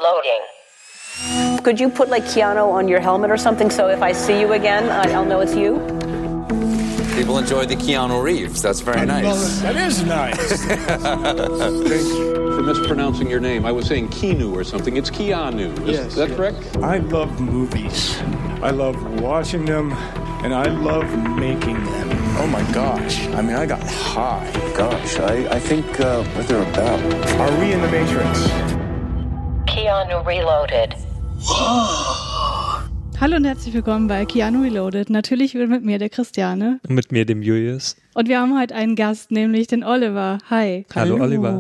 Loading. Could you put like Keanu on your helmet or something so if I see you again, I'll know it's you? People enjoy the Keanu Reeves. That's very nice. That is nice. Thank you for mispronouncing your name. I was saying Keanu or something. It's Keanu. Is that correct? I love movies. I love watching them, and I love making them. Oh my gosh. I mean, I got high. Gosh, I think what they're about. Are we in the Matrix? Keanu Reloaded. Hallo und herzlich willkommen bei Keanu Reloaded. Natürlich wieder mit mir, der Christiane. Und mit mir, dem Julius. Und wir haben heute einen Gast, nämlich den Oliver. Hi. Hallo Oliver.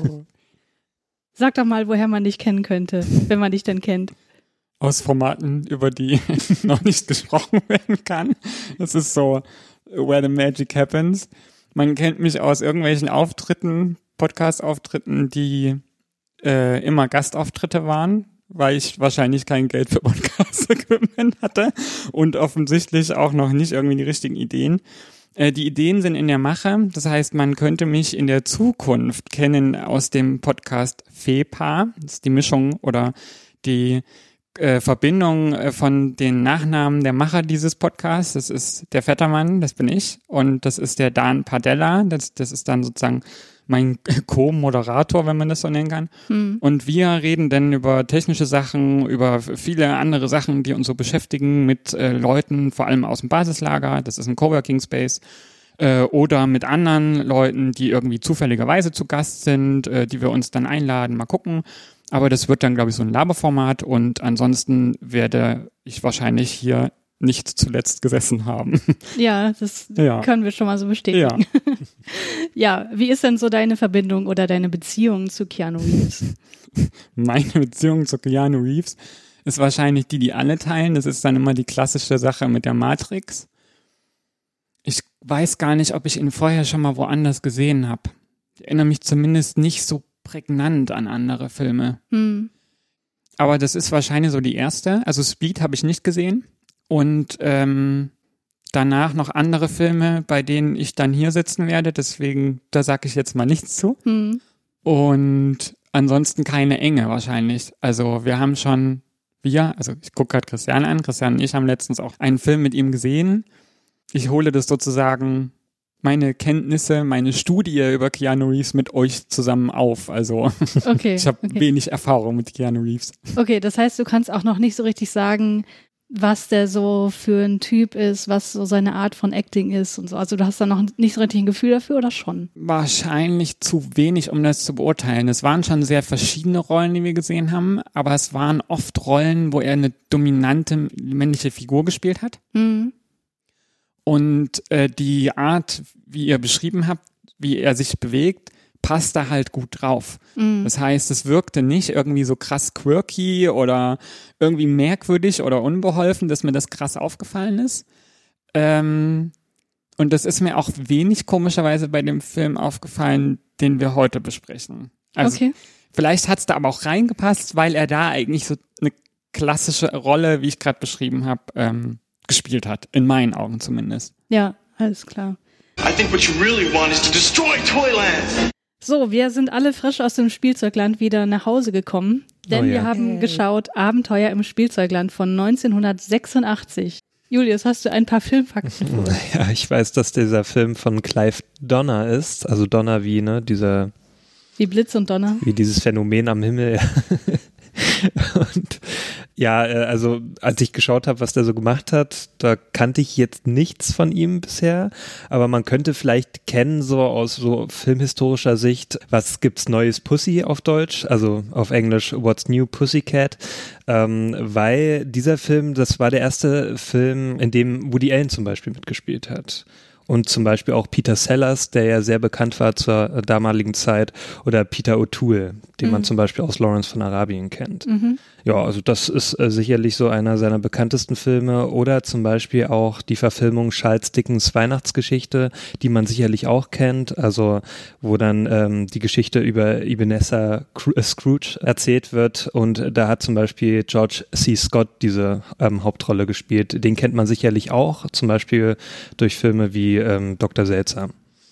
Sag doch mal, woher man dich kennen könnte, wenn man dich denn kennt. Aus Formaten, über die noch nicht gesprochen werden kann. Das ist so Where the Magic Happens. Man kennt mich aus irgendwelchen Auftritten, Podcast-Auftritten, die immer Gastauftritte waren, weil ich wahrscheinlich kein Geld für Podcast-Equipment hatte und offensichtlich auch noch nicht irgendwie die richtigen Ideen. Die Ideen sind in der Mache, das heißt, man könnte mich in der Zukunft kennen aus dem Podcast FEPA, das ist die Mischung oder die Verbindung von den Nachnamen der Macher dieses Podcasts. Das ist der Vettermann, das bin ich, und das ist der Dan Padella, das ist dann sozusagen mein Co-Moderator, wenn man das so nennen kann. Und wir reden dann über technische Sachen, über viele andere Sachen, die uns so beschäftigen, mit Leuten, vor allem aus dem Basislager, das ist ein Coworking Space, oder mit anderen Leuten, die irgendwie zufälligerweise zu Gast sind, die wir uns dann einladen, mal gucken. Aber das wird dann, glaube ich, so ein Laberformat, und ansonsten werde ich wahrscheinlich hier nicht zuletzt gesessen haben. Ja, das können wir schon mal so bestätigen. Ja, wie ist denn so deine Verbindung oder deine Beziehung zu Keanu Reeves? Meine Beziehung zu Keanu Reeves ist wahrscheinlich die alle teilen. Das ist dann immer die klassische Sache mit der Matrix. Ich weiß gar nicht, ob ich ihn vorher schon mal woanders gesehen habe. Ich erinnere mich zumindest nicht so prägnant an andere Filme. Aber das ist wahrscheinlich so die erste. Also Speed habe ich nicht gesehen. Und danach noch andere Filme, bei denen ich dann hier sitzen werde. Deswegen, da sage ich jetzt mal nichts zu. Und ansonsten keine Enge wahrscheinlich. Also wir haben schon, also ich gucke gerade Christian an. Christian und ich haben letztens auch einen Film mit ihm gesehen. Ich hole das sozusagen, meine Kenntnisse, meine Studie über Keanu Reeves mit euch zusammen auf. Also ich habe wenig Erfahrung mit Keanu Reeves. Okay, das heißt, du kannst auch noch nicht so richtig sagen, was der so für ein Typ ist, was so seine Art von Acting ist und so. Also du hast da noch nicht so richtig ein Gefühl dafür, oder schon? Wahrscheinlich zu wenig, um das zu beurteilen. Es waren schon sehr verschiedene Rollen, die wir gesehen haben, aber es waren oft Rollen, wo er eine dominante männliche Figur gespielt hat. Und die Art, wie ihr beschrieben habt, wie er sich bewegt, passt da halt gut drauf. Das heißt, es wirkte nicht irgendwie so krass quirky oder irgendwie merkwürdig oder unbeholfen, dass mir das krass aufgefallen ist. Und das ist mir auch wenig komischerweise bei dem Film aufgefallen, den wir heute besprechen. Also vielleicht hat es da aber auch reingepasst, weil er da eigentlich so eine klassische Rolle, wie ich gerade beschrieben habe, gespielt hat. In meinen Augen zumindest. Ja, alles klar. I think what you really want is to destroy Toyland. So, wir sind alle frisch aus dem Spielzeugland wieder nach Hause gekommen, denn wir haben geschaut Abenteuer im Spielzeugland von 1986. Julius, hast du ein paar Filmfakten für uns? Ja, ich weiß, dass dieser Film von Clive Donner ist, also Donner wie, ne, dieser... Wie Blitz und Donner. Wie dieses Phänomen am Himmel. Und ja, also als ich geschaut habe, was der so gemacht hat, da kannte ich jetzt nichts von ihm bisher, aber man könnte vielleicht kennen, so aus so filmhistorischer Sicht, was gibt's Neues Pussy auf Deutsch, also auf Englisch What's New Pussycat, weil dieser Film, das war der erste Film, in dem Woody Allen zum Beispiel mitgespielt hat. Und zum Beispiel auch Peter Sellers, der ja sehr bekannt war zur damaligen Zeit, oder Peter O'Toole, den man zum Beispiel aus Lawrence von Arabien kennt. Ja, also das ist sicherlich so einer seiner bekanntesten Filme, oder zum Beispiel auch die Verfilmung Charles Dickens Weihnachtsgeschichte, die man sicherlich auch kennt, also wo dann die Geschichte über Ebenezer Scrooge erzählt wird, und da hat zum Beispiel George C. Scott diese Hauptrolle gespielt. Den kennt man sicherlich auch, zum Beispiel durch Filme wie Dr. Seltsam.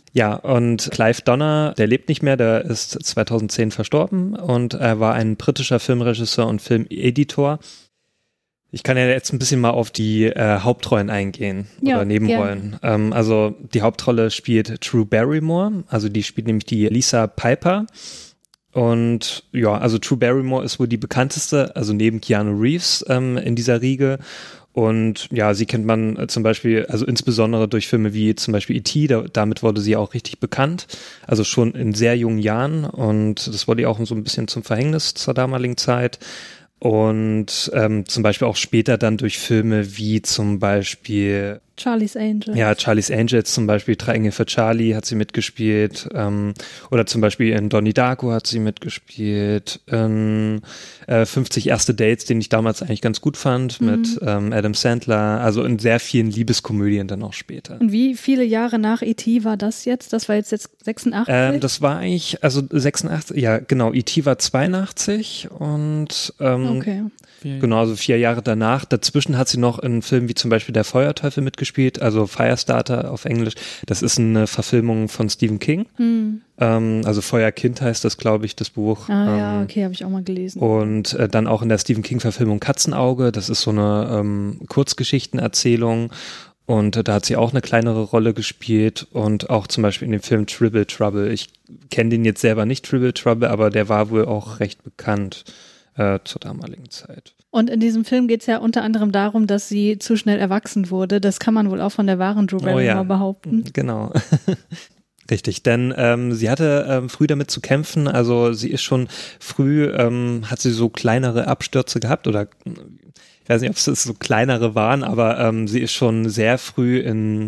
Ja, und Clive Donner, der lebt nicht mehr, der ist 2010 verstorben und er war ein britischer Filmregisseur und Filmeditor. Ich kann ja jetzt ein bisschen mal auf die Hauptrollen eingehen oder Nebenrollen. Also die Hauptrolle spielt Drew Barrymore, also die spielt nämlich die Lisa Piper. Und ja, also Drew Barrymore ist wohl die bekannteste, also neben Keanu Reeves in dieser Riege. Und ja, sie kennt man zum Beispiel, also insbesondere durch Filme wie zum Beispiel E.T., damit wurde sie auch richtig bekannt, also schon in sehr jungen Jahren und das wurde ihr auch so ein bisschen zum Verhängnis zur damaligen Zeit. Und zum Beispiel auch später dann durch Filme wie zum Beispiel Charlie's Angels. Ja, Charlie's Angels zum Beispiel, 3 Engel für Charlie hat sie mitgespielt. Oder zum Beispiel in Donnie Darko hat sie mitgespielt. In 50 erste Dates, den ich damals eigentlich ganz gut fand, mit Adam Sandler. Also in sehr vielen Liebeskomödien dann auch später. Und wie viele Jahre nach E.T. war das jetzt? Das war jetzt 86? Das war eigentlich, also 86, ja genau, E.T. war 82 und okay. Genau, also 4 Jahre danach. Dazwischen hat sie noch in Filmen wie zum Beispiel Der Feuerteufel mitgespielt, also Firestarter auf Englisch. Das ist eine Verfilmung von Stephen King. Also Feuerkind heißt das, glaube ich, das Buch. Ja, okay, habe ich auch mal gelesen. Und dann auch in der Stephen King-Verfilmung Katzenauge. Das ist so eine Kurzgeschichtenerzählung. Und da hat sie auch eine kleinere Rolle gespielt und auch zum Beispiel in dem Film Triple Trouble. Ich kenne den jetzt selber nicht, Triple Trouble, aber der war wohl auch recht bekannt zur damaligen Zeit. Und in diesem Film geht es ja unter anderem darum, dass sie zu schnell erwachsen wurde. Das kann man wohl auch von der wahren Drew Barrymore behaupten. Genau. Richtig, denn sie hatte früh damit zu kämpfen, also sie ist schon früh, hat sie so kleinere Abstürze gehabt oder ich weiß nicht, ob es so kleinere waren, aber sie ist schon sehr früh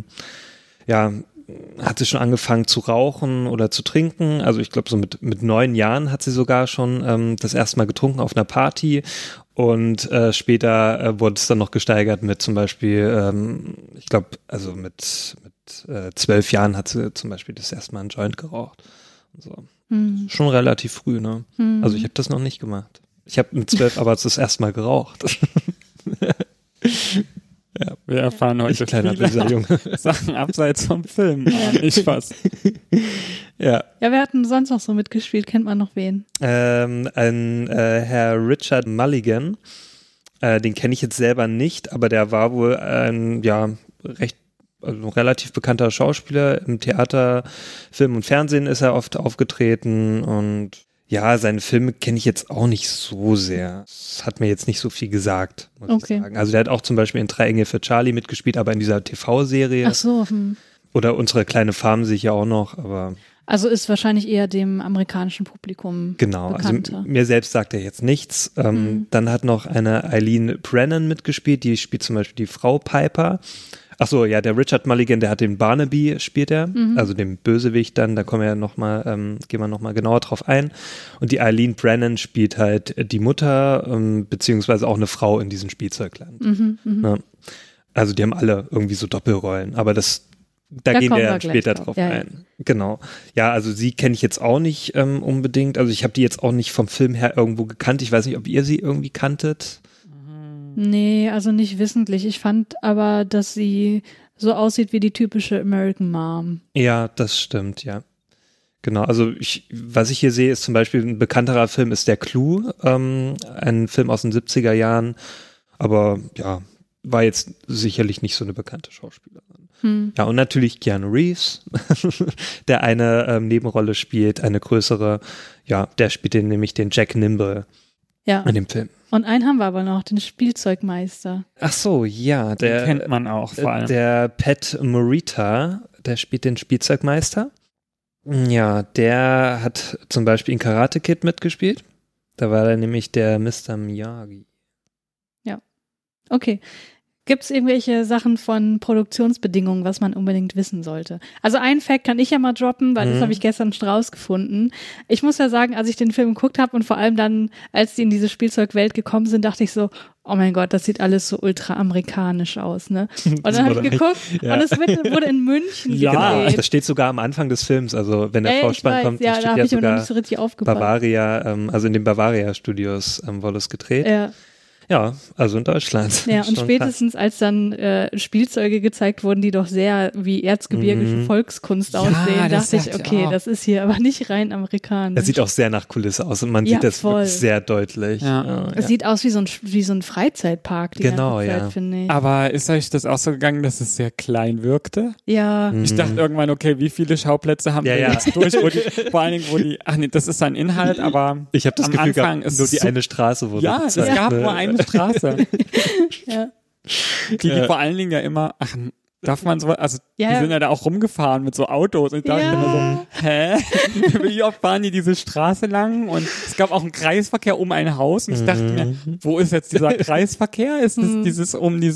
hat sie schon angefangen zu rauchen oder zu trinken. Also ich glaube so mit 9 Jahren hat sie sogar schon das erste Mal getrunken auf einer Party und später wurde es dann noch gesteigert mit zum Beispiel, ich glaube, also mit 12 Jahren hat sie zum Beispiel das erste Mal einen Joint geraucht. Und so. Schon relativ früh, ne? Also ich habe das noch nicht gemacht. Ich habe mit 12 aber das erste Mal geraucht. Ja, wir erfahren heute kleiner böser Junge Sachen abseits vom Film. Ich fast. Ja, wer hat denn sonst noch so mitgespielt? Kennt man noch wen? Ein Herr Richard Mulligan. Den kenne ich jetzt selber nicht, aber der war wohl ein relativ bekannter Schauspieler. Im Theater, Film und Fernsehen ist er oft aufgetreten und ja, seine Filme kenne ich jetzt auch nicht so sehr. Das hat mir jetzt nicht so viel gesagt, muss ich sagen. Also der hat auch zum Beispiel in 3 Engel für Charlie mitgespielt, aber in dieser TV-Serie. Ach so. Oder Unsere kleine Farm sehe ich ja auch noch, aber... Also ist wahrscheinlich eher dem amerikanischen Publikum bekannter. Also mir selbst sagt er jetzt nichts. Dann hat noch eine Eileen Brennan mitgespielt, die spielt zum Beispiel die Frau Piper. Ach so, ja, der Richard Mulligan, der hat den Barnaby, spielt er, also den Bösewicht dann, da kommen wir ja nochmal, gehen wir nochmal genauer drauf ein. Und die Eileen Brennan spielt halt die Mutter, beziehungsweise auch eine Frau in diesem Spielzeugland. Ja. Also die haben alle irgendwie so Doppelrollen, aber da gehen wir ja später drauf ein. Genau. Ja, also sie kenne ich jetzt auch nicht unbedingt, also ich habe die jetzt auch nicht vom Film her irgendwo gekannt. Ich weiß nicht, ob ihr sie irgendwie kanntet. Nee, also nicht wissentlich. Ich fand aber, dass sie so aussieht wie die typische American Mom. Ja, das stimmt, ja. Genau, also was ich hier sehe, ist zum Beispiel ein bekannterer Film ist Der Clou, ein Film aus den 70er Jahren, aber ja, war jetzt sicherlich nicht so eine bekannte Schauspielerin. Ja, und natürlich Keanu Reeves, der eine Nebenrolle spielt, eine größere, ja, der spielt nämlich den Jack Nimble in dem Film. Und einen haben wir aber noch, den Spielzeugmeister. Ach so, ja. Den kennt man auch vor allem. Der Pat Morita, der spielt den Spielzeugmeister. Ja, der hat zum Beispiel in Karate Kid mitgespielt. Da war er nämlich der Mr. Miyagi. Ja, okay. Gibt es irgendwelche Sachen von Produktionsbedingungen, was man unbedingt wissen sollte? Also einen Fact kann ich ja mal droppen, weil das habe ich gestern schon rausgefunden. Ich muss ja sagen, als ich den Film geguckt habe und vor allem dann, als die in diese Spielzeugwelt gekommen sind, dachte ich so, oh mein Gott, das sieht alles so ultra amerikanisch aus, ne? Und dann habe ich geguckt und es wurde in München gedreht. Genau, das steht sogar am Anfang des Films, also wenn der Vorspann kommt, ja, steht da habe ich aber noch nicht so richtig aufgepasst. Bavaria, also in den Bavaria Studios wurde es gedreht. Ja. Ja, also in Deutschland. Ja, und spätestens als dann Spielzeuge gezeigt wurden, die doch sehr wie erzgebirgische Volkskunst aussehen, dachte ich, okay, das ist hier aber nicht rein amerikanisch. Das sieht auch sehr nach Kulisse aus und man sieht das wirklich sehr deutlich. Es sieht aus wie so ein Freizeitpark die ganze Zeit, finde ich. Aber ist euch das auch so gegangen, dass es sehr klein wirkte? Ja. Ich dachte irgendwann, okay, wie viele Schauplätze haben wir jetzt durch, vor allen Dingen, ach nee, das ist ein Inhalt, aber ich habe das am Gefühl Anfang gehabt, nur die eine Straße wurde es gab nur eine Straße. Die vor allen Dingen ja immer, darf man so, also die sind ja da auch rumgefahren mit so Autos und ich dachte immer so, wie oft fahren die diese Straße lang? Und es gab auch einen Kreisverkehr um ein Haus und ich dachte mir, wo ist jetzt dieser Kreisverkehr? Ist es dieses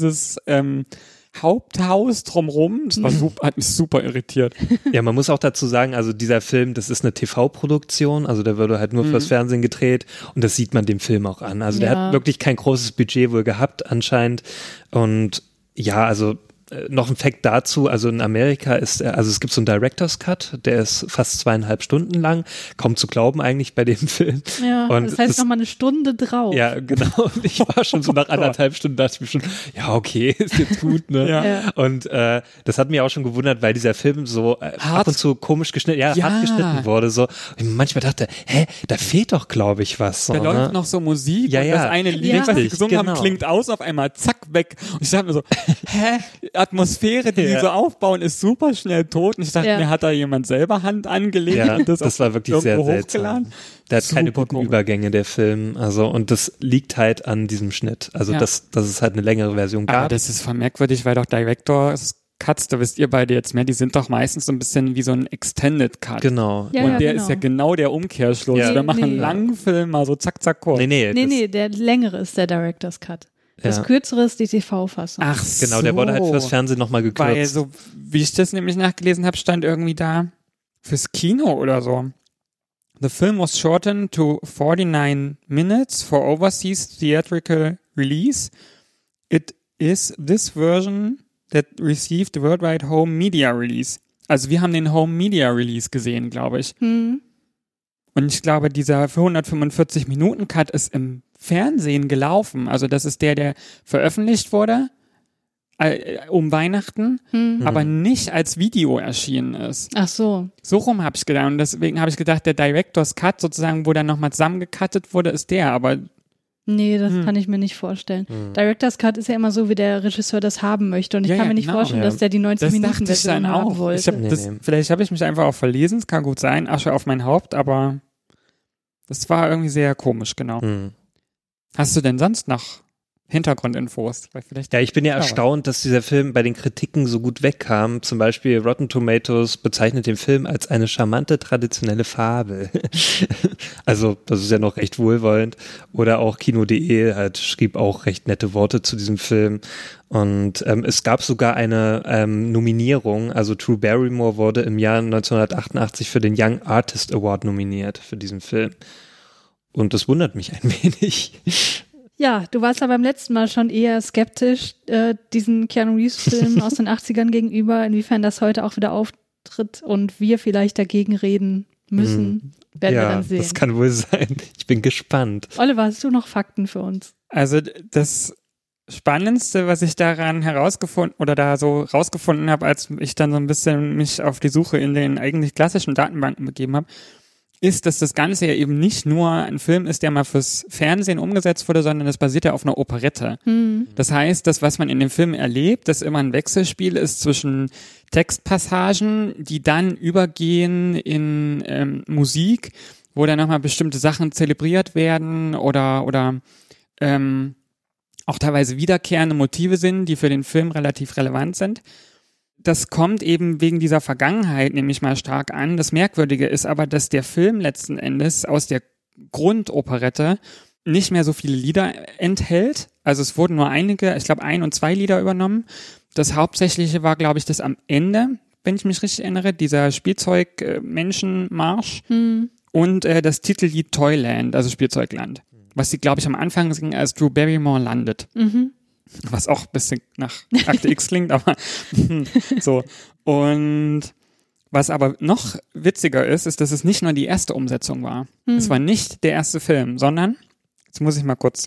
Haupthaus drumrum? Das war hat mich super irritiert. Ja, man muss auch dazu sagen, also dieser Film, das ist eine TV-Produktion, also der wurde halt nur fürs Fernsehen gedreht und das sieht man dem Film auch an. Also der hat wirklich kein großes Budget wohl gehabt anscheinend und ja, also noch ein Fact dazu, also in Amerika ist, also es gibt so einen Director's Cut, der ist fast 2,5 Stunden lang, kaum zu glauben eigentlich bei dem Film. Ja, und das heißt nochmal eine Stunde drauf. Ja, genau, und ich war schon so nach 1,5 Stunden, dachte ich mir schon, ja okay, ist jetzt gut, ne? Ja. Und das hat mich auch schon gewundert, weil dieser Film so ab und zu komisch geschnitten, hart geschnitten wurde, so. Und ich manchmal dachte, da fehlt doch, glaube ich, was. So, da läuft noch so Musik und das eine Lied, was sie gesungen haben, klingt aus, auf einmal zack, weg. Und ich dachte mir so, Atmosphäre, die so aufbauen, ist super schnell tot. Und ich dachte, mir hat da jemand selber Hand angelegt. Ja, und das war wirklich sehr seltsam. Der hat keine guten Übergänge, der Film. Also, und das liegt halt an diesem Schnitt. Also, dass es halt eine längere Version gab. Aber das ist voll merkwürdig, weil doch Director's Cuts, da wisst ihr beide jetzt mehr, die sind doch meistens so ein bisschen wie so ein Extended Cut. Genau. Ja, und der ist ja genau der Umkehrschluss. Wir machen einen langen Film mal so zack, zack, kurz. Nee, der längere ist der Director's Cut. Das kürzere ist die TV-Fassung. Ach so. Genau, der wurde halt fürs Fernsehen nochmal gekürzt. Weil so, wie ich das nämlich nachgelesen habe, stand irgendwie da fürs Kino oder so. The film was shortened to 49 minutes for overseas theatrical release. It is this version that received the worldwide home media release. Also wir haben den Home Media Release gesehen, glaube ich. Und ich glaube, dieser 145-Minuten-Cut ist im Fernsehen gelaufen. Also das ist der veröffentlicht wurde um Weihnachten, aber nicht als Video erschienen ist. Ach so. So rum habe ich gedacht. Und deswegen habe ich gedacht, der Director's Cut sozusagen, wo dann nochmal zusammengecuttet wurde, ist der. Aber nee, das kann ich mir nicht vorstellen. Director's Cut ist ja immer so, wie der Regisseur das haben möchte. Und ich kann mir nicht vorstellen, dass der die 90-Minuten-Version haben wollte. Vielleicht habe ich mich einfach auch verlesen, es kann gut sein, Asche auf mein Haupt, aber das war irgendwie sehr komisch, genau. Hast du denn sonst noch Hintergrundinfos? Ja, ich bin ja erstaunt, dass dieser Film bei den Kritiken so gut wegkam. Zum Beispiel Rotten Tomatoes bezeichnet den Film als eine charmante, traditionelle Fabel. Also, das ist ja noch recht wohlwollend. Oder auch Kino.de schrieb auch recht nette Worte zu diesem Film. Und es gab sogar eine Nominierung. Also Drew Barrymore wurde im Jahr 1988 für den Young Artist Award nominiert für diesen Film. Und das wundert mich ein wenig. Ja, du warst ja beim letzten Mal schon eher skeptisch diesen Keanu Reeves-Film aus den 80ern gegenüber, inwiefern das heute auch wieder auftritt und wir vielleicht dagegen reden müssen, werden wir dann sehen. Das kann wohl sein. Ich bin gespannt. Oliver, hast du noch Fakten für uns? Also das Spannendste, was ich daran rausgefunden habe, als ich dann so ein bisschen mich auf die Suche in den eigentlich klassischen Datenbanken begeben habe, ist, dass das Ganze ja eben nicht nur ein Film ist, der mal fürs Fernsehen umgesetzt wurde, sondern das basiert ja auf einer Operette. Das heißt, das, was man in dem Film erlebt, dass immer ein Wechselspiel ist zwischen Textpassagen, die dann übergehen in Musik, wo dann nochmal bestimmte Sachen zelebriert werden oder auch teilweise wiederkehrende Motive sind, die für den Film relativ relevant sind. Das kommt eben wegen dieser Vergangenheit nämlich mal stark an. Das Merkwürdige ist aber, dass der Film letzten Endes aus der Grundoperette nicht mehr so viele Lieder enthält. Also es wurden nur einige, ich glaube 1 und 2 Lieder übernommen. Das Hauptsächliche war, glaube ich, das am Ende, wenn ich mich richtig erinnere, dieser Spielzeug-Menschenmarsch und das Titellied Toyland, also Spielzeugland. Was sie, glaube ich, am Anfang singen, als Drew Barrymore landet. Was auch ein bisschen nach Akte X klingt, aber so. Und was aber noch witziger ist, dass es nicht nur die erste Umsetzung war. Es war nicht der erste Film, sondern, jetzt muss ich mal kurz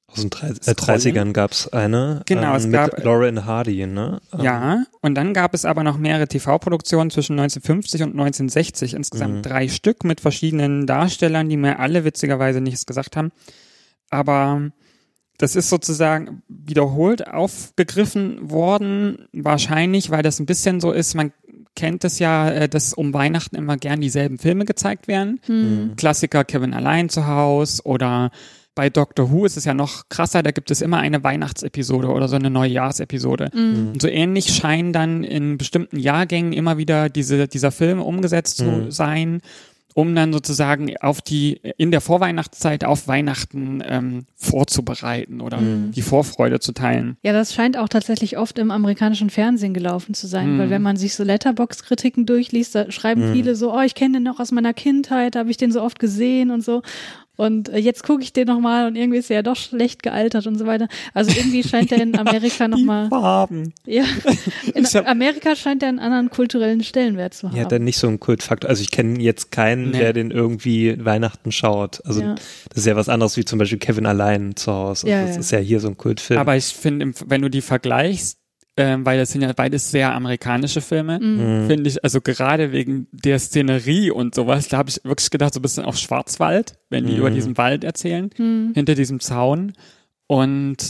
Aus den 30ern gab es eine. Genau, es mit gab Laurel Hardy, ne? Ja, und dann gab es aber noch mehrere TV-Produktionen zwischen 1950 und 1960, insgesamt 3 Stück mit verschiedenen Darstellern, die mir alle witzigerweise nichts gesagt haben. Aber das ist sozusagen wiederholt aufgegriffen worden, wahrscheinlich, weil das ein bisschen so ist, man kennt es ja, dass um Weihnachten immer gern dieselben Filme gezeigt werden. Klassiker Kevin allein zu Hause oder bei Doctor Who ist es ja noch krasser, da gibt es immer eine Weihnachtsepisode oder so eine Neujahrsepisode. Und so ähnlich scheinen dann in bestimmten Jahrgängen immer wieder dieser Film umgesetzt zu sein, um dann sozusagen in der Vorweihnachtszeit auf Weihnachten vorzubereiten oder die Vorfreude zu teilen. Ja, das scheint auch tatsächlich oft im amerikanischen Fernsehen gelaufen zu sein, weil wenn man sich so Letterboxd-Kritiken durchliest, da schreiben viele so, ich kenne den noch aus meiner Kindheit, da habe ich den so oft gesehen und so. Und jetzt gucke ich den nochmal und irgendwie ist er ja doch schlecht gealtert und so weiter. Also irgendwie scheint er in Amerika nochmal. Farben. Ja, in Amerika scheint er einen anderen kulturellen Stellenwert zu haben. Ja, dann nicht so ein Kultfaktor. Also ich kenne jetzt keinen, der den irgendwie Weihnachten schaut. Also das ist ja was anderes wie zum Beispiel Kevin allein zu Hause. Also das ist ja hier so ein Kultfilm. Aber ich finde, wenn du die vergleichst, weil das sind ja beides sehr amerikanische Filme, finde ich, also gerade wegen der Szenerie und sowas, da habe ich wirklich gedacht, so ein bisschen auf Schwarzwald, wenn die über diesen Wald erzählen, hinter diesem Zaun. Und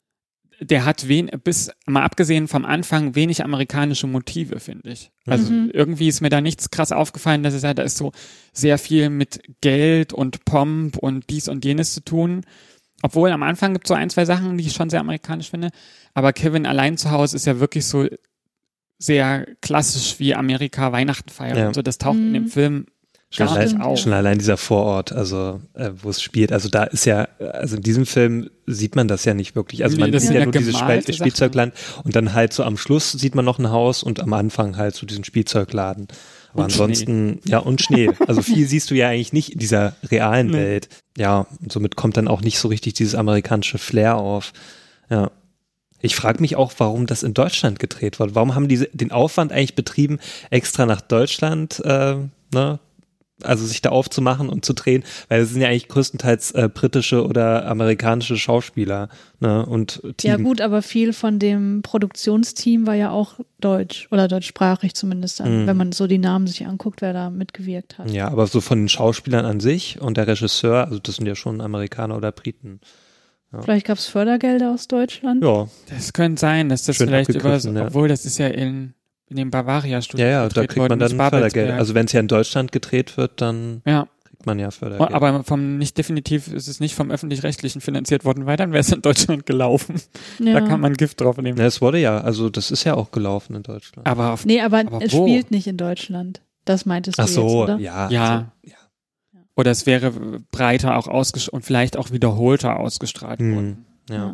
der hat bis mal abgesehen vom Anfang wenig amerikanische Motive, finde ich. Also irgendwie ist mir da nichts krass aufgefallen, dass da ist so sehr viel mit Geld und Pomp und dies und jenes zu tun. Obwohl am Anfang gibt es so 1, 2 Sachen, die ich schon sehr amerikanisch finde. Aber Kevin allein zu Hause ist ja wirklich so sehr klassisch wie Amerika Weihnachten feiern. Und so, das taucht in dem Film gar nicht auf. Schon allein dieser Vorort, also wo es spielt. Also da ist ja, also in diesem Film sieht man das ja nicht wirklich. Also man sieht ja nur dieses Spielzeugland und dann halt so am Schluss sieht man noch ein Haus und am Anfang halt so diesen Spielzeugladen. Aber und ansonsten, Schnee. Ja, und Schnee. Also viel siehst du ja eigentlich nicht in dieser realen Welt. Ja, und somit kommt dann auch nicht so richtig dieses amerikanische Flair auf. Ja. Ich frage mich auch, warum das in Deutschland gedreht wurde. Warum haben die den Aufwand eigentlich betrieben, extra nach Deutschland, also sich da aufzumachen und zu drehen, weil es sind ja eigentlich größtenteils britische oder amerikanische Schauspieler, ne, und Team. Ja gut, aber viel von dem Produktionsteam war ja auch deutsch oder deutschsprachig zumindest, wenn man so die Namen sich anguckt, wer da mitgewirkt hat. Ja, aber so von den Schauspielern an sich und der Regisseur, also das sind ja schon Amerikaner oder Briten. Ja. Vielleicht gab es Fördergelder aus Deutschland? Ja. Das könnte sein, dass das schön vielleicht obwohl das ist ja in dem Bavaria-Studio. Ja, da kriegt man dann Fördergeld. Also wenn es ja in Deutschland gedreht wird, dann kriegt man ja Fördergeld. Aber definitiv ist es nicht vom Öffentlich-Rechtlichen finanziert worden, weil dann wäre es in Deutschland gelaufen. Ja. Da kann man Gift drauf nehmen. Ja, es wurde also das ist ja auch gelaufen in Deutschland. Aber es spielt nicht in Deutschland. Das meintest du jetzt, oder? Ja. Oder es wäre breiter auch und vielleicht auch wiederholter ausgestrahlt worden. Ja.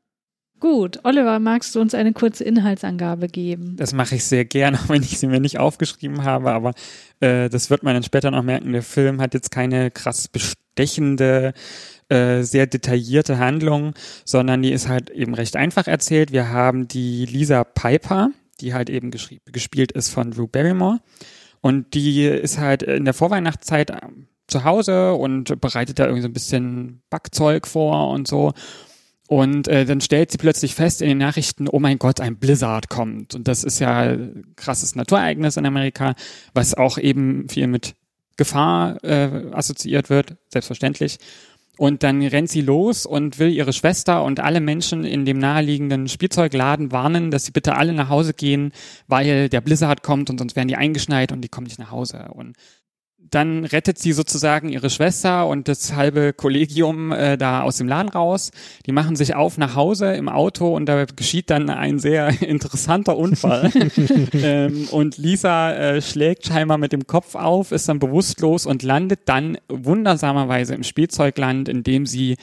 Gut, Oliver, magst du uns eine kurze Inhaltsangabe geben? Das mache ich sehr gerne, auch wenn ich sie mir nicht aufgeschrieben habe, aber das wird man dann später noch merken. Der Film hat jetzt keine krass bestechende, sehr detaillierte Handlung, sondern die ist halt eben recht einfach erzählt. Wir haben die Lisa Piper, die halt eben gespielt ist von Drew Barrymore, und die ist halt in der Vorweihnachtszeit zu Hause und bereitet da irgendwie so ein bisschen Backzeug vor und so. Und dann stellt sie plötzlich fest in den Nachrichten, oh mein Gott, ein Blizzard kommt. Und das ist ja ein krasses Naturereignis in Amerika, was auch eben viel mit Gefahr assoziiert wird, selbstverständlich. Und dann rennt sie los und will ihre Schwester und alle Menschen in dem naheliegenden Spielzeugladen warnen, dass sie bitte alle nach Hause gehen, weil der Blizzard kommt und sonst werden die eingeschneit und die kommen nicht nach Hause. Und dann rettet sie sozusagen ihre Schwester und das halbe Kollegium da aus dem Laden raus. Die machen sich auf nach Hause im Auto und da geschieht dann ein sehr interessanter Unfall. Und Lisa schlägt scheinbar mit dem Kopf auf, ist dann bewusstlos und landet dann wundersamerweise im Spielzeugland, in dem sie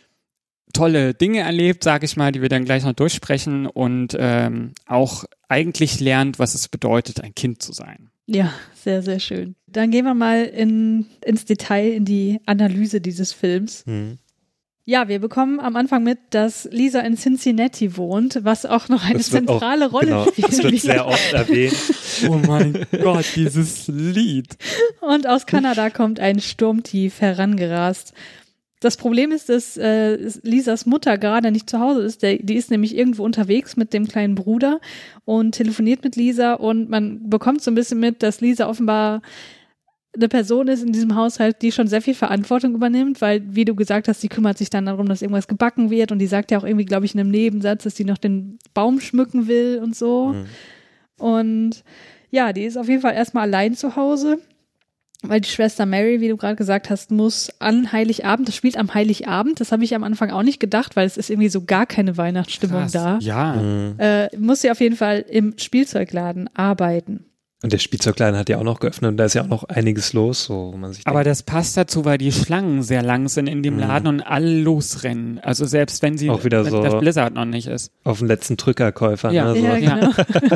tolle Dinge erlebt, sage ich mal, die wir dann gleich noch durchsprechen und auch eigentlich lernt, was es bedeutet, ein Kind zu sein. Ja, sehr, sehr schön. Dann gehen wir mal ins Detail, in die Analyse dieses Films. Ja, wir bekommen am Anfang mit, dass Lisa in Cincinnati wohnt, was auch noch eine zentrale Rolle spielt. Das wird sehr oft erwähnt. Oh mein Gott, dieses Lied. Und aus Kanada kommt ein Sturmtief herangerast. Das Problem ist, dass Lisas Mutter gerade nicht zu Hause ist. Die ist nämlich irgendwo unterwegs mit dem kleinen Bruder und telefoniert mit Lisa und man bekommt so ein bisschen mit, dass Lisa offenbar eine Person ist in diesem Haushalt, die schon sehr viel Verantwortung übernimmt, weil, wie du gesagt hast, die kümmert sich dann darum, dass irgendwas gebacken wird und die sagt ja auch irgendwie, glaube ich, in einem Nebensatz, dass sie noch den Baum schmücken will und so. Und ja, die ist auf jeden Fall erstmal allein zu Hause. Weil die Schwester Mary, wie du gerade gesagt hast, muss an Heiligabend, das spielt am Heiligabend, das habe ich am Anfang auch nicht gedacht, weil es ist irgendwie so gar keine Weihnachtsstimmung da. Ja. Muss sie auf jeden Fall im Spielzeugladen arbeiten. Und der Spielzeugladen hat ja auch noch geöffnet und da ist ja auch noch einiges los, so wo man sich Aber das passt dazu, weil die Schlangen sehr lang sind in dem Laden und alle losrennen. Also selbst wenn sie auch wieder wenn so das Blizzard noch nicht ist. Auf den letzten Drückerkäufer. Ja, ne? So. Ja, genau.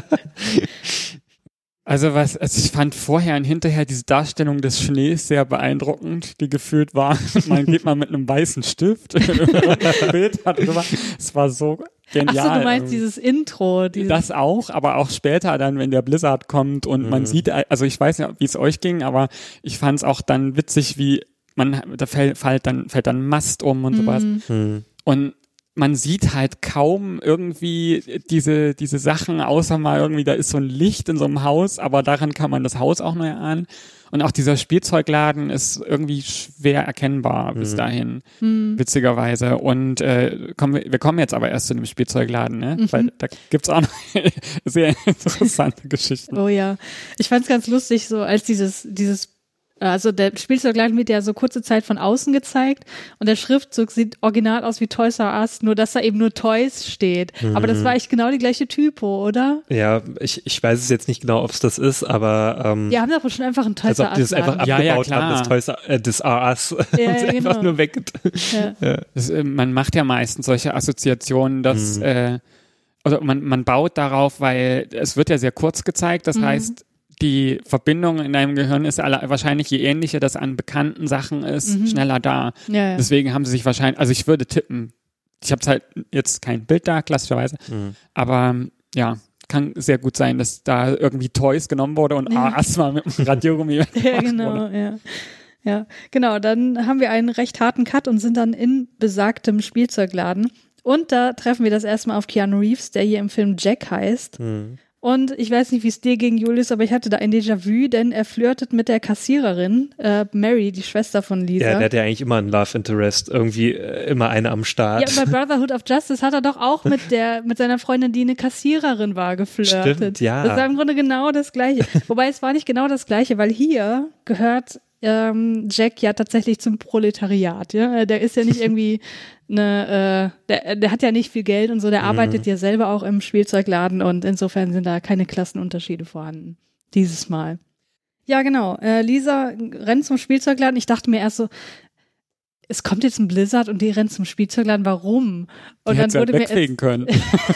Also ich fand vorher und hinterher diese Darstellung des Schnees sehr beeindruckend, die gefühlt war, man geht mal mit einem weißen Stift Bild darüber. Es war so genial. Achso, du meinst dieses Intro. Das auch, aber auch später dann, wenn der Blizzard kommt und man sieht, also ich weiß nicht, wie es euch ging, aber ich fand es auch dann witzig, wie da fällt dann ein Mast um und sowas. Und man sieht halt kaum irgendwie diese Sachen, außer mal irgendwie, da ist so ein Licht in so einem Haus, aber daran kann man das Haus auch noch erahnen. Und auch dieser Spielzeugladen ist irgendwie schwer erkennbar bis dahin, witzigerweise. Und wir kommen jetzt aber erst zu dem Spielzeugladen, ne? Weil da gibt's auch noch sehr interessante Geschichten. Oh ja, ich fand's ganz lustig, so als also der Spielzeugladen wird ja so kurze Zeit von außen gezeigt und der Schriftzug sieht original aus wie Toys R Us, nur dass da eben nur Toys steht. Aber das war echt genau die gleiche Typo, oder? Ja, ich weiß es jetzt nicht genau, ob es das ist, aber die haben doch schon einfach ein Toys R Us. Als ob die das einfach abgebaut haben, das R Us und einfach nur weg. Man macht ja meistens solche Assoziationen, dass oder man baut darauf, weil es wird ja sehr kurz gezeigt, das heißt, die Verbindung in deinem Gehirn ist wahrscheinlich, je ähnlicher das an bekannten Sachen ist, schneller da. Ja. Deswegen haben sie sich wahrscheinlich, also ich würde tippen, ich habe halt jetzt kein Bild da, klassischerweise, aber ja, kann sehr gut sein, dass da irgendwie Toys genommen wurde und erstmal mit dem Radiergummi ja, genau, wurde. Ja, genau, dann haben wir einen recht harten Cut und sind dann in besagtem Spielzeugladen und da treffen wir das erstmal auf Keanu Reeves, der hier im Film Jack heißt. Und ich weiß nicht, wie es dir ging, Julius, aber ich hatte da ein Déjà-vu, denn er flirtet mit der Kassiererin, Mary, die Schwester von Lisa. Ja, der hat ja eigentlich immer einen Love Interest, irgendwie immer eine am Start. Ja, bei Brotherhood of Justice hat er doch auch mit seiner Freundin, die eine Kassiererin war, geflirtet. Stimmt, ja. Das war im Grunde genau das Gleiche. Wobei es war nicht genau das Gleiche, weil hier gehört Jack ja tatsächlich zum Proletariat, ja. Der ist ja nicht irgendwie der hat ja nicht viel Geld und so, der arbeitet ja selber auch im Spielzeugladen und insofern sind da keine Klassenunterschiede vorhanden. Dieses Mal. Ja, genau. Lisa rennt zum Spielzeugladen. Ich dachte mir erst so, es kommt jetzt ein Blizzard und die rennt zum Spielzeugladen, warum? Und dann wurde mir können.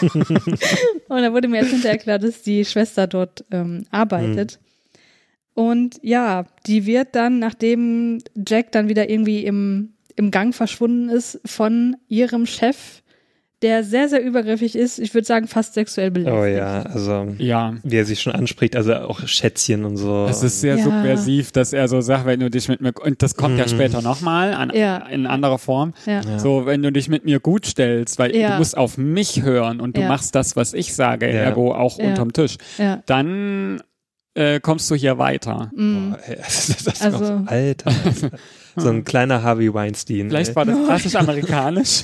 und dann wurde mir jetzt hinterher klar, dass die Schwester dort arbeitet. Und ja, die wird dann, nachdem Jack dann wieder irgendwie im Gang verschwunden ist, von ihrem Chef, der sehr, sehr übergriffig ist, ich würde sagen fast sexuell belästigt. Oh ja, also wie er sich schon anspricht, also auch Schätzchen und so. Es ist sehr subversiv, dass er so sagt, wenn du dich mit mir, und das kommt ja später nochmal in anderer Form, so wenn du dich mit mir gut stellst, weil du musst auf mich hören und du machst das, was ich sage, ergo auch unterm Tisch, dann kommst du hier weiter. Also, Alter. So ein kleiner Harvey Weinstein. Vielleicht war das klassisch amerikanisch.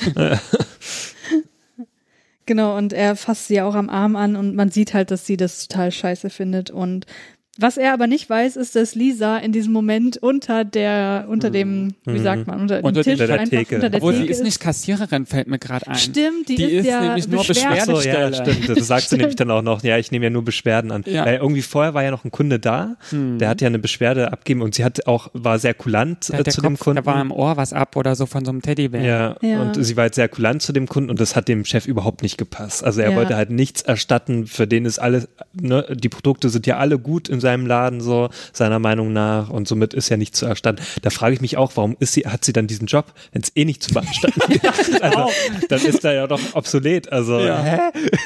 Genau, und er fasst sie auch am Arm an und man sieht halt, dass sie das total scheiße findet. Und was er aber nicht weiß, ist, dass Lisa in diesem Moment unter dem, wie sagt man, unter dem Tisch der Theke. Unter der Obwohl Theke sie ist nicht Kassiererin, fällt mir gerade ein. Stimmt, die ist ja nämlich nur Beschwerdestelle. So, ja, stimmt. Das sagst du nämlich dann auch noch. Ja, ich nehme ja nur Beschwerden an. Ja. Weil irgendwie vorher war ja noch ein Kunde da, der hat ja eine Beschwerde abgegeben und sie war sehr kulant zu dem Kunden. Da war im Ohr was ab oder so von so einem Teddybär. Ja, und sie war jetzt sehr kulant zu dem Kunden und das hat dem Chef überhaupt nicht gepasst. Also er wollte halt nichts erstatten, für den ist alles, ne, die Produkte sind ja alle gut, seinem Laden so, seiner Meinung nach, und somit ist ja nichts zu erstatten. Da frage ich mich auch, warum hat sie dann diesen Job, wenn es eh nicht zu beanstanden gibt? Also, dann ist er ja doch obsolet. Also, hä?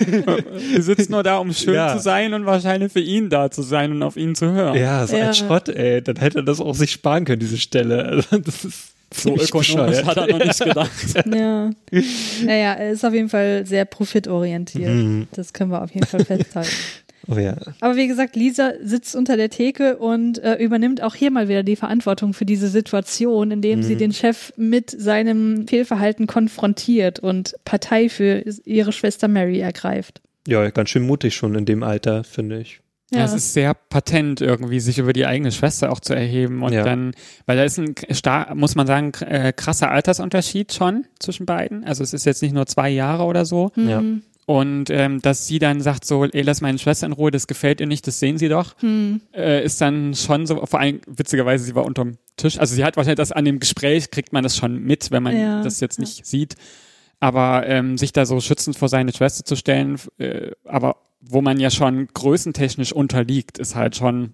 Sie sitzt nur da, um schön zu sein und wahrscheinlich für ihn da zu sein und auf ihn zu hören. Ja, so ein Schrott, ey. Dann hätte er das auch sich sparen können, diese Stelle. Also, das ist so ökonomisch hat er noch nicht gedacht. Ja. Naja, er ist auf jeden Fall sehr profitorientiert. Das können wir auf jeden Fall festhalten. Oh ja. Aber wie gesagt, Lisa sitzt unter der Theke und übernimmt auch hier mal wieder die Verantwortung für diese Situation, indem sie den Chef mit seinem Fehlverhalten konfrontiert und Partei für ihre Schwester Mary ergreift. Ja, ganz schön mutig schon in dem Alter, finde ich. Ja, es ist sehr patent irgendwie, sich über die eigene Schwester auch zu erheben und dann, weil da ist muss man sagen, krasser Altersunterschied schon zwischen beiden. Also es ist jetzt nicht nur 2 Jahre oder so. Ja. Und dass sie dann sagt so, ey, lass meine Schwester in Ruhe, das gefällt ihr nicht, das sehen sie doch, ist dann schon so, vor allem witzigerweise, sie war unterm Tisch, also sie hat wahrscheinlich das an dem Gespräch, kriegt man das schon mit, wenn man das jetzt nicht sieht. Aber sich da so schützend vor seine Schwester zu stellen, aber wo man ja schon größentechnisch unterliegt, ist halt schon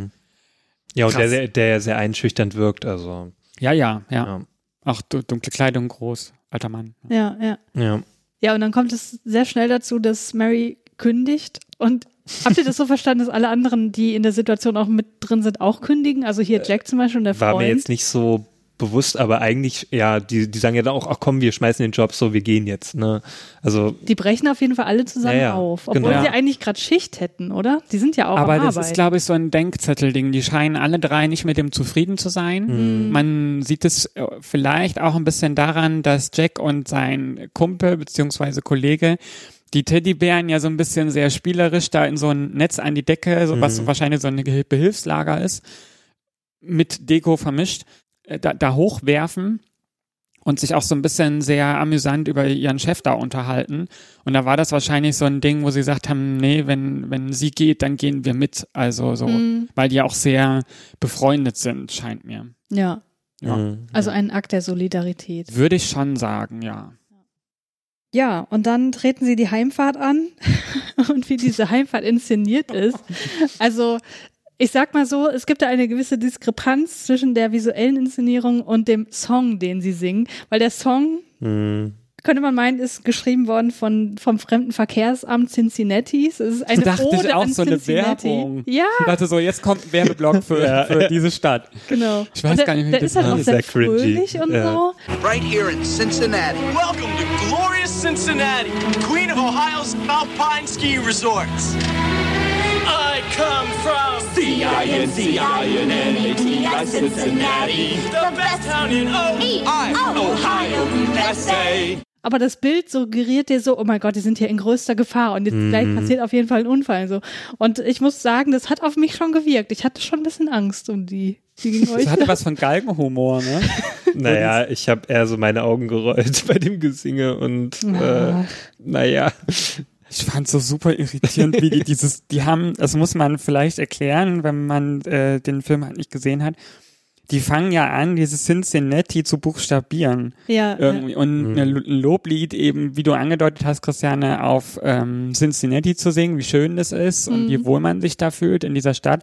Ja, und der sehr einschüchternd wirkt, also. Ja. Auch dunkle Kleidung, groß, alter Mann. Ja. Ja, und dann kommt es sehr schnell dazu, dass Mary kündigt. Und habt ihr das so verstanden, dass alle anderen, die in der Situation auch mit drin sind, auch kündigen? Also hier Jack zum Beispiel und der Freund. War mir jetzt nicht so bewusst, aber eigentlich, ja, die sagen ja dann auch, ach komm, wir schmeißen den Job so, wir gehen jetzt, ne? Also. Die brechen auf jeden Fall alle zusammen auf, obwohl sie eigentlich gerade Schicht hätten, oder? Die sind ja auch aber am das Arbeit. Ist, glaube ich, so ein Denkzettelding. Die scheinen alle 3 nicht mit dem zufrieden zu sein. Man sieht es vielleicht auch ein bisschen daran, dass Jack und sein Kumpel beziehungsweise Kollege die Teddybären ja so ein bisschen sehr spielerisch da in so ein Netz an die Decke, so was wahrscheinlich so ein Behilfslager ist, mit Deko vermischt, da hochwerfen und sich auch so ein bisschen sehr amüsant über ihren Chef da unterhalten. Und da war das wahrscheinlich so ein Ding, wo sie gesagt haben, nee, wenn sie geht, dann gehen wir mit. Also so, weil die auch sehr befreundet sind, scheint mir. Ja. Also ein Akt der Solidarität. Würde ich schon sagen, ja. Ja, und dann treten sie die Heimfahrt an und wie diese Heimfahrt inszeniert ist. Also ich sag mal so, es gibt da eine gewisse Diskrepanz zwischen der visuellen Inszenierung und dem Song, den sie singen, weil der Song, könnte man meinen, ist geschrieben worden vom Fremdenverkehrsamt Cincinnati. Es ist eine Ode an so Cincinnati. Eine Werbung. Ja. Ich dachte so, jetzt kommt ein Werbeblock für diese Stadt. Genau. Ich weiß gar nicht, wie der das ist halt auch sehr fröhlich und so. Right here in Cincinnati. Welcome to glorious Cincinnati, queen of Ohio's alpine ski resorts. I come from C-I-N-C-I-N-N-A-T-I, Cincinnati, the best town in Ohio, USA. Aber das Bild suggeriert dir so, oh mein Gott, die sind hier in größter Gefahr und jetzt gleich passiert auf jeden Fall ein Unfall. So. Und ich muss sagen, das hat auf mich schon gewirkt. Ich hatte schon ein bisschen Angst um die gegen euch. Das hatte was von Galgenhumor, ne? Naja, ich habe eher so meine Augen gerollt bei dem Gesinge und naja. Ich fand es so super irritierend, wie die haben, das muss man vielleicht erklären, wenn man den Film halt nicht gesehen hat. Die fangen ja an, dieses Cincinnati zu buchstabieren. Ja. Irgendwie. Und ein Loblied eben, wie du angedeutet hast, Christiane, auf Cincinnati zu singen, wie schön das ist und wie wohl man sich da fühlt in dieser Stadt.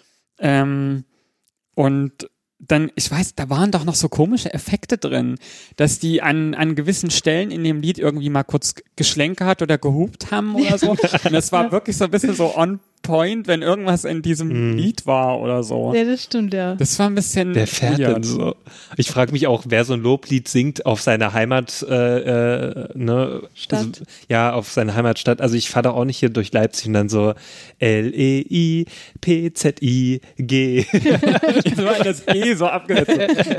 Und dann, ich weiß, da waren doch noch so komische Effekte drin, dass die an gewissen Stellen in dem Lied irgendwie mal kurz geschlenkert oder gehupt haben oder so. Und das war wirklich so ein bisschen so on point, wenn irgendwas in diesem Lied war oder so. Ja, das stimmt, ja. Das war ein bisschen der fährt dann so. Ich frage mich auch, wer so ein Loblied singt auf seiner Heimat, Stadt. Also, ja, auf seine Heimatstadt. Also ich fahre da auch nicht hier durch Leipzig und dann so L-E-I-P-Z-I-G. So das E so abgesetzt.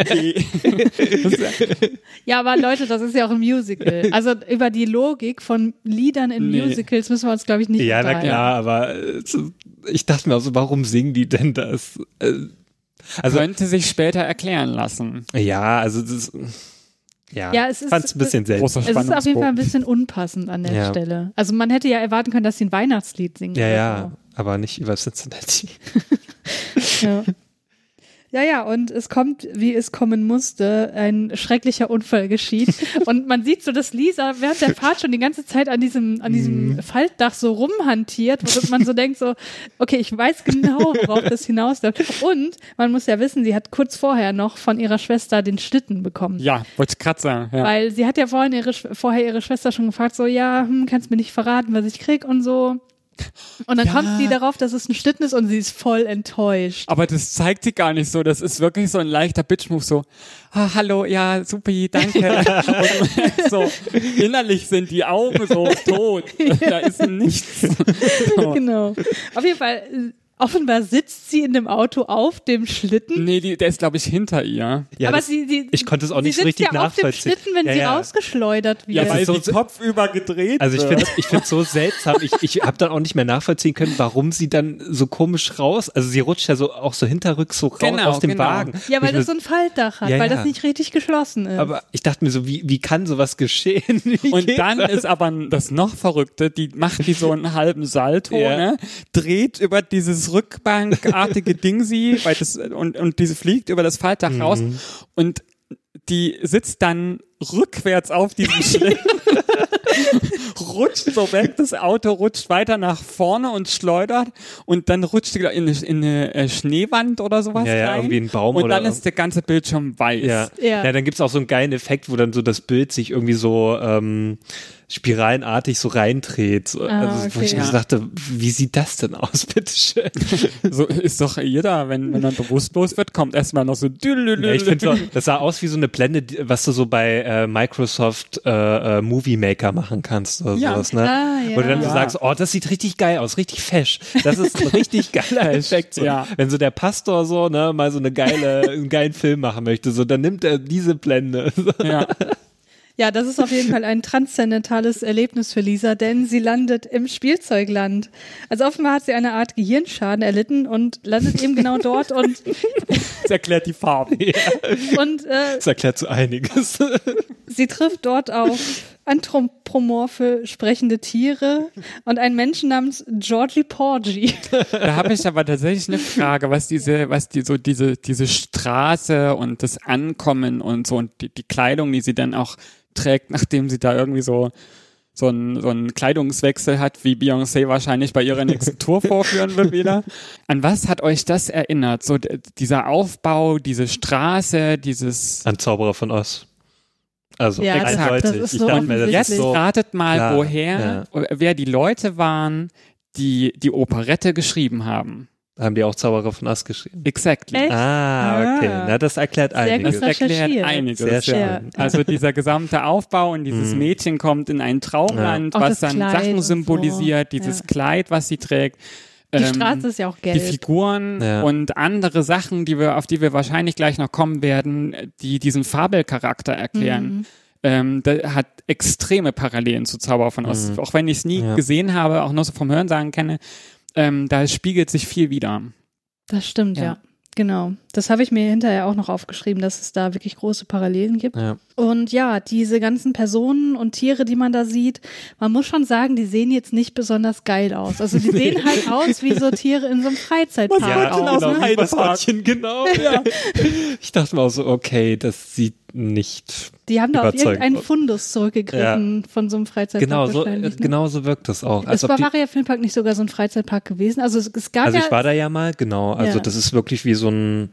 Ja, aber Leute, das ist ja auch ein Musical. Also über die Logik von Liedern in Musicals müssen wir uns, glaube ich, nicht Ja, na klar, aber ich dachte mir auch so, warum singen die denn das? Also könnte sich später erklären lassen. Ja, also das es ist, fand's ein bisschen seltsam. Es ist auf jeden Fall ein bisschen unpassend an der Stelle. Also man hätte ja erwarten können, dass sie ein Weihnachtslied singen. Ja, aber nicht über Cincinnati. Ja, und es kommt, wie es kommen musste, ein schrecklicher Unfall geschieht. Und man sieht so, dass Lisa während der Fahrt schon die ganze Zeit an diesem Faltdach so rumhantiert, wo man so denkt so, okay, ich weiß genau, worauf das hinausläuft. Und man muss ja wissen, sie hat kurz vorher noch von ihrer Schwester den Schlitten bekommen. Ja, wollte ich gerade sagen. Ja. Weil sie hat ja vorher ihre Schwester schon gefragt, so, ja, kannst mir nicht verraten, was ich krieg und so. Und dann kommt sie darauf, dass es ein Schlitten ist und sie ist voll enttäuscht. Aber das zeigt sie gar nicht so. Das ist wirklich so ein leichter Bitch-Move, so, hallo, ja, supi, danke. Und so, innerlich sind die Augen so tot. Da ist nichts. So. Genau. Auf jeden Fall, offenbar sitzt sie in dem Auto auf dem Schlitten. Nee, der ist, glaube ich, hinter ihr. Ja, aber ich konnte es auch nicht so richtig nachvollziehen. Sie sitzt ja auf dem Schlitten, wenn sie rausgeschleudert wird. Ja, weil sie kopfüber gedreht Also ich finde es so seltsam. Ich habe dann auch nicht mehr nachvollziehen können, warum sie dann so komisch raus, also sie rutscht ja so auch so hinterrücks so raus aus dem Wagen. Ja, weil das so ein Faltdach hat, weil das nicht richtig geschlossen ist. Aber ich dachte mir so, wie kann sowas geschehen? Und dann ist aber das noch Verrückte, die macht so einen halben Salto, ne? Dreht über dieses rückbankartige Dingsi, und diese fliegt über das Faltdach raus und die sitzt dann rückwärts auf diesem Schlitten, rutscht so weg, das Auto rutscht weiter nach vorne und schleudert und dann rutscht die in eine Schneewand oder sowas rein. Ja, irgendwie ein Baum und oder dann ist der ganze Bildschirm weiß. Ja, dann gibt's auch so einen geilen Effekt, wo dann so das Bild sich irgendwie so spiralenartig so reindreht. So, wo ich mir dachte, wie sieht das denn aus, bitteschön? So ist doch jeder, wenn man bewusstlos wird, kommt erstmal noch so. Ja, ich finde so, das sah aus wie so eine Blende, was du so bei Microsoft Movie Maker machen kannst oder sowas, ne? Wo du dann so sagst, oh, das sieht richtig geil aus, richtig fesch. Das ist ein richtig geiler Effekt. So. Ja. Wenn so der Pastor so, ne, mal so einen geilen Film machen möchte, so, dann nimmt er diese Blende. Ja. Ja, das ist auf jeden Fall ein transzendentales Erlebnis für Lisa, denn sie landet im Spielzeugland. Also offenbar hat sie eine Art Gehirnschaden erlitten und landet eben genau dort und das erklärt die Farben. Ja. Und das erklärt so einiges. Sie trifft dort auf anthropomorphe sprechende Tiere und einen Menschen namens Georgie Porgy. Da habe ich aber tatsächlich eine Frage, was diese Straße und das Ankommen und so und die Kleidung, die sie dann auch trägt, nachdem sie da irgendwie so einen Kleidungswechsel hat, wie Beyoncé wahrscheinlich bei ihrer nächsten Tour vorführen wird wieder. An was hat euch das erinnert? So dieser Aufbau, diese Straße, dieses... An Zauberer von Oz. Also ja, eindeutig. Das ist so Jetzt ratet mal, wer die Leute waren, die Operette geschrieben haben. Haben die auch Zauberer von Oz geschrieben? Exactly. Echt? Okay. Na, das erklärt einiges. Das erklärt einiges. Sehr schön. Ja. Also dieser gesamte Aufbau und dieses Mädchen kommt in ein Traumland, was dann Kleid Sachen symbolisiert, so. dieses Kleid, was sie trägt. Die Straße ist ja auch gelb. Die Figuren und andere Sachen, auf die wir wahrscheinlich gleich noch kommen werden, die diesen Fabelcharakter erklären. Da hat extreme Parallelen zu Zauberer von Oz. Auch wenn ich es nie gesehen habe, auch nur so vom Hörensagen kenne, da spiegelt sich viel wider. Das stimmt, ja. Genau. Das habe ich mir hinterher auch noch aufgeschrieben, dass es da wirklich große Parallelen gibt. Ja. Und ja, diese ganzen Personen und Tiere, die man da sieht, man muss schon sagen, die sehen jetzt nicht besonders geil aus. Also die sehen halt aus wie so Tiere in so einem Freizeitpark aus. Genau. Ja. Ich dachte mir auch so, okay, das sieht nicht Die haben da auf irgendeinen aus. Fundus zurückgegriffen von so einem Freizeitpark. Genau so wirkt das auch. Ist Bavaria Filmpark nicht sogar so ein Freizeitpark gewesen? Also es gab ich war da ja mal, genau. Also das ist wirklich wie so ein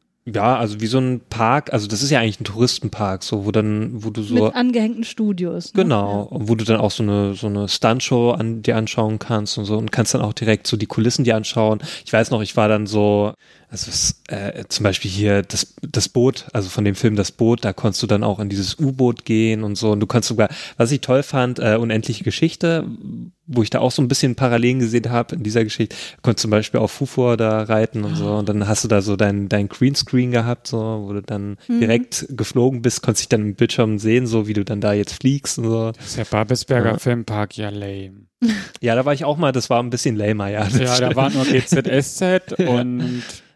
wie so ein Park, also das ist ja eigentlich ein Touristenpark, so wo du so mit angehängten Studios. Ne? Genau, wo du dann auch so eine Stuntshow dir anschauen kannst und so und kannst dann auch direkt so die Kulissen dir anschauen. Ich weiß noch, ich war dann so, also zum Beispiel hier das Boot, also von dem Film Das Boot, da konntest du dann auch in dieses U-Boot gehen und so und du kannst sogar, was ich toll fand, Unendliche Geschichte, wo ich da auch so ein bisschen Parallelen gesehen habe in dieser Geschichte, konntest zum Beispiel auf Fufur da reiten und so und dann hast du da so dein Greenscreen gehabt, so, wo du dann direkt geflogen bist, konntest dich dann im Bildschirm sehen, so wie du dann da jetzt fliegst und so. Das ist der Babelsberger Filmpark, ja lame. Ja, da war ich auch mal, das war ein bisschen lamer, ja. Ja, da war nur GZSZ und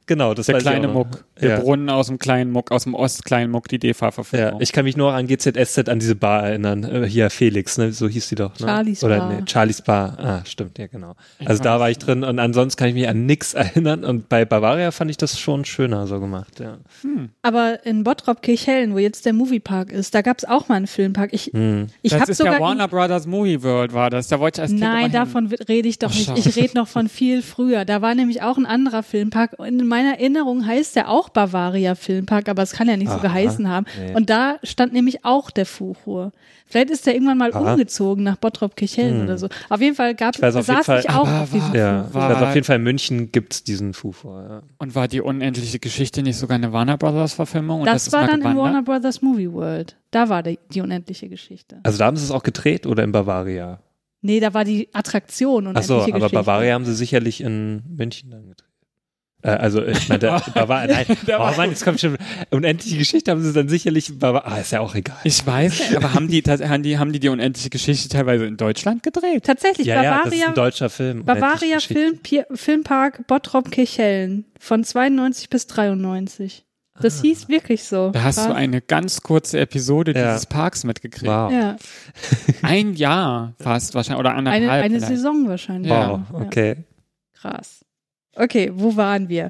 Genau, das Der weiß ich kleine auch noch. Muck. Der Brunnen aus dem kleinen Muck, aus dem Ostkleinen Muck, die DEFA-Verfilmung. Ja, ich kann mich nur an GZSZ an diese Bar erinnern. Hier Felix, ne? So hieß die doch. Ne? Charlie's Oder Bar. Nee, Charlie's Bar. Ah, stimmt, ja genau. Also da war ich drin und ansonsten kann ich mich an nichts erinnern und bei Bavaria fand ich das schon schöner so gemacht, ja. Aber in Bottrop-Kirchhellen, wo jetzt der Moviepark ist, da gab es auch mal einen Filmpark. Ich Das habe ist sogar der Warner Brothers Movie World, war das. Da wollte ich als Kind Nein, immer hin. davon rede ich doch nicht. schade. Ich rede noch von viel früher. Da war nämlich auch ein anderer Filmpark. Und in meiner Erinnerung heißt der auch Bavaria Filmpark, aber es kann ja nicht so geheißen haben. Nee. Und da stand nämlich auch der Fuchur. Vielleicht ist der irgendwann mal umgezogen nach Bottrop-Kirchhellen oder so. Auf jeden Fall Ich weiß auf jeden Fall- ich auch auf diesem Ja, Fuchur. also auf jeden Fall in München gibt's diesen Fufor, ja. Und war die unendliche Geschichte nicht sogar eine Warner Brothers Verfilmung? Und Das ist war mal dann im gewandert? Warner Brothers Movie World. Da war die unendliche Geschichte. Also da haben sie es auch gedreht oder in Bavaria? Nee, da war die Attraktion Ach so, unendliche aber Geschichte. Bavaria haben sie sicherlich in München dann gedreht. Also ich meine, Bavaria, nein, oh Mann, jetzt kommt schon, unendliche Geschichte haben sie dann sicherlich in Bavaria, ist ja auch egal. Ich weiß nicht, aber haben die unendliche Geschichte teilweise in Deutschland gedreht? Tatsächlich, Ja, das ist Bavaria, ein deutscher Film. Bavaria Unendliche Geschichte. Filmpark Bottrop-Kirchhellen von 92 bis 93. Das hieß wirklich so. Da hast du Krass. eine ganz kurze Episode Ja. dieses Parks mitgekriegt. Wow. Ja, Ein Jahr fast wahrscheinlich, oder anderthalb. eine vielleicht. Saison wahrscheinlich. Ja. Wow, okay. Krass. Okay, wo waren wir?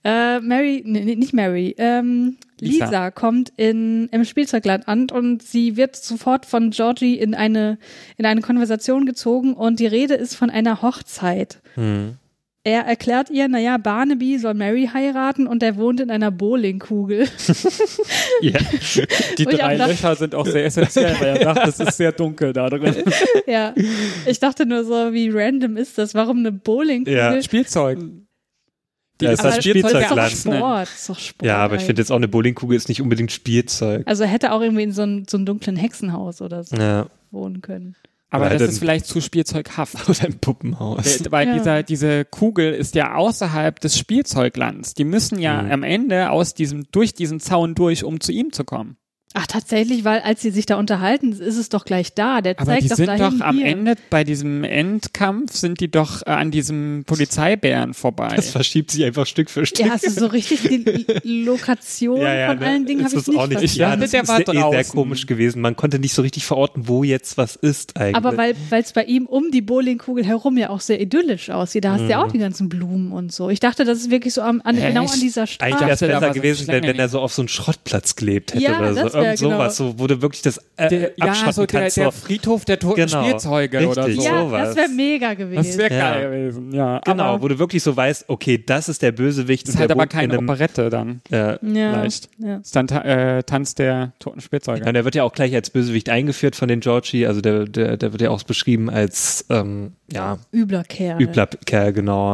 Lisa kommt im Spielzeugland an und sie wird sofort von Georgie in eine Konversation gezogen und die Rede ist von einer Hochzeit. Er erklärt ihr, naja, Barnaby soll Mary heiraten und er wohnt in einer Bowlingkugel. Ja. Die Wo ich 3 auch dachte- Löcher sind auch sehr essentiell, weil er sagt, es ist sehr dunkel da drin. Ja, ich dachte nur so, wie random ist das? Warum eine Bowlingkugel? Ja. Spielzeug. Ja, ist Aber das das ist doch Spielzeugland. Sport. Das ist doch Sport. Ja, aber ich finde eigentlich. jetzt auch eine Bowlingkugel ist nicht unbedingt Spielzeug. Also er hätte auch irgendwie in so einem dunklen Hexenhaus oder so Ja. wohnen können. Aber Weil das dann- ist vielleicht zu spielzeughaft. Oder ein Puppenhaus. Weil Ja. diese Kugel ist ja außerhalb des Spielzeuglands. Die müssen ja am Ende durch diesen Zaun durch, um zu ihm zu kommen. Ach, tatsächlich, weil als sie sich da unterhalten, ist es doch gleich da. Der Aber zeigt die doch sind dahin, doch am hier. Ende, bei diesem Endkampf, sind die doch an diesem Polizeibären vorbei. Das verschiebt sich einfach Stück für Stück. Ja, hast du so richtig die Lokation von allen Dingen habe ich nicht auch nicht. verstanden. Ja, dachte, das der ist war sehr draußen. komisch gewesen. Man konnte nicht so richtig verorten, wo jetzt was ist eigentlich. Aber weil es bei ihm um die Bowlingkugel herum ja auch sehr idyllisch aussieht. Da hast du ja auch die ganzen Blumen und so. Ich dachte, das ist wirklich so genau an dieser Eigentlich Straße. wäre es dachte, da besser war so gewesen, wenn Schlange. er so auf so einem Schrottplatz gelebt hätte Ja, oder so. das wär Irgend sowas, genau. so, wo du wirklich das abschotten kannst. der So. Friedhof der toten Genau. Spielzeuge oder Richtig. so. Ja, sowas. das wäre mega gewesen. Das wäre Ja. geil gewesen, ja. Genau, aber wo du wirklich so weißt, okay, das ist der Bösewicht. ist und halt der aber wohnt in keine einem, Operette dann. ja, Leicht. ja. Ist dann Tanz der toten Spielzeuge. Ja, der wird ja auch gleich als Bösewicht eingeführt von den Georgie, also der wird ja auch beschrieben als Übler Kerl. übler Kerl, genau.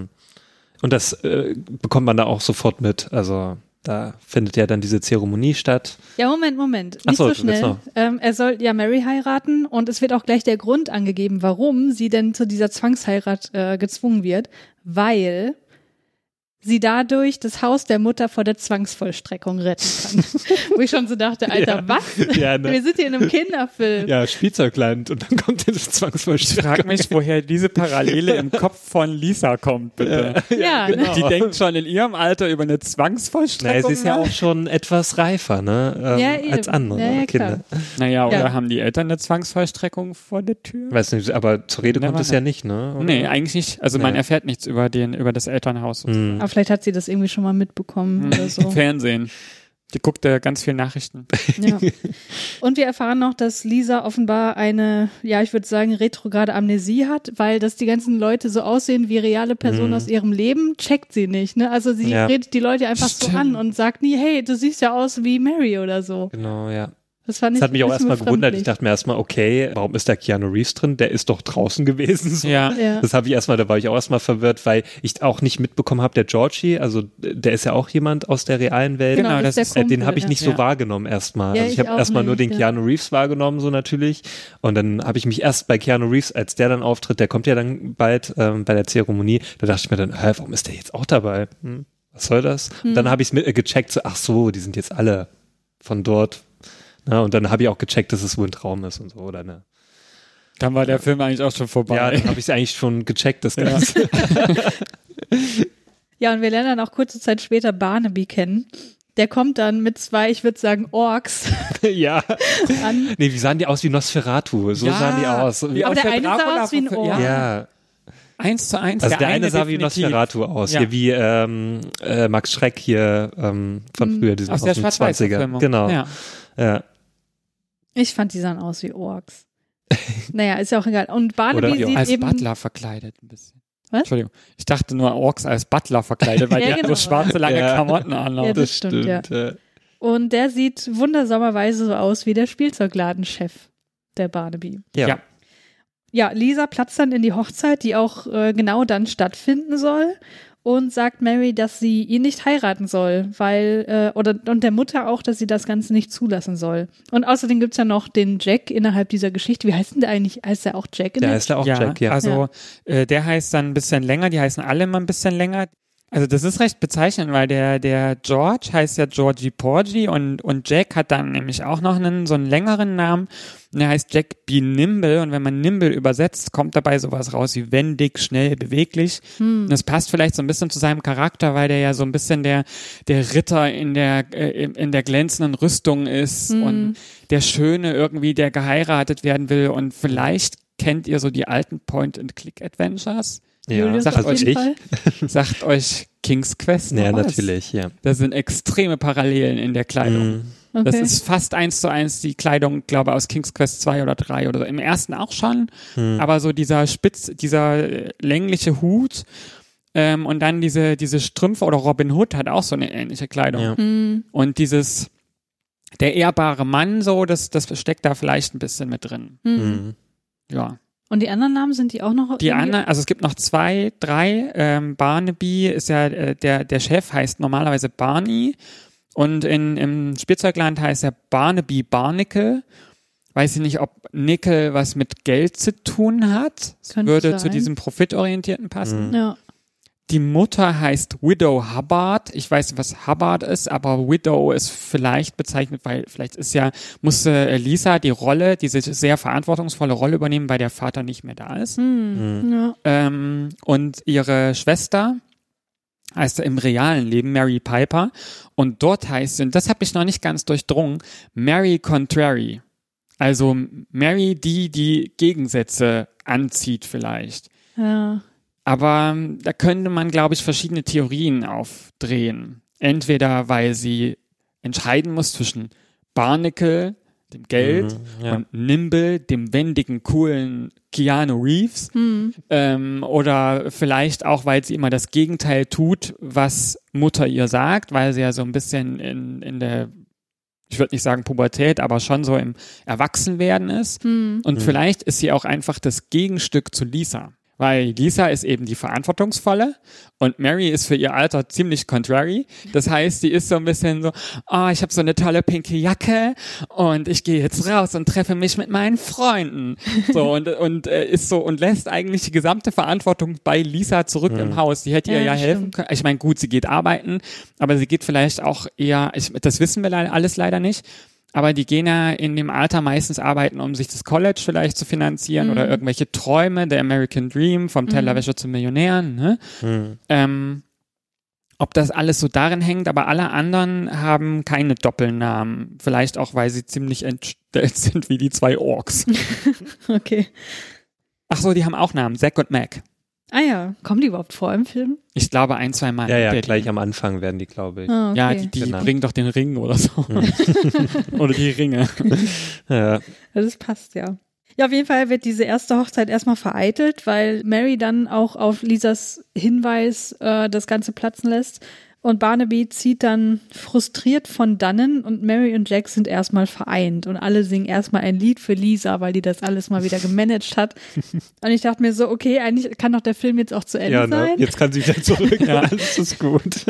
Und das bekommt man da auch sofort mit. Also da findet ja dann diese Zeremonie statt. Ja, Moment. Ach Nicht so, so du willst schnell. noch. Er soll ja Mary heiraten und es wird auch gleich der Grund angegeben, warum sie denn zu dieser Zwangsheirat gezwungen wird, weil sie dadurch das Haus der Mutter vor der Zwangsvollstreckung retten kann. Wo ich schon so dachte, Alter, Ja. was? Ja, ne? Wir sind hier in einem Kinderfilm. Ja, Spielzeugland und dann kommt diese Ich Zwangsvollstreckung. frage mich, woher diese Parallele im Kopf von Lisa kommt, bitte. Ja, genau. Die denkt schon in ihrem Alter über eine Naja, Zwangsvollstreckung sie ist ja nach. auch schon etwas reifer, ne? Ja, eben. Als andere Ja, Kinder. klar. Naja, oder Ja. haben die Eltern eine Zwangsvollstreckung vor der Tür? Weiß nicht, aber zur Rede kommt Never es ja nicht, ne? Oder? Nee, eigentlich nicht. Also man Nee. erfährt nichts über das Elternhaus. Aber vielleicht hat sie das irgendwie schon mal mitbekommen oder so. Fernsehen. Die guckt ja ganz viel Nachrichten. Ja. Und wir erfahren noch, dass Lisa offenbar eine, ja, ich würde sagen, retrograde Amnesie hat, weil dass die ganzen Leute so aussehen wie reale Personen aus ihrem Leben, checkt sie nicht. Ne? Also sie Ja. redet die Leute einfach Stimmt. so an und sagt nie, hey, du siehst ja aus wie Mary oder so. Genau, ja. Das fand Das ich hat mich auch ein bisschen erstmal gewundert. Ich befremdlich. dachte mir erstmal, okay, warum ist da Keanu Reeves drin? Der ist doch draußen gewesen. So. Ja. Ja. Das habe ich erstmal, da war ich auch erstmal verwirrt, weil ich auch nicht mitbekommen habe, der Georgie, also der ist ja auch jemand aus der realen Welt. Genau, Genau, das das ist der Kumpel, Den habe ich nicht so Ja. wahrgenommen erstmal. Ja, Also ich ich habe auch erstmal nur den nicht, ja. Keanu Reeves wahrgenommen, so natürlich. Und dann habe ich mich erst bei Keanu Reeves, als der dann auftritt, der kommt ja dann bald bei der Zeremonie, da dachte ich mir dann, warum ist der jetzt auch dabei? Was soll das? Und dann habe ich es gecheckt, so, ach so, die sind jetzt alle von dort. Na, und dann habe ich auch gecheckt, dass es wohl ein Traum ist und so, oder ne? Dann war der Film eigentlich auch schon vorbei. Ja, dann habe ich es eigentlich schon gecheckt, das Ganze. Ja, und wir lernen dann auch kurze Zeit später Barnaby kennen. Der kommt dann mit 2, ich würde sagen, Orks. Ja. An. Nee, wie sahen die aus wie Nosferatu? So sahen die aus. Wie Aber aus der eine sah aus wie ein Ork. Ja. 1:1. Also der eine sah wie definitiv. Nosferatu aus, Ja. hier wie Max Schreck hier von früher, diesen Aus der den Schwarz-Weiß-Verfilmung. Genau. Ja. Ich fand, die sahen aus wie Orks. Naja, ist ja auch egal. Und Barnaby Oder sieht Als eben... Butler verkleidet ein bisschen. Was? Entschuldigung. Ich dachte nur Orks als Butler verkleidet, weil Ja, die hatten genau. so schwarze, lange Ja. Klamotten an. Ja, das stimmt, ja. Und der sieht wundersamerweise so aus wie der Spielzeugladenchef, der Barnaby. Ja. Ja, Lisa platzt dann in die Hochzeit, die auch genau dann stattfinden soll, und sagt Mary, dass sie ihn nicht heiraten soll, weil, und der Mutter auch, dass sie das Ganze nicht zulassen soll. Und außerdem gibt's ja noch den Jack innerhalb dieser Geschichte. Wie heißt denn der eigentlich? Heißt der auch Jack in Der der heißt ja auch Ja, Jack, ja. also der heißt dann ein bisschen länger, die heißen alle immer ein bisschen länger. Also das ist recht bezeichnend, weil der George heißt ja Georgie Porgy und Jack hat dann nämlich auch noch so einen längeren Namen. Und der heißt Jack B. Nimble, und wenn man Nimble übersetzt, kommt dabei sowas raus wie wendig, schnell, beweglich. Und das passt vielleicht so ein bisschen zu seinem Charakter, weil der ja so ein bisschen der Ritter in der glänzenden Rüstung ist und der Schöne irgendwie, der geheiratet werden will. Und vielleicht kennt ihr so die alten Point-and-Click-Adventures. Ja, Julius sagt auf euch jeden ich. Fall. Sagt euch King's Quest noch Ja, was? natürlich, ja. Da sind extreme Parallelen in der Kleidung. Okay. Das ist fast 1:1 die Kleidung, glaube ich, aus King's Quest 2 oder 3 oder so. Im ersten auch schon, aber so dieser längliche Hut und dann diese Strümpfe, oder Robin Hood hat auch so eine ähnliche Kleidung. Ja. Und der ehrbare Mann, so, das steckt da vielleicht ein bisschen mit drin. Mhm. Ja. Und die anderen Namen, sind die auch noch? Die anderen, also es gibt noch 2, 3. Barnaby ist ja, der Chef heißt normalerweise Barney. Und im Spielzeugland heißt er Barnaby Barnacle. Weiß ich nicht, ob Nickel was mit Geld zu tun hat. Das Könnte würde sein. zu diesem Profitorientierten passen. Ja. Die Mutter heißt Widow Hubbard. Ich weiß nicht, was Hubbard ist, aber Widow ist vielleicht bezeichnet, weil vielleicht musste Lisa diese sehr verantwortungsvolle Rolle übernehmen, weil der Vater nicht mehr da ist. Ja. Und ihre Schwester heißt im realen Leben Mary Piper. Und dort heißt sie, und das habe ich noch nicht ganz durchdrungen, Mary Contrary. Also Mary, die Gegensätze anzieht vielleicht. Ja. Aber da könnte man, glaube ich, verschiedene Theorien aufdrehen. Entweder, weil sie entscheiden muss zwischen Barnacle, dem Geld, und Nimble, dem wendigen, coolen Keanu Reeves. Oder vielleicht auch, weil sie immer das Gegenteil tut, was Mutter ihr sagt, weil sie ja so ein bisschen in der, ich würde nicht sagen Pubertät, aber schon so im Erwachsenwerden ist. Und vielleicht ist sie auch einfach das Gegenstück zu Lisa. Weil Lisa ist eben die Verantwortungsvolle und Mary ist für ihr Alter ziemlich contrary. Das heißt, sie ist so ein bisschen so, ich habe so eine tolle pinke Jacke und ich gehe jetzt raus und treffe mich mit meinen Freunden. So und ist so und lässt eigentlich die gesamte Verantwortung bei Lisa zurück im Haus. Die hätte ihr ja helfen können. Ich meine, gut, sie geht arbeiten, aber sie geht vielleicht auch eher, das wissen wir alles leider nicht. Aber die gehen ja in dem Alter meistens arbeiten, um sich das College vielleicht zu finanzieren oder irgendwelche Träume, der American Dream, vom Tellerwäscher zum Millionären. Ne? Ob das alles so darin hängt, aber alle anderen haben keine Doppelnamen. Vielleicht auch, weil sie ziemlich entstellt sind wie die 2 Orks. Okay. Ach so, die haben auch Namen, Zack und Mac. Ah ja, kommen die überhaupt vor im Film? Ich glaube 1, 2 Mal. Ja, gleich am Anfang werden die, glaube ich. Ah, okay. Ja, die Genau. bringen doch den Ring oder so. Oder die Ringe. Ja. Das passt, ja. Ja, auf jeden Fall wird diese erste Hochzeit erstmal vereitelt, weil Mary dann auch auf Lisas Hinweis das Ganze platzen lässt. Und Barnaby zieht dann frustriert von dannen und Mary und Jack sind erstmal vereint und alle singen erstmal ein Lied für Lisa, weil die das alles mal wieder gemanagt hat. Und ich dachte mir so, okay, eigentlich kann doch der Film jetzt auch zu Ende sein. Jetzt kann sie wieder zurück. Ja, alles ist gut.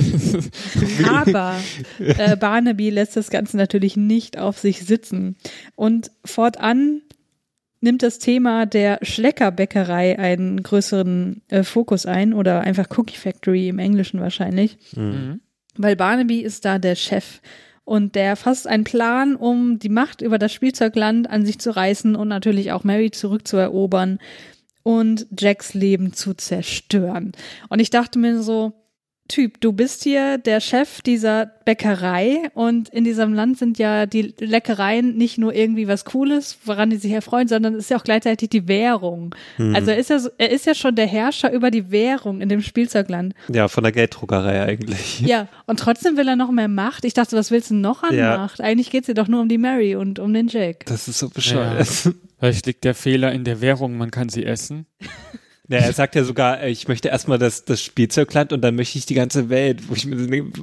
Aber Barnaby lässt das Ganze natürlich nicht auf sich sitzen. Und fortan nimmt das Thema der Schleckerbäckerei einen größeren Fokus ein oder einfach Cookie Factory im Englischen wahrscheinlich, weil Barnaby ist da der Chef und der fasst einen Plan, um die Macht über das Spielzeugland an sich zu reißen und natürlich auch Mary zurückzuerobern und Jacks Leben zu zerstören. Und ich dachte mir so, Typ, du bist hier der Chef dieser Bäckerei und in diesem Land sind ja die Leckereien nicht nur irgendwie was Cooles, woran die sich erfreuen, sondern es ist ja auch gleichzeitig die Währung. Also er ist ja schon der Herrscher über die Währung in dem Spielzeugland. Ja, von der Gelddruckerei eigentlich. Ja, und trotzdem will er noch mehr Macht. Ich dachte, was willst du noch an Macht? Eigentlich geht's dir doch nur um die Mary und um den Jack. Das ist so bescheuert. Ja. Vielleicht liegt der Fehler in der Währung, man kann sie essen. Ja, er sagt ja sogar, ich möchte erstmal das Spielzeugland und dann möchte ich die ganze Welt, wo ich mir denke,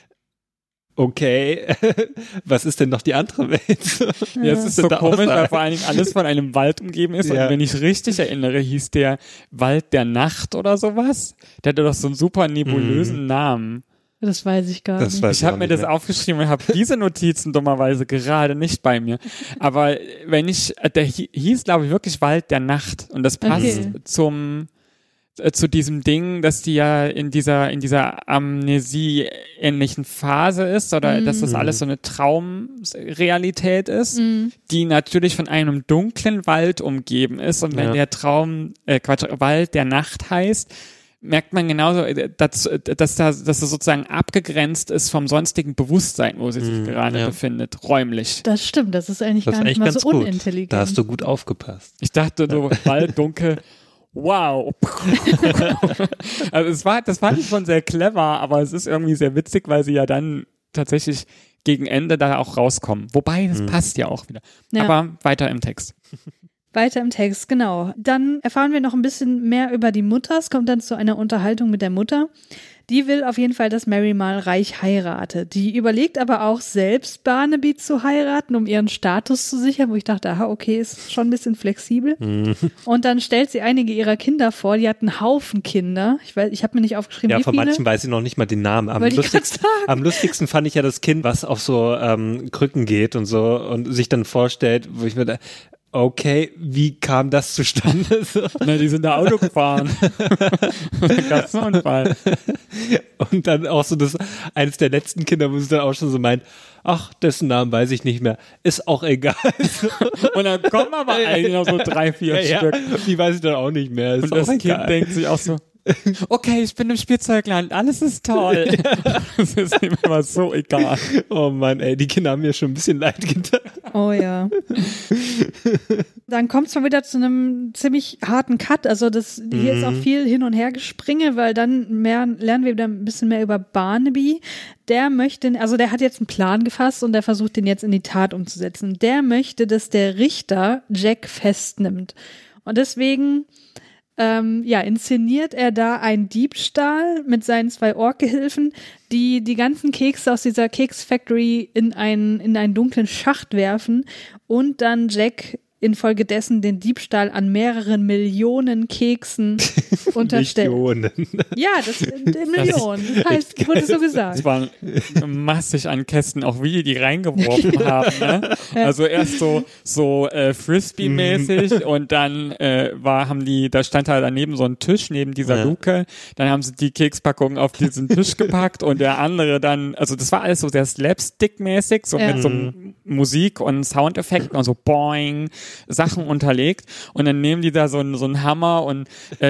okay, was ist denn noch die andere Welt? Ja, es ist so komisch, weil vor allen Dingen alles von einem Wald umgeben ist. Ja. Und wenn ich richtig erinnere, hieß der Wald der Nacht oder sowas. Der hatte doch so einen super nebulösen Namen. Das weiß ich gar nicht. Ich habe mir das aufgeschrieben und habe diese Notizen dummerweise gerade nicht bei mir. Aber der hieß, glaube ich, wirklich Wald der Nacht. Und das passt zu diesem Ding, dass die ja in dieser Amnesie-ähnlichen Phase ist oder dass das alles so eine Traumrealität ist, die natürlich von einem dunklen Wald umgeben ist. Und wenn der Wald der Nacht heißt, merkt man genauso, dass das sozusagen abgegrenzt ist vom sonstigen Bewusstsein, wo sie sich gerade befindet, räumlich. Das stimmt, das ist eigentlich gar nicht mal so unintelligent. Da hast du gut aufgepasst. Ich dachte so, Wald, dunkel, wow. Also das fand ich schon sehr clever, aber es ist irgendwie sehr witzig, weil sie ja dann tatsächlich gegen Ende da auch rauskommen. Wobei, das passt ja auch wieder. Ja. Aber weiter im Text. Weiter im Text, genau. Dann erfahren wir noch ein bisschen mehr über die Mutter. Es kommt dann zu einer Unterhaltung mit der Mutter. Die will auf jeden Fall, dass Mary mal reich heiratet. Die überlegt aber auch selbst, Barnaby zu heiraten, um ihren Status zu sichern, wo ich dachte, aha, okay, ist schon ein bisschen flexibel. Und dann stellt sie einige ihrer Kinder vor. Die hat einen Haufen Kinder. Ich habe mir nicht aufgeschrieben, wie viele. Ja, von manchen weiß ich noch nicht mal den Namen. Am lustigsten fand ich ja das Kind, was auf so Krücken geht und so und sich dann vorstellt, wo ich mir da okay, wie kam das zustande? Na, die sind da Auto gefahren. Gab's einen Unfall. Und dann auch so eines der letzten Kinder, wo sie dann auch schon so meint, ach, dessen Namen weiß ich nicht mehr, ist auch egal. Und dann kommen aber eigentlich noch so 3, 4 Stück. Die weiß ich dann auch nicht mehr. Ist und das Kind denkt sich auch so, okay, ich bin im Spielzeugland, alles ist toll. Das ist ihm immer so egal. Oh Mann, ey, die Kinder haben mir schon ein bisschen leid getan. Oh ja. Dann kommt es mal wieder zu einem ziemlich harten Cut. Also hier ist auch viel Hin- und Hergespringe, weil dann lernen wir wieder ein bisschen mehr über Barnaby. Der hat jetzt einen Plan gefasst und der versucht, den jetzt in die Tat umzusetzen. Der möchte, dass der Richter Jack festnimmt. Und deswegen inszeniert er da einen Diebstahl mit seinen 2 Ork-Gehilfen, die ganzen Kekse aus dieser Keks-Factory in einen dunklen Schacht werfen und dann Jack infolgedessen den Diebstahl an mehreren Millionen Keksen unterstellt. Millionen. Ja, das Millionen. Das heißt, wurde so gesagt. Es waren massig an Kästen, auch wie die reingeworfen haben. Ne? Also erst so Frisbee-mäßig und dann da stand halt daneben so ein Tisch neben dieser Luke. Dann haben sie die Kekspackungen auf diesen Tisch gepackt und der andere dann, also das war alles so sehr Slapstick-mäßig, so mit so Musik und Soundeffekten und so boing, Sachen unterlegt und dann nehmen die da so einen Hammer und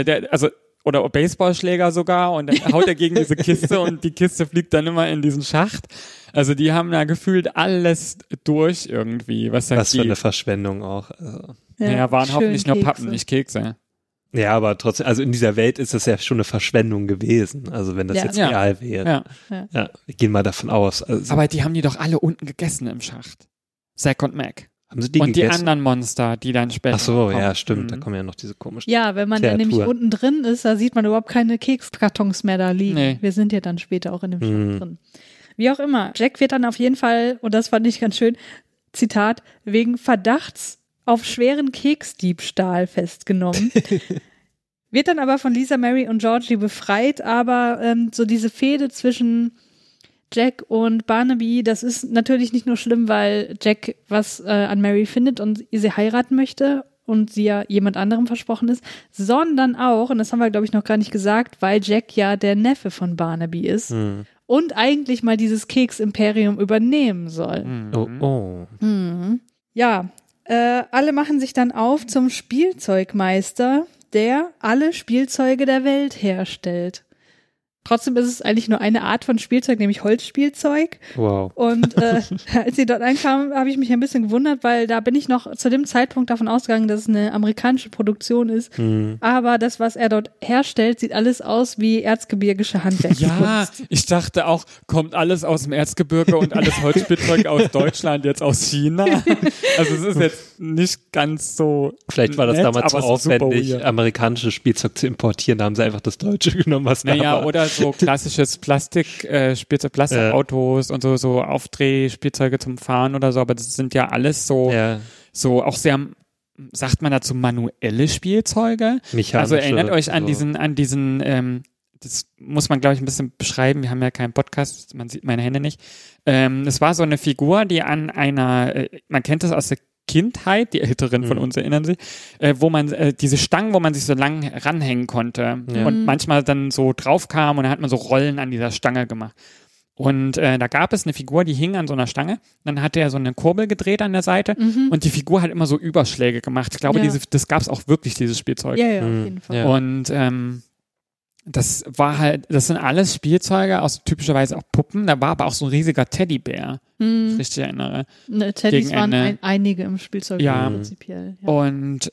oder Baseballschläger sogar und dann haut er gegen diese Kiste und die Kiste fliegt dann immer in diesen Schacht. Also die haben da gefühlt alles durch irgendwie, was da Was für eine Verschwendung auch. Also. Ja, waren hoffentlich nur Pappen, nicht Kekse. Ja, aber trotzdem, also in dieser Welt ist das ja schon eine Verschwendung gewesen. Also wenn das jetzt real wäre. Ja, wir gehen mal davon aus. Also, aber die haben die doch alle unten gegessen im Schacht. Zack und Mac. Haben sie die und gegessen? Die anderen Monster, die dann später Ach so, kommen. ja, stimmt. Da kommen ja noch diese komischen Ja, wenn man dann nämlich unten drin ist, da sieht man überhaupt keine Kekskartons mehr da liegen. Nee. Wir sind ja dann später auch in dem Schacht drin. Wie auch immer, Jack wird dann auf jeden Fall, und das fand ich ganz schön, Zitat, wegen Verdachts auf schweren Keksdiebstahl festgenommen. Wird dann aber von Lisa, Mary und Georgie befreit, aber so diese Fehde zwischen Jack und Barnaby, das ist natürlich nicht nur schlimm, weil Jack was an Mary findet und sie heiraten möchte und sie ja jemand anderem versprochen ist, sondern auch, und das haben wir glaube ich noch gar nicht gesagt, weil Jack ja der Neffe von Barnaby ist und eigentlich mal dieses Keks-Imperium übernehmen soll. Oh. Ja, alle machen sich dann auf zum Spielzeugmeister, der alle Spielzeuge der Welt herstellt. Trotzdem ist es eigentlich nur eine Art von Spielzeug, nämlich Holzspielzeug. Wow. Und als sie dort einkamen, habe ich mich ein bisschen gewundert, weil da bin ich noch zu dem Zeitpunkt davon ausgegangen, dass es eine amerikanische Produktion ist. Aber das, was er dort herstellt, sieht alles aus wie erzgebirgische Handwerkskunst. Ja, ich dachte auch, kommt alles aus dem Erzgebirge und alles Holzspielzeug aus Deutschland, jetzt aus China. Also es ist jetzt nicht ganz so Vielleicht war das nett, damals so aber es ist super aufwendig, weird. amerikanisches Spielzeug zu importieren, da haben sie einfach das Deutsche genommen, was da Naja, war. oder so klassisches Spielzeug, Plastikautos und so Aufdrehspielzeuge zum Fahren oder so, aber das sind ja alles so auch sehr, sagt man dazu, manuelle Spielzeuge. Mechanische, also erinnert euch an so. diesen, das muss man, glaube ich, ein bisschen beschreiben, wir haben ja keinen Podcast, man sieht meine Hände nicht. Es war so eine Figur, die an einer, man kennt das aus der Kindheit, die Älteren von uns erinnern sich, wo man diese Stangen, wo man sich so lang ranhängen konnte und manchmal dann so drauf kam und dann hat man so Rollen an dieser Stange gemacht. Und da gab es eine Figur, die hing an so einer Stange, dann hat er so eine Kurbel gedreht an der Seite und die Figur hat immer so Überschläge gemacht. Ich glaube, das gab es auch wirklich, dieses Spielzeug. Ja, auf jeden Fall. Ja. Und das sind alles Spielzeuge aus typischerweise auch Puppen. Da war aber auch so ein riesiger Teddybär, wenn ich richtig erinnere. Ne, Teddys Gegen waren Ende. einige im Spielzeug prinzipiell. Ja. Und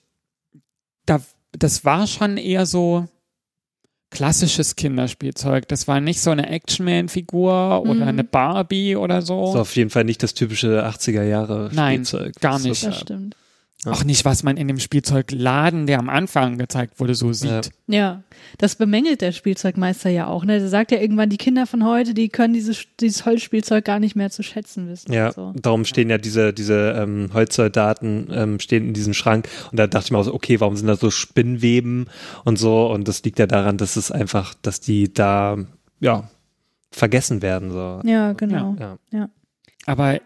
das war schon eher so klassisches Kinderspielzeug. Das war nicht so eine Action-Man-Figur oder eine Barbie oder so. Das ist auf jeden Fall nicht das typische 80er Jahre Spielzeug. Nein, gar nicht. Das stimmt. Auch nicht, was man in dem Spielzeugladen, der am Anfang gezeigt wurde, so sieht. Ja, das bemängelt der Spielzeugmeister ja auch. Ne? Der sagt ja irgendwann, die Kinder von heute, die können dieses Holzspielzeug gar nicht mehr zu schätzen wissen. Ja, so. darum stehen ja diese Holzsoldaten stehen in diesem Schrank und da dachte ich mir auch so, okay, warum sind da so Spinnweben und so, und das liegt ja daran, dass es einfach, dass die da, vergessen werden. So. Ja, genau. Ja. Aber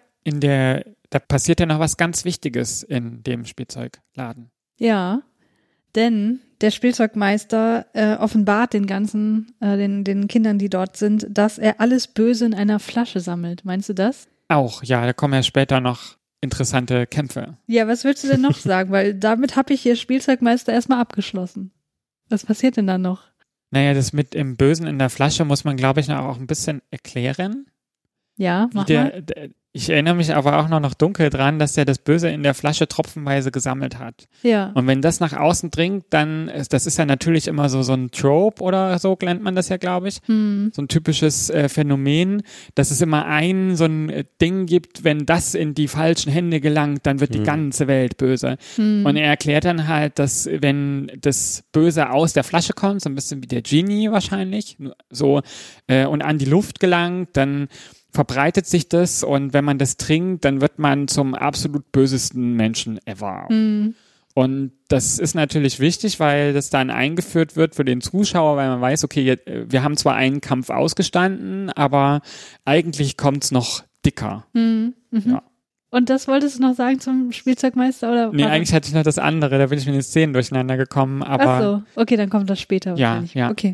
da passiert ja noch was ganz Wichtiges in dem Spielzeugladen. Ja, denn der Spielzeugmeister offenbart den ganzen, den Kindern, die dort sind, dass er alles Böse in einer Flasche sammelt. Meinst du das? Auch, ja, da kommen ja später noch interessante Kämpfe. Ja, was willst du denn noch sagen? Weil damit habe ich hier Spielzeugmeister erstmal abgeschlossen. Was passiert denn dann noch? Naja, das mit dem Bösen in der Flasche muss man, glaube ich, noch auch ein bisschen erklären. Ja, mach mal. Ich erinnere mich aber auch noch dunkel dran, dass der das Böse in der Flasche tropfenweise gesammelt hat. Ja. Und wenn das nach außen dringt, dann, das ist ja natürlich immer so ein Trope oder so, nennt man das ja, glaube ich. So ein typisches Phänomen, dass es immer so ein Ding gibt, wenn das in die falschen Hände gelangt, dann wird die ganze Welt böse. Und er erklärt dann halt, dass wenn das Böse aus der Flasche kommt, so ein bisschen wie der Genie wahrscheinlich, so, und an die Luft gelangt, dann verbreitet sich das, und wenn man das trinkt, dann wird man zum absolut bösesten Menschen ever. Und das ist natürlich wichtig, weil das dann eingeführt wird für den Zuschauer, weil man weiß, okay, wir haben zwar einen Kampf ausgestanden, aber eigentlich kommt's noch dicker. Ja. Und das wolltest du noch sagen zum Spielzeugmeister? Oder Nee, eigentlich hatte ich noch das andere, da bin ich mit den Szenen durcheinander gekommen, aber... Ach so, okay, dann kommt das später wahrscheinlich. Ja. Okay.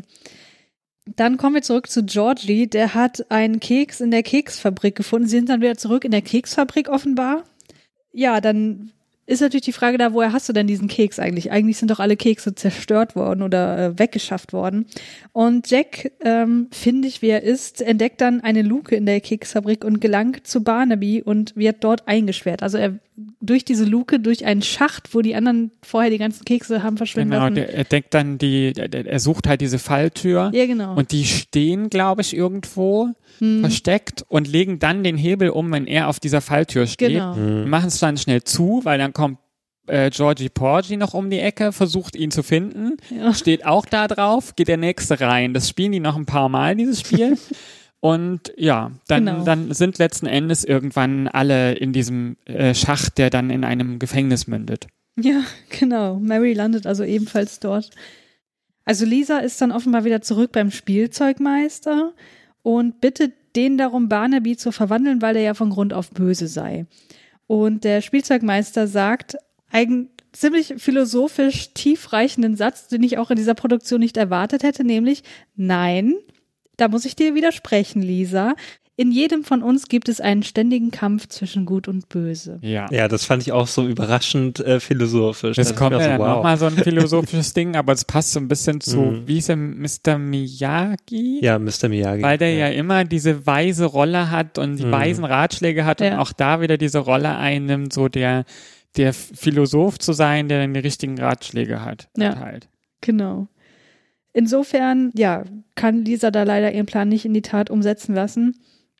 Dann kommen wir zurück zu Georgie. Der hat einen Keks in der Keksfabrik gefunden. Sie sind dann wieder zurück in der Keksfabrik offenbar. Ja, dann ist natürlich die Frage da, woher hast du denn diesen Keks eigentlich? Eigentlich sind doch alle Kekse zerstört worden oder weggeschafft worden. Und Jack, findig wie er ist, entdeckt dann eine Luke in der Keksfabrik und gelangt zu Barnaby und wird dort eingesperrt. Also er durch diese Luke, durch einen Schacht, wo die anderen vorher die ganzen Kekse haben verschwinden lassen. Genau, er denkt dann er sucht halt diese Falltür. Ja, genau. Und die stehen, glaube ich, irgendwo versteckt und legen dann den Hebel um, wenn er auf dieser Falltür steht. Genau. Machen es dann schnell zu, weil dann kommt Georgie Porgy noch um die Ecke, versucht ihn zu finden, steht auch da drauf, geht der Nächste rein. Das spielen die noch ein paar Mal, dieses Spiel. Und ja, dann sind letzten Endes irgendwann alle in diesem Schacht, der dann in einem Gefängnis mündet. Ja, genau. Mary landet also ebenfalls dort. Also Lisa ist dann offenbar wieder zurück beim Spielzeugmeister und bittet den darum, Barnaby zu verwandeln, weil er ja von Grund auf böse sei. Und der Spielzeugmeister sagt einen ziemlich philosophisch tiefreichenden Satz, den ich auch in dieser Produktion nicht erwartet hätte, nämlich: Nein, da muss ich dir widersprechen, Lisa. In jedem von uns gibt es einen ständigen Kampf zwischen Gut und Böse. Ja, das fand ich auch so überraschend philosophisch. Es kommt ja so, nochmal so ein philosophisches Ding, aber es passt so ein bisschen zu, wie ist der, Mr. Miyagi? Ja, Mr. Miyagi. Weil der ja immer diese weise Rolle hat und die weisen Ratschläge hat und auch da wieder diese Rolle einnimmt, so der Philosoph zu sein, der dann die richtigen Ratschläge hat. Halt. Genau. Insofern, kann Lisa da leider ihren Plan nicht in die Tat umsetzen lassen.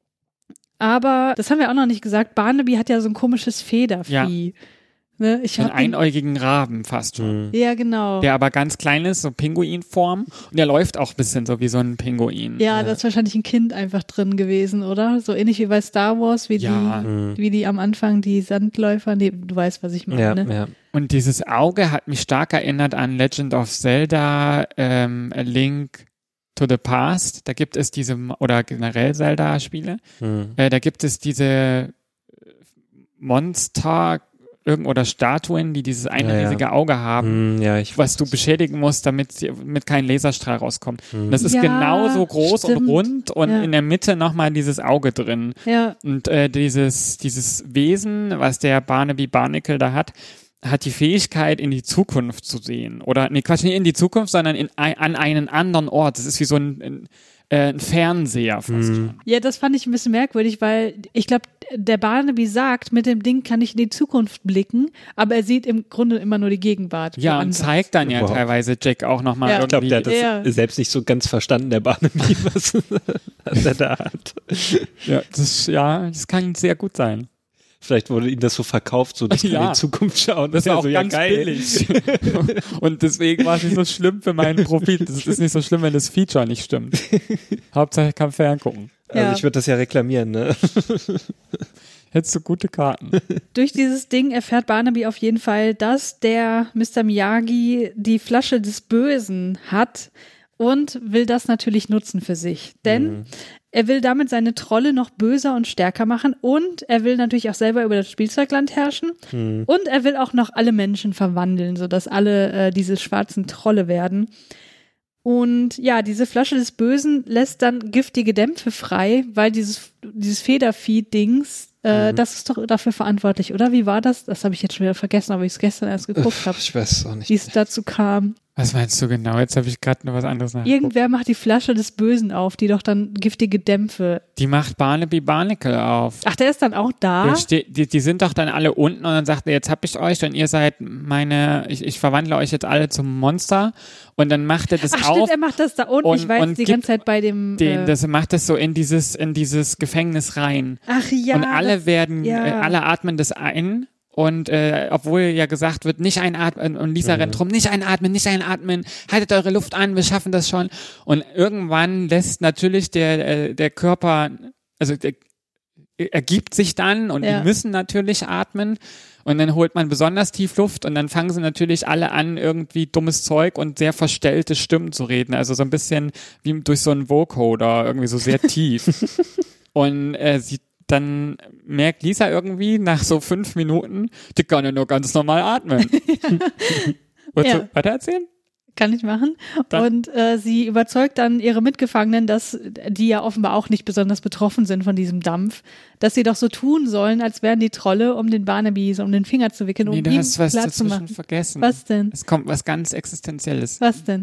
Aber, das haben wir auch noch nicht gesagt, Barnaby hat ja so ein komisches Federvieh. Ja. Ne? Einen einäugigen Raben fast schon. Ja, genau. Der aber ganz klein ist, so Pinguinform. Und der läuft auch ein bisschen so wie so ein Pinguin. Ja, da ist wahrscheinlich ein Kind einfach drin gewesen, oder? So ähnlich wie bei Star Wars, wie die am Anfang, die Sandläufer. Nee, du weißt, was ich meine, ne? Ja. Und dieses Auge hat mich stark erinnert an Legend of Zelda, A Link to the Past. Da gibt es oder generell Zelda-Spiele, da gibt es diese Monster oder Statuen, die dieses eine riesige Auge haben, was du beschädigen musst, damit kein Laserstrahl rauskommt. Und das ist genauso groß und rund und in der Mitte nochmal dieses Auge drin. Ja. Und dieses Wesen, was der Barnaby Barnacle da hat die Fähigkeit, in die Zukunft zu sehen. Oder, nicht in die Zukunft, sondern an einen anderen Ort. Das ist wie so ein Fernseher fast schon. Ja, das fand ich ein bisschen merkwürdig, weil ich glaube, der Barnaby sagt, mit dem Ding kann ich in die Zukunft blicken, aber er sieht im Grunde immer nur die Gegenwart. Ja, und zeigt dann ja teilweise Jack auch nochmal irgendwie. Ich glaube, der hat das selbst nicht so ganz verstanden, der Barnaby, was er da hat. Das kann sehr gut sein. Vielleicht wurde ihnen das so verkauft, so dass wir in die Zukunft schauen. Das war auch so, ganz billig. Und deswegen war es nicht so schlimm für meinen Profit. Das ist nicht so schlimm, wenn das Feature nicht stimmt. Hauptsache ich kann ferngucken. Also ich würde das ja reklamieren, ne? Hättest du gute Karten. Durch dieses Ding erfährt Barnaby auf jeden Fall, dass der Mr. Miyagi die Flasche des Bösen hat und will das natürlich nutzen für sich. Denn er will damit seine Trolle noch böser und stärker machen und er will natürlich auch selber über das Spielzeugland herrschen und er will auch noch alle Menschen verwandeln, sodass alle diese schwarzen Trolle werden. Und ja, diese Flasche des Bösen lässt dann giftige Dämpfe frei, weil dieses Federvieh-Dings, das ist doch dafür verantwortlich, oder? Wie war das? Das habe ich jetzt schon wieder vergessen, aber ich es gestern erst geguckt habe. Ich weiß es auch nicht. Wie es dazu kam. Was meinst du genau? Jetzt habe ich gerade noch was anderes nachgeguckt. Irgendwer macht die Flasche des Bösen auf, die doch dann giftige Dämpfe. Die macht Barnaby Barnacle auf. Ach, der ist dann auch da? Die sind doch dann alle unten und dann sagt er, jetzt hab ich euch und ihr seid ich verwandle euch jetzt alle zum Monster und dann macht er das auf. Ach stimmt, er macht das da unten. Ich weiß die ganze Zeit bei dem... Das macht das so in dieses Gefängnis rein. Ach ja. Und alle alle atmen das ein. Und obwohl ja gesagt wird, nicht einatmen, und Lisa rennt rum, nicht einatmen, haltet eure Luft an, wir schaffen das schon. Und irgendwann lässt natürlich der Körper, also ergibt sich dann und die müssen natürlich atmen. Und dann holt man besonders tief Luft und dann fangen sie natürlich alle an, irgendwie dummes Zeug und sehr verstellte Stimmen zu reden. Also so ein bisschen wie durch so einen Vocoder, irgendwie so sehr tief. Und dann merkt Lisa irgendwie nach so 5 Minuten, die kann ja nur ganz normal atmen. Wolltest du weiter erzählen? Kann ich machen. Und sie überzeugt dann ihre Mitgefangenen, dass die ja offenbar auch nicht besonders betroffen sind von diesem Dampf, dass sie doch so tun sollen, als wären die Trolle, um den Barnaby so um den Finger zu wickeln, um ihm du hast was klar zu dazwischen machen. Vergessen. Was denn? Es kommt was ganz Existenzielles. Was denn?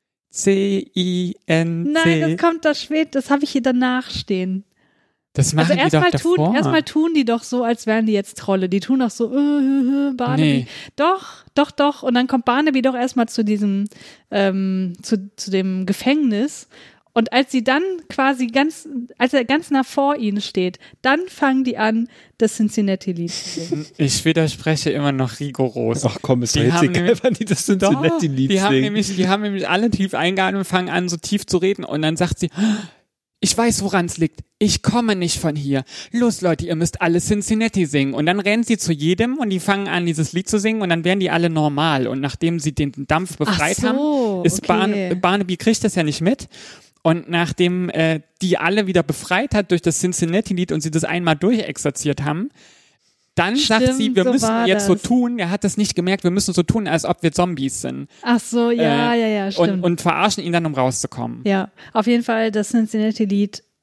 C-I-N-C. Nein, das kommt da spät, das habe ich hier danach stehen. Das machen die doch davor. Erstmal tun die doch so, als wären die jetzt Trolle. Die tun doch so, Barnaby. Nee. Doch. Und dann kommt Barnaby doch erstmal zu diesem, zu dem Gefängnis. Und als sie dann quasi als er ganz nah vor ihnen steht, dann fangen die an, das Cincinnati-Lied zu singen. Ich widerspreche immer noch rigoros. Ach komm, ist doch jetzt egal, wann die das Cincinnati-Lied singen. Die haben nämlich alle tief eingeatmet und fangen an, so tief zu reden. Und dann sagt sie, ich weiß, woran es liegt. Ich komme nicht von hier. Los, Leute, ihr müsst alle Cincinnati singen. Und dann rennen sie zu jedem und die fangen an, dieses Lied zu singen und dann werden die alle normal. Und nachdem sie den Dampf befreit haben, ist Barnaby kriegt das ja nicht mit. Und nachdem die alle wieder befreit hat durch das Cincinnati-Lied und sie das einmal durchexerziert haben, dann sagt sie, wir müssen jetzt so tun, er hat das nicht gemerkt, wir müssen so tun, als ob wir Zombies sind. Ach so, ja, stimmt. Und verarschen ihn dann, um rauszukommen. Ja, auf jeden Fall, das Cincinnati-Lied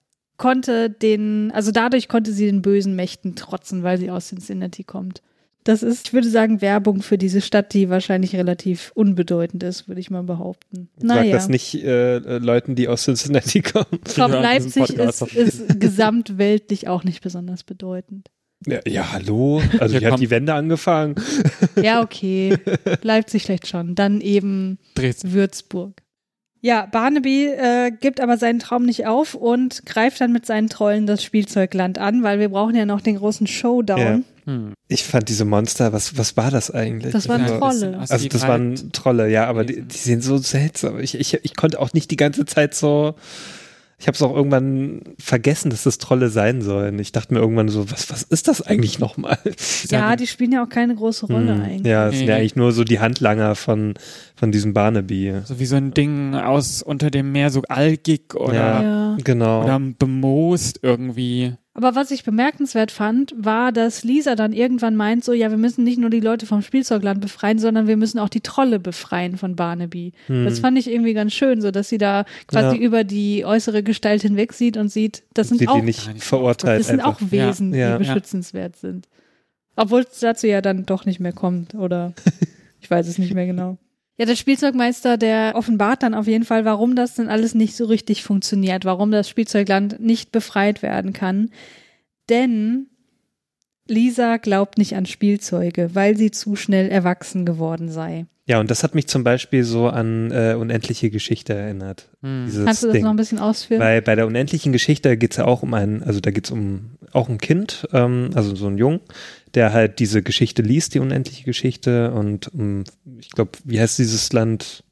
dadurch konnte sie den bösen Mächten trotzen, weil sie aus Cincinnati kommt. Das ist, ich würde sagen, Werbung für diese Stadt, die wahrscheinlich relativ unbedeutend ist, würde ich mal behaupten. Sag das nicht Leuten, die aus Cincinnati kommen. Ich glaube, Leipzig ist gesamtweltlich auch nicht besonders bedeutend. Ja, hallo? Also die hat die Wende angefangen. Ja, okay. Leipzig vielleicht schon. Dann eben Dresden. Würzburg. Ja, Barnaby gibt aber seinen Traum nicht auf und greift dann mit seinen Trollen das Spielzeugland an, weil wir brauchen ja noch den großen Showdown. Ja. Ich fand diese Monster, was war das eigentlich? Das waren Trolle. Also das waren Trolle, ja, aber die sehen so seltsam. Ich konnte auch nicht die ganze Zeit so, ich habe es auch irgendwann vergessen, dass das Trolle sein sollen. Ich dachte mir irgendwann so, was ist das eigentlich nochmal? Ja, die spielen ja auch keine große Rolle eigentlich. Ja, es sind ja eigentlich nur so die Handlanger von diesem Barnaby. So wie so ein Ding aus unter dem Meer, so algig oder, genau. oder bemoost irgendwie. Aber was ich bemerkenswert fand, war, dass Lisa dann irgendwann meint, so, ja, wir müssen nicht nur die Leute vom Spielzeugland befreien, sondern wir müssen auch die Trolle befreien von Barnaby. Das fand ich irgendwie ganz schön, so dass sie da quasi über die äußere Gestalt hinweg sieht und sieht, das sind auch, die nicht verurteilt. Das sind auch Wesen, die beschützenswert sind. Obwohl es dazu ja dann doch nicht mehr kommt, oder ich weiß es nicht mehr genau. Ja, der Spielzeugmeister, der offenbart dann auf jeden Fall, warum das denn alles nicht so richtig funktioniert, warum das Spielzeugland nicht befreit werden kann. Denn Lisa glaubt nicht an Spielzeuge, weil sie zu schnell erwachsen geworden sei. Ja, und das hat mich zum Beispiel so an Unendliche Geschichte erinnert. Kannst du das noch ein bisschen ausführen? Weil bei der Unendlichen Geschichte geht es ja auch da geht es auch ein Kind, also so ein Jungen, der halt diese Geschichte liest, die Unendliche Geschichte, und ich glaube, wie heißt dieses Land?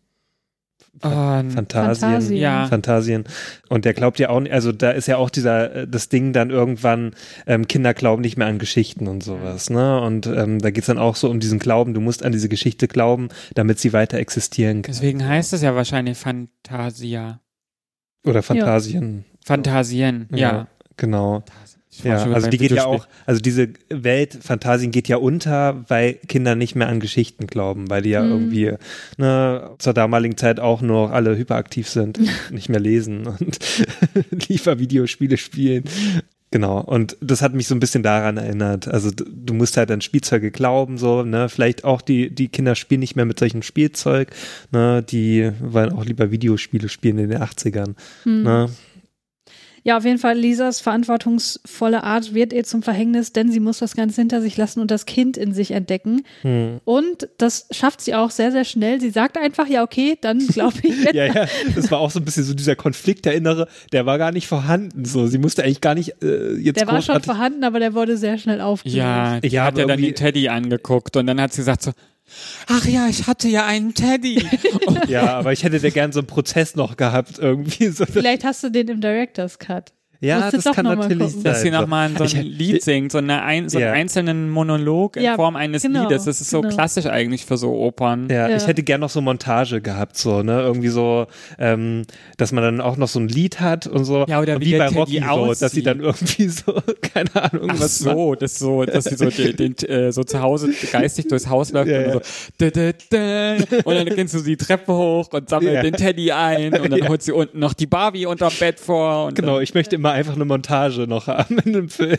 Phantasien. Ja. Phantasien. Und der glaubt ja auch, also da ist ja auch das Ding dann irgendwann, Kinder glauben nicht mehr an Geschichten und sowas, ne? Und da geht's dann auch so um diesen Glauben, du musst an diese Geschichte glauben, damit sie weiter existieren kann. Deswegen heißt es ja wahrscheinlich Phantasia. Oder Phantasien. Phantasien, ja. Genau. Ja, also die geht ja auch, also diese Welt, Phantasien geht ja unter, weil Kinder nicht mehr an Geschichten glauben, weil die ja irgendwie zur damaligen Zeit auch noch alle hyperaktiv sind, nicht mehr lesen und lieber Videospiele spielen. Genau, und das hat mich so ein bisschen daran erinnert. Also du musst halt an Spielzeuge glauben, so, ne, vielleicht auch die Kinder spielen nicht mehr mit solchem Spielzeug, ne, die wollen auch lieber Videospiele spielen in den 80ern, ne. Ja, auf jeden Fall, Lisas verantwortungsvolle Art wird ihr zum Verhängnis, denn sie muss das Ganze hinter sich lassen und das Kind in sich entdecken. Und das schafft sie auch sehr, sehr schnell. Sie sagt einfach, ja, okay, dann glaube ich jetzt. Ja, das war auch so ein bisschen so dieser Konflikt, der innere, der war gar nicht vorhanden. So, sie musste eigentlich gar nicht jetzt Der war schon vorhanden, aber der wurde sehr schnell aufgelöst. Ja, die hat ja dann den Teddy angeguckt und dann hat sie gesagt so, ach ja, ich hatte ja einen Teddy. Ja, aber ich hätte da gern so einen Prozess noch gehabt irgendwie. So. Vielleicht hast du den im Director's Cut. Ja, das kann natürlich sein. Dass sie nochmal so ein Lied singt, so einen einzelnen Monolog in Form eines Liedes. Das ist so klassisch eigentlich für so Opern. Ja, ich hätte gern noch so Montage gehabt, so, ne, irgendwie so, dass man dann auch noch so ein Lied hat und so. Ja, oder wie bei Rocky so, dass sie dann irgendwie so, keine Ahnung, was so, das so, dass sie so so zu Hause geistig durchs Haus läuft und so, und dann gehst du die Treppe hoch und sammelt den Teddy ein und dann holt sie unten noch die Barbie unterm Bett vor. Und genau, ich möchte immer einfach eine Montage noch haben in einem Film.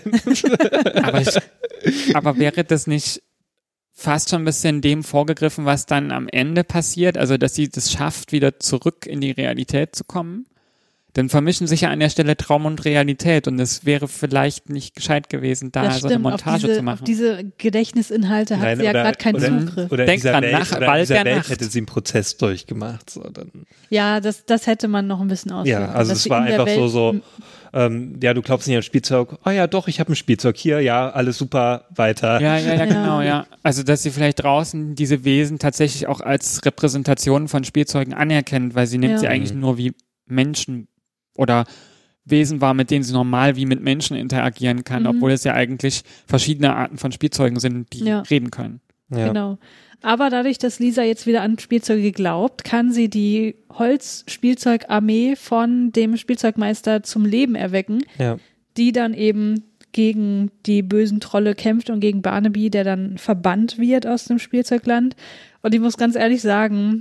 aber wäre das nicht fast schon ein bisschen dem vorgegriffen, was dann am Ende passiert? Also, dass sie das schafft, wieder zurück in die Realität zu kommen? Dann vermischen sich ja an der Stelle Traum und Realität und es wäre vielleicht nicht gescheit gewesen, da so eine Montage zu machen. Auf diese Gedächtnisinhalte hat sie ja gerade keinen Zugriff. Oder Denk dran, Wald der Nacht hätte sie einen Prozess durchgemacht. So, dann. Ja, das hätte man noch ein bisschen ausführen. Ja, also es war einfach so ja, du glaubst nicht an Spielzeug. Oh ja, doch, ich habe ein Spielzeug hier. Ja, alles super, weiter. Ja, genau, ja. Also, dass sie vielleicht draußen diese Wesen tatsächlich auch als Repräsentation von Spielzeugen anerkennt, weil sie nimmt sie eigentlich nur wie Menschen oder Wesen wahr, mit denen sie normal wie mit Menschen interagieren kann, obwohl es ja eigentlich verschiedene Arten von Spielzeugen sind, die reden können. Ja. Genau. Aber dadurch, dass Lisa jetzt wieder an Spielzeuge glaubt, kann sie die Holzspielzeugarmee von dem Spielzeugmeister zum Leben erwecken, die dann eben gegen die bösen Trolle kämpft und gegen Barnaby, der dann verbannt wird aus dem Spielzeugland. Und ich muss ganz ehrlich sagen,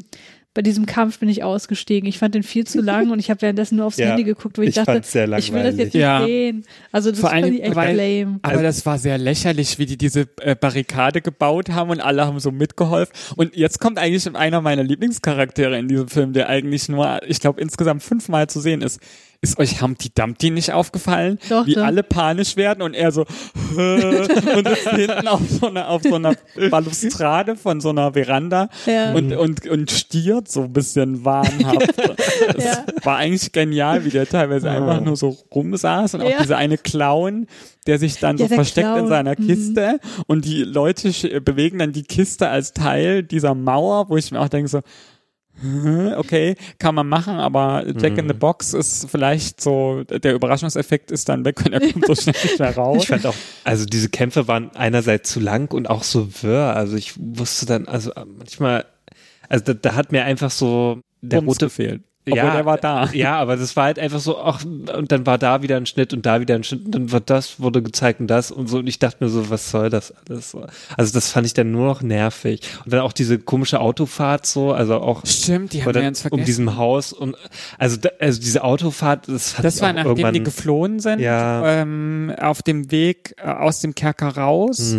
bei diesem Kampf bin ich ausgestiegen. Ich fand den viel zu lang und ich habe währenddessen nur aufs Handy geguckt, wo ich dachte, ich will das jetzt nicht sehen. Also das fand ich echt lame. Aber das war sehr lächerlich, wie die diese Barrikade gebaut haben und alle haben so mitgeholfen. Und jetzt kommt eigentlich einer meiner Lieblingscharaktere in diesem Film, der eigentlich nur, ich glaube, insgesamt 5-mal zu sehen ist. Ist euch Humpty Dumpty nicht aufgefallen? Doch, wie alle panisch werden und er so und sitzt hinten auf so einer Balustrade von so einer Veranda und stiert so ein bisschen wahnhaft. Das war eigentlich genial, wie der teilweise einfach nur so rumsaß und auch dieser eine Clown, der sich dann so versteckt in seiner Kiste und die Leute bewegen dann die Kiste als Teil dieser Mauer, wo ich mir auch denke so, okay, kann man machen, aber Jack in the Box ist vielleicht so, der Überraschungseffekt ist dann weg und er kommt so schnell nicht mehr raus. Ich fand auch, also diese Kämpfe waren einerseits zu lang und auch so wirr, also ich wusste dann, also manchmal, also da hat mir einfach so der rote gefehlt. Obwohl der war da. Ja, aber das war halt einfach so, ach, und dann war da wieder ein Schnitt und da wieder ein Schnitt und dann wurde gezeigt und das und so und ich dachte mir so, was soll das alles so? Also das fand ich dann nur noch nervig. Und dann auch diese komische Autofahrt so, also auch. Stimmt, die haben wir ganz vergessen. Um diesem Haus und, also diese Autofahrt, das war nachdem die geflohen sind, auf dem Weg aus dem Kerker raus,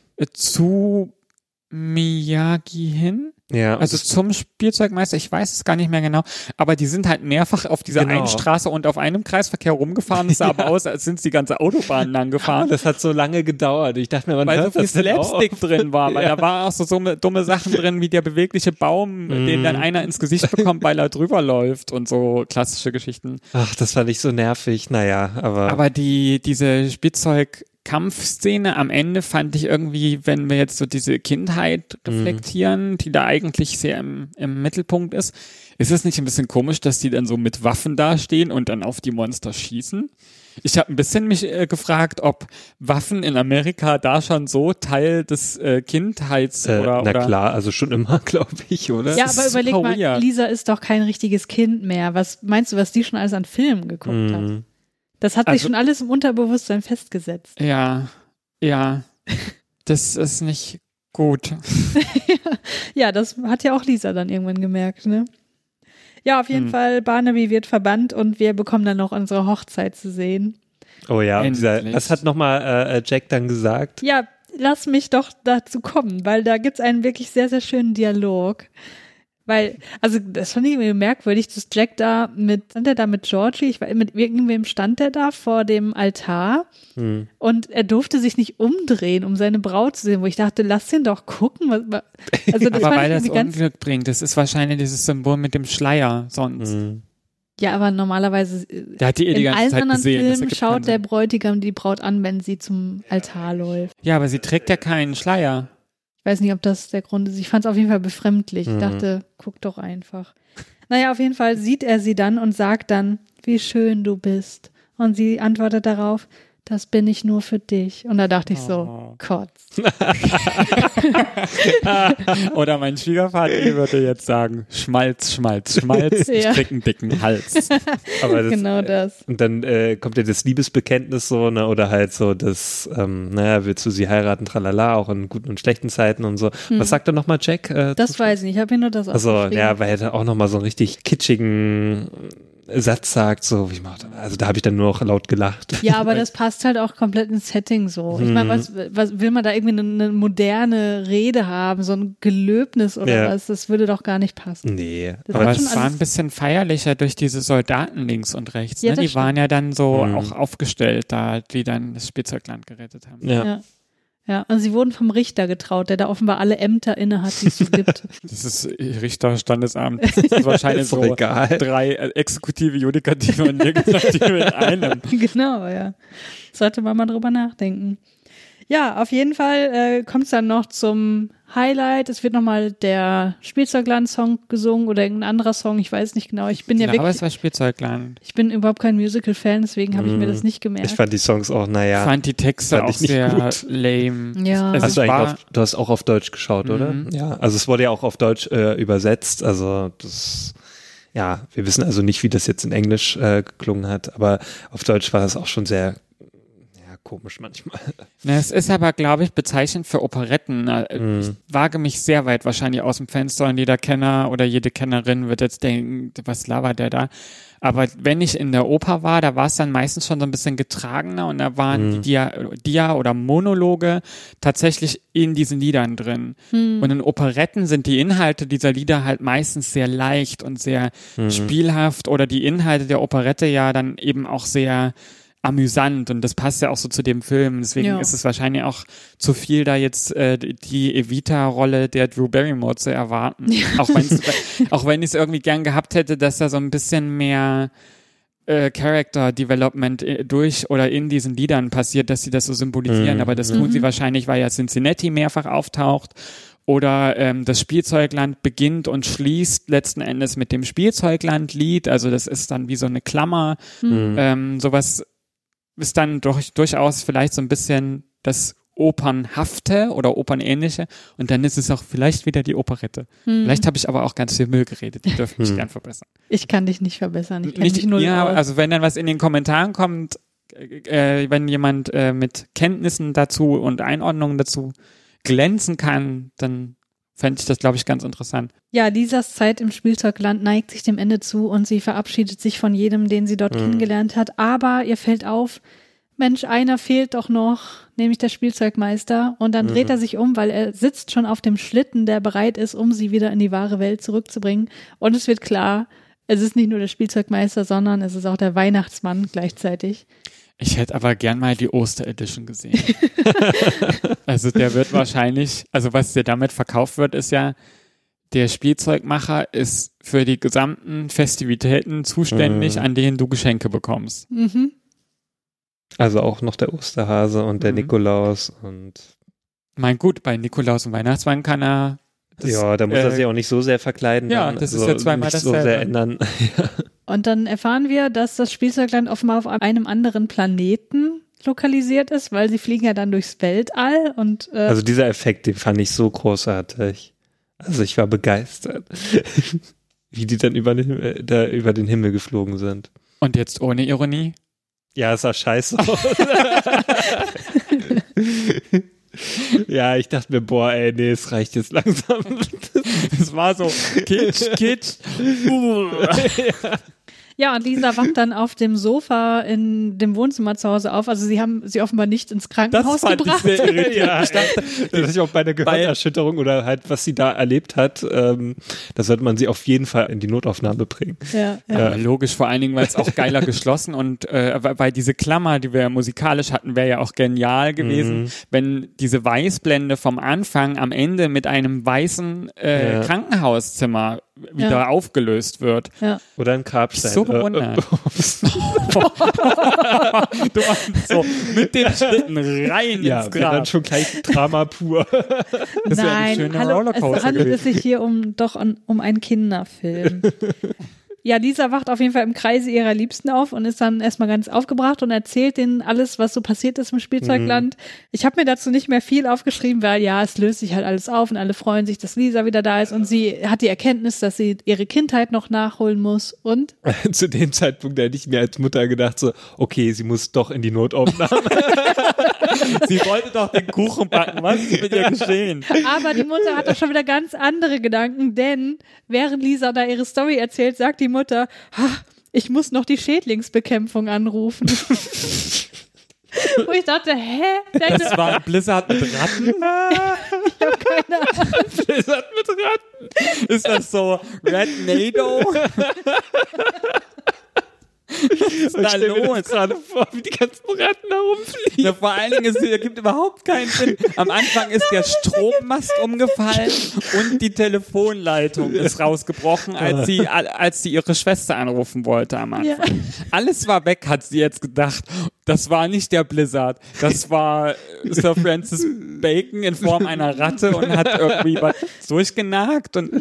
zu Miyagi hin. Ja, also zum Spielzeugmeister, ich weiß es gar nicht mehr genau, aber die sind halt mehrfach auf dieser einen Straße und auf einem Kreisverkehr rumgefahren. Es sah aber aus, als sind sie die ganze Autobahn lang gefahren. Das hat so lange gedauert. Ich dachte mir, man weil hört so viel das Slapstick drin war, weil da war auch so dumme Sachen drin, wie der bewegliche Baum, den dann einer ins Gesicht bekommt, weil er drüber läuft und so klassische Geschichten. Ach, das fand ich so nervig, naja, aber. Aber diese Kampfszene am Ende fand ich irgendwie, wenn wir jetzt so diese Kindheit reflektieren, die da eigentlich sehr im Mittelpunkt ist es nicht ein bisschen komisch, dass die dann so mit Waffen dastehen und dann auf die Monster schießen? Ich habe ein bisschen mich gefragt, ob Waffen in Amerika da schon so Teil des Kindheits oder na klar, also schon immer, glaube ich, oder? Ja, aber überleg mal, Lisa ist doch kein richtiges Kind mehr. Was meinst du, was die schon alles an Filmen geguckt hat? Das hat sich schon alles im Unterbewusstsein festgesetzt. Ja, das ist nicht gut. Ja, das hat ja auch Lisa dann irgendwann gemerkt, ne? Ja, auf jeden Fall, Barnaby wird verbannt und wir bekommen dann noch unsere Hochzeit zu sehen. Oh ja, was hat nochmal Jack dann gesagt? Ja, lass mich doch dazu kommen, weil da gibt's einen wirklich sehr, sehr schönen Dialog. Weil, also das fand ich irgendwie merkwürdig, dass Jack stand er da mit Georgie, mit irgendwem stand er da vor dem Altar und er durfte sich nicht umdrehen, um seine Braut zu sehen, wo ich dachte, lass ihn doch gucken. Also das aber weil das Unglück bringt, das ist wahrscheinlich dieses Symbol mit dem Schleier sonst. Ja, aber normalerweise in allen anderen gesehen, Filmen schaut der Bräutigam die Braut an, wenn sie zum Altar läuft. Ja, aber sie trägt ja keinen Schleier. Ich weiß nicht, ob das der Grund ist. Ich fand es auf jeden Fall befremdlich. Ich dachte, guck doch einfach. Naja, auf jeden Fall sieht er sie dann und sagt dann, wie schön du bist. Und sie antwortet darauf, das bin ich nur für dich. Und da dachte ich so, Kotz. Oder mein Schwiegervater würde jetzt sagen, Schmalz, Schmalz, Schmalz, ich krieg einen dicken Hals. Aber genau das. Und dann kommt ja das Liebesbekenntnis so, ne, oder halt so das, willst du sie heiraten, tralala, auch in guten und schlechten Zeiten und so. Was sagt er nochmal, Jack? Das weiß ich nicht, ich habe hier nur das aufgeschrieben. Also, ja, weil er auch nochmal so einen richtig kitschigen Satz sagt, so, also da habe ich dann nur noch laut gelacht. Ja, aber das passt halt auch komplett ins Setting so. Ich meine, was will man da irgendwie eine moderne Rede haben, so ein Gelöbnis oder was? Das würde doch gar nicht passen. Nee. Aber es war ein bisschen feierlicher durch diese Soldaten links und rechts. Ja, ne? Die waren ja dann so auch aufgestellt da, die dann das Spielzeugland gerettet haben. Ja, und sie wurden vom Richter getraut, der da offenbar alle Ämter inne hat, die es so gibt. Das ist Richterstandesamt. Das ist wahrscheinlich so egal. 3 Exekutive, Judikative und Legislative in einem. Genau, ja. Sollte man mal drüber nachdenken. Ja, auf jeden Fall kommt es dann noch zum Highlight. Es wird nochmal der Spielzeugland-Song gesungen oder irgendein anderer Song, ich weiß nicht genau. Ich glaube, es war Spielzeugland. Ich bin überhaupt kein Musical-Fan, deswegen habe ich mir das nicht gemerkt. Ich fand die Songs auch, Ich fand die Texte auch sehr lame. Ja. Also du hast auch auf Deutsch geschaut, oder? Ja, also es wurde ja auch auf Deutsch übersetzt, also das... Ja, wir wissen also nicht, wie das jetzt in Englisch geklungen hat, aber auf Deutsch war das auch schon sehr komisch manchmal. Na, es ist aber, glaube ich, bezeichnend für Operetten. Ich wage mich sehr weit wahrscheinlich aus dem Fenster und jeder Kenner oder jede Kennerin wird jetzt denken, was labert der da? Aber wenn ich in der Oper war, da war es dann meistens schon so ein bisschen getragener und da waren die Dia- oder Monologe tatsächlich in diesen Liedern drin. Und in Operetten sind die Inhalte dieser Lieder halt meistens sehr leicht und sehr spielhaft oder die Inhalte der Operette ja dann eben auch sehr amüsant und das passt ja auch so zu dem Film. Deswegen ist es wahrscheinlich auch zu viel, da jetzt die Evita-Rolle der Drew Barrymore zu erwarten. Auch wenn ich es irgendwie gern gehabt hätte, dass da so ein bisschen mehr Character Development durch oder in diesen Liedern passiert, dass sie das so symbolisieren. Aber das tun sie wahrscheinlich, weil ja Cincinnati mehrfach auftaucht. Oder das Spielzeugland beginnt und schließt letzten Endes mit dem Spielzeugland-Lied. Also das ist dann wie so eine Klammer. Sowas ist dann durchaus vielleicht so ein bisschen das Opernhafte oder Opernähnliche und dann ist es auch vielleicht wieder die Operette. Vielleicht habe ich aber auch ganz viel Müll geredet, die dürfen mich gern verbessern. Ich kann dich nicht verbessern, ich kenne dich null aus. Also wenn dann was in den Kommentaren kommt, wenn jemand mit Kenntnissen dazu und Einordnungen dazu glänzen kann, dann fände ich das, glaube ich, ganz interessant. Ja, Lisas Zeit im Spielzeugland neigt sich dem Ende zu und sie verabschiedet sich von jedem, den sie dort kennengelernt hat. Aber ihr fällt auf, Mensch, einer fehlt doch noch, nämlich der Spielzeugmeister. Und dann dreht er sich um, weil er sitzt schon auf dem Schlitten, der bereit ist, um sie wieder in die wahre Welt zurückzubringen. Und es wird klar, es ist nicht nur der Spielzeugmeister, sondern es ist auch der Weihnachtsmann gleichzeitig. Ich hätte aber gern mal die Oster-Edition gesehen. Also der wird wahrscheinlich, also was dir damit verkauft wird, ist ja, der Spielzeugmacher ist für die gesamten Festivitäten zuständig, an denen du Geschenke bekommst. Also auch noch der Osterhase und der Nikolaus und... Mein gut, bei Nikolaus und Weihnachtsmann kann er... da muss er sich auch nicht so sehr verkleiden. Ja, das ist ja zweimal dasselbe. So sehr ändern. Und dann erfahren wir, dass das Spielzeugland offenbar auf einem anderen Planeten lokalisiert ist, weil sie fliegen ja dann durchs Weltall und also dieser Effekt, den fand ich so großartig. Also ich war begeistert, wie die dann über den Himmel geflogen sind. Und jetzt ohne Ironie? Ja, es sah scheiße aus. Ja, ich dachte mir, boah, ey, nee, es reicht jetzt langsam. Es war so, Kitsch. Ja, und Lisa wacht dann auf dem Sofa in dem Wohnzimmer zu Hause auf. Also sie haben sie offenbar nicht ins Krankenhaus gebracht. Ich sehr irritierend. Ich dachte, dass ich auch bei einer Gehirnerschütterung oder halt, was sie da erlebt hat, das sollte man sie auf jeden Fall in die Notaufnahme bringen. Ja. Logisch, vor allen Dingen, weil es auch geiler geschlossen und weil diese Klammer, die wir musikalisch hatten, wäre ja auch genial gewesen, wenn diese Weißblende vom Anfang am Ende mit einem weißen Krankenhauszimmer wieder aufgelöst wird. Ja. Oder ein Grabstein. So gewundert. Du meinst so mit den Schritten rein ins Grab. Dann schon gleich Drama pur. Das wäre eine schöne Rollercoaster es handelt sich hier um einen Kinderfilm. Ja, Lisa wacht auf jeden Fall im Kreise ihrer Liebsten auf und ist dann erstmal ganz aufgebracht und erzählt denen alles, was so passiert ist im Spielzeugland. Ich habe mir dazu nicht mehr viel aufgeschrieben, weil ja, es löst sich halt alles auf und alle freuen sich, dass Lisa wieder da ist und sie hat die Erkenntnis, dass sie ihre Kindheit noch nachholen muss und zu dem Zeitpunkt hätte ich mir als Mutter gedacht so, okay, sie muss doch in die Notaufnahme. Sie wollte doch den Kuchen backen, was ist mit ihr geschehen? Aber die Mutter hat doch schon wieder ganz andere Gedanken, denn während Lisa da ihre Story erzählt, sagt die Mutter, ich muss noch die Schädlingsbekämpfung anrufen. Wo ich dachte, Das war Blizzard mit Ratten? Ich habe keine Ahnung. Blizzard mit Ratten? Ist das so Ratnado? Was ist da los? Gerade vor, wie die ganzen Ratten herumfliegen. Ja, vor allen Dingen, es ergibt überhaupt keinen Sinn. Am Anfang ist der Strommast umgefallen und die Telefonleitung ist rausgebrochen, als sie ihre Schwester anrufen wollte am Anfang. Ja. Alles war weg, hat sie jetzt gedacht. Das war nicht der Blizzard. Das war Sir Francis Bacon in Form einer Ratte und hat irgendwie was durchgenagt und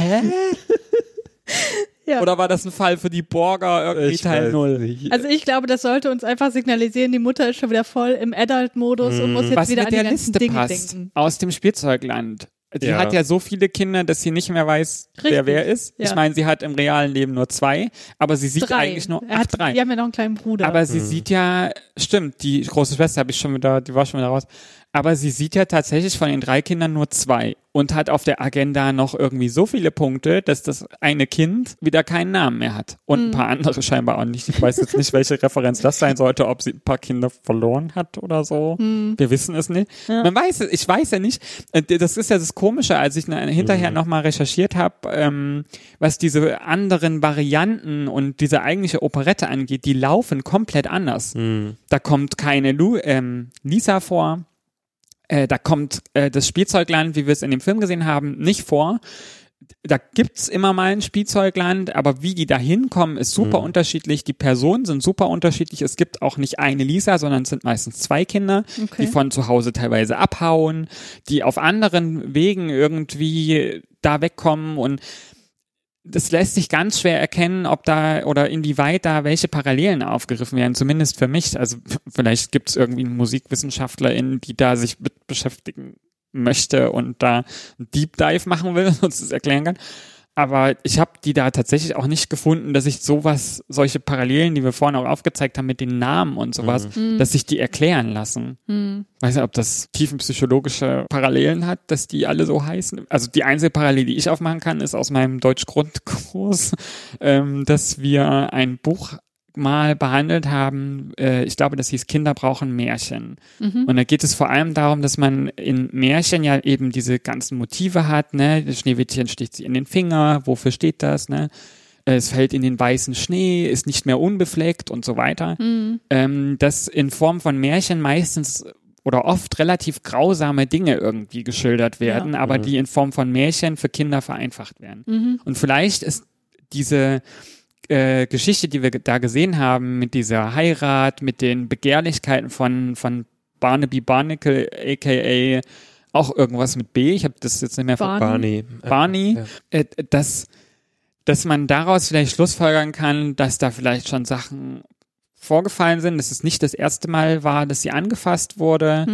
Ja. Oder war das ein Fall für die Borger irgendwie Teil 0? Also ich glaube, das sollte uns einfach signalisieren, die Mutter ist schon wieder voll im Adult-Modus und muss jetzt wieder an die ganzen Dinge denken. Aus dem Spielzeugland. Die hat ja so viele Kinder, dass sie nicht mehr weiß, wer ist. Ja. Ich meine, sie hat im realen Leben nur 2, aber sie sieht eigentlich nur 3. Die haben ja noch einen kleinen Bruder. Aber sie sieht ja, stimmt, die große Schwester die war schon wieder raus. Aber sie sieht ja tatsächlich von den 3 Kindern nur 2 und hat auf der Agenda noch irgendwie so viele Punkte, dass das eine Kind wieder keinen Namen mehr hat. Und ein paar andere scheinbar auch nicht. Ich weiß jetzt nicht, welche Referenz das sein sollte, ob sie ein paar Kinder verloren hat oder so. Wir wissen es nicht. Ja. Ich weiß ja nicht. Das ist ja das Komische, als ich hinterher nochmal recherchiert habe, was diese anderen Varianten und diese eigentliche Operette angeht, die laufen komplett anders. Da kommt keine Lisa vor. Da kommt das Spielzeugland, wie wir es in dem Film gesehen haben, nicht vor. Da gibt's immer mal ein Spielzeugland, aber wie die da hinkommen, ist super unterschiedlich. Die Personen sind super unterschiedlich. Es gibt auch nicht eine Lisa, sondern es sind meistens 2 Kinder, die von zu Hause teilweise abhauen, die auf anderen Wegen irgendwie da wegkommen und das lässt sich ganz schwer erkennen, ob da oder inwieweit da welche Parallelen aufgegriffen werden, zumindest für mich. Also vielleicht gibt es irgendwie eine Musikwissenschaftlerin, die da sich mit beschäftigen möchte und da einen Deep Dive machen will und es erklären kann. Aber ich habe die da tatsächlich auch nicht gefunden, dass ich solche Parallelen, die wir vorhin auch aufgezeigt haben mit den Namen und sowas, dass sich die erklären lassen. Weiß nicht, ob das tiefenpsychologische Parallelen hat, dass die alle so heißen. Also die einzige Parallele, die ich aufmachen kann, ist aus meinem Deutsch-Grundkurs, dass wir ein Buch mal behandelt haben, ich glaube, das hieß Kinder brauchen Märchen. Und da geht es vor allem darum, dass man in Märchen ja eben diese ganzen Motive hat, ne? Das Schneewittchen sticht sie in den Finger, wofür steht das, ne? Es fällt in den weißen Schnee, ist nicht mehr unbefleckt und so weiter. Dass in Form von Märchen meistens oder oft relativ grausame Dinge irgendwie geschildert werden, aber die in Form von Märchen für Kinder vereinfacht werden. Und vielleicht ist diese Geschichte, die wir da gesehen haben, mit dieser Heirat, mit den Begehrlichkeiten von Barnaby Barnacle, aka auch irgendwas mit B, ich habe das jetzt nicht mehr Barney. Ja. Dass man daraus vielleicht schlussfolgern kann, dass da vielleicht schon Sachen vorgefallen sind, dass es nicht das erste Mal war, dass sie angefasst wurde,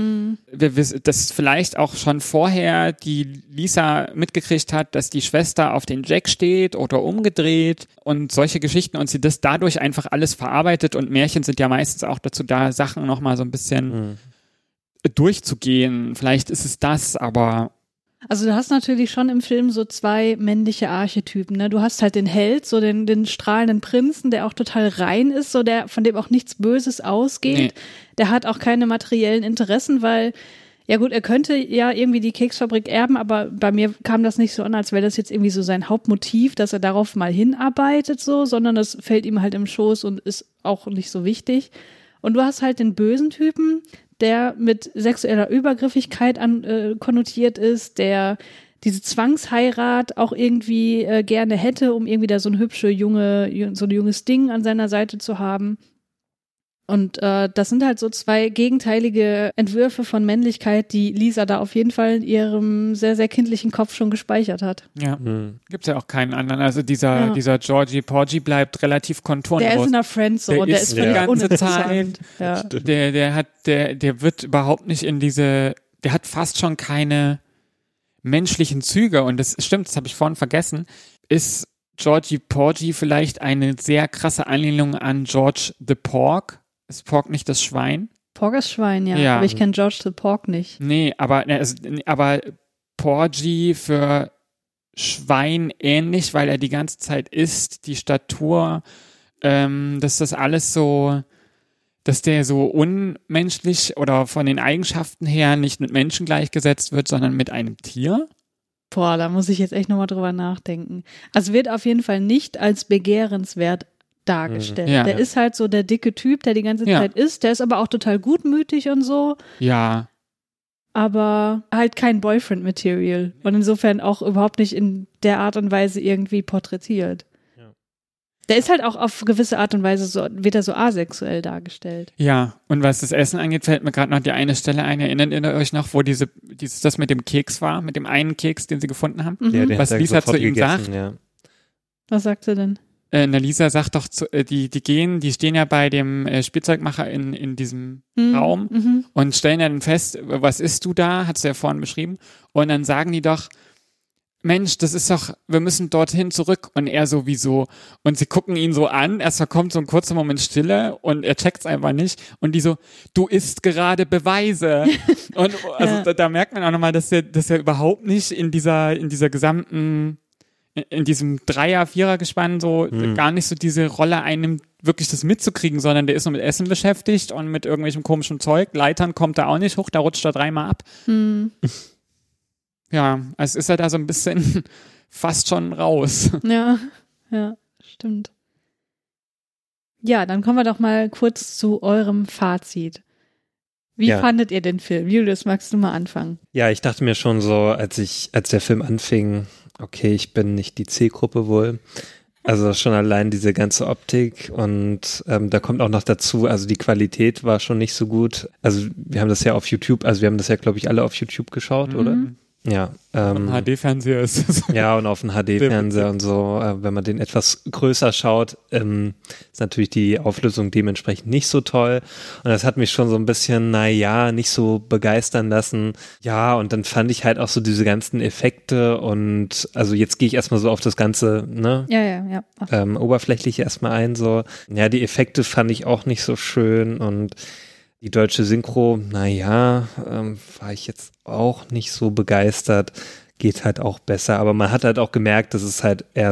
dass vielleicht auch schon vorher die Lisa mitgekriegt hat, dass die Schwester auf den Jack steht oder umgedreht und solche Geschichten und sie das dadurch einfach alles verarbeitet und Märchen sind ja meistens auch dazu da, Sachen nochmal so ein bisschen durchzugehen. Vielleicht ist es das, aber also du hast natürlich schon im Film so 2 männliche Archetypen, ne? Du hast halt den Held, so den strahlenden Prinzen, der auch total rein ist, so von dem auch nichts Böses ausgeht. Nee. Der hat auch keine materiellen Interessen, weil, ja gut, er könnte ja irgendwie die Keksfabrik erben, aber bei mir kam das nicht so an, als wäre das jetzt irgendwie so sein Hauptmotiv, dass er darauf mal hinarbeitet, so, sondern das fällt ihm halt im Schoß und ist auch nicht so wichtig. Und du hast halt den bösen Typen, der mit sexueller Übergriffigkeit konnotiert ist, der diese Zwangsheirat auch irgendwie gerne hätte, um irgendwie da so ein junges Ding an seiner Seite zu haben. Und das sind halt so 2 gegenteilige Entwürfe von Männlichkeit, die Lisa da auf jeden Fall in ihrem sehr, sehr kindlichen Kopf schon gespeichert hat. Ja, gibt's ja auch keinen anderen. Also dieser Georgie Porgy bleibt relativ konturlos. Der ist in der Friendzone, der ist die ganze Zeit. Ja. Der wird überhaupt nicht der hat fast schon keine menschlichen Züge und das stimmt, das habe ich vorhin vergessen, ist Georgie Porgy vielleicht eine sehr krasse Anlehnung an George the Pork? Ist Pork nicht das Schwein? Pork ist Schwein, ja. Aber ich kenne George the Pork nicht. Nee, aber Porgy für Schwein ähnlich, weil er die ganze Zeit isst, die Statur, dass das alles so, dass der so unmenschlich oder von den Eigenschaften her nicht mit Menschen gleichgesetzt wird, sondern mit einem Tier. Boah, da muss ich jetzt echt nochmal drüber nachdenken. Also wird auf jeden Fall nicht als begehrenswert dargestellt. Ja. Der ist halt so der dicke Typ, der die ganze Zeit isst. Der ist aber auch total gutmütig und so. Ja. Aber halt kein Boyfriend-Material. Und insofern auch überhaupt nicht in der Art und Weise irgendwie porträtiert. Ja. Der ist halt auch auf gewisse Art und Weise wird er so asexuell dargestellt. Ja, und was das Essen angeht, fällt mir gerade noch die eine Stelle ein. Erinnert ihr euch noch, wo das mit dem Keks war, mit dem einen Keks, den sie gefunden haben? Ja, was Lisa zu ihm sagt? Ja. Was sagt sie denn? Lisa sagt doch, die stehen ja bei dem Spielzeugmacher in diesem Raum und stellen dann fest, was isst du da? Hat's ja vorhin beschrieben. Und dann sagen die doch, Mensch, das ist doch, wir müssen dorthin zurück. Und er sowieso. Und sie gucken ihn so an, erst kommt so ein kurzer Moment Stille und er checkt's einfach nicht. Und die so, du isst gerade Beweise. Und also da merkt man auch nochmal, dass er überhaupt nicht in dieser gesamten, in diesem Dreier-Vierer-Gespann so gar nicht so diese Rolle einnimmt, wirklich das mitzukriegen, sondern der ist nur mit Essen beschäftigt und mit irgendwelchem komischen Zeug. Leitern kommt er auch nicht hoch, da rutscht er 3-mal ab. Ja, also ist er da so ein bisschen fast schon raus. Ja, stimmt. Ja, dann kommen wir doch mal kurz zu eurem Fazit. Wie fandet ihr den Film? Julius, magst du mal anfangen? Ja, ich dachte mir schon so, als der Film anfing, okay, ich bin nicht die Zielgruppe wohl. Also schon allein diese ganze Optik und da kommt auch noch dazu, also die Qualität war schon nicht so gut. Also wir haben das ja auf YouTube, glaube ich, alle auf YouTube geschaut, oder? Ja. Ein HD-Fernseher ist es. Ja, und auf einem HD-Fernseher und so, wenn man den etwas größer schaut, ist natürlich die Auflösung dementsprechend nicht so toll. Und das hat mich schon so ein bisschen, nicht so begeistern lassen. Ja, und dann fand ich halt auch so diese ganzen Effekte und also jetzt gehe ich erstmal so auf das Ganze, ne? Ja. Oberflächlich erstmal ein, so. Ja, die Effekte fand ich auch nicht so schön und die deutsche Synchro, war ich jetzt auch nicht so begeistert, geht halt auch besser, aber man hat halt auch gemerkt, dass es halt eher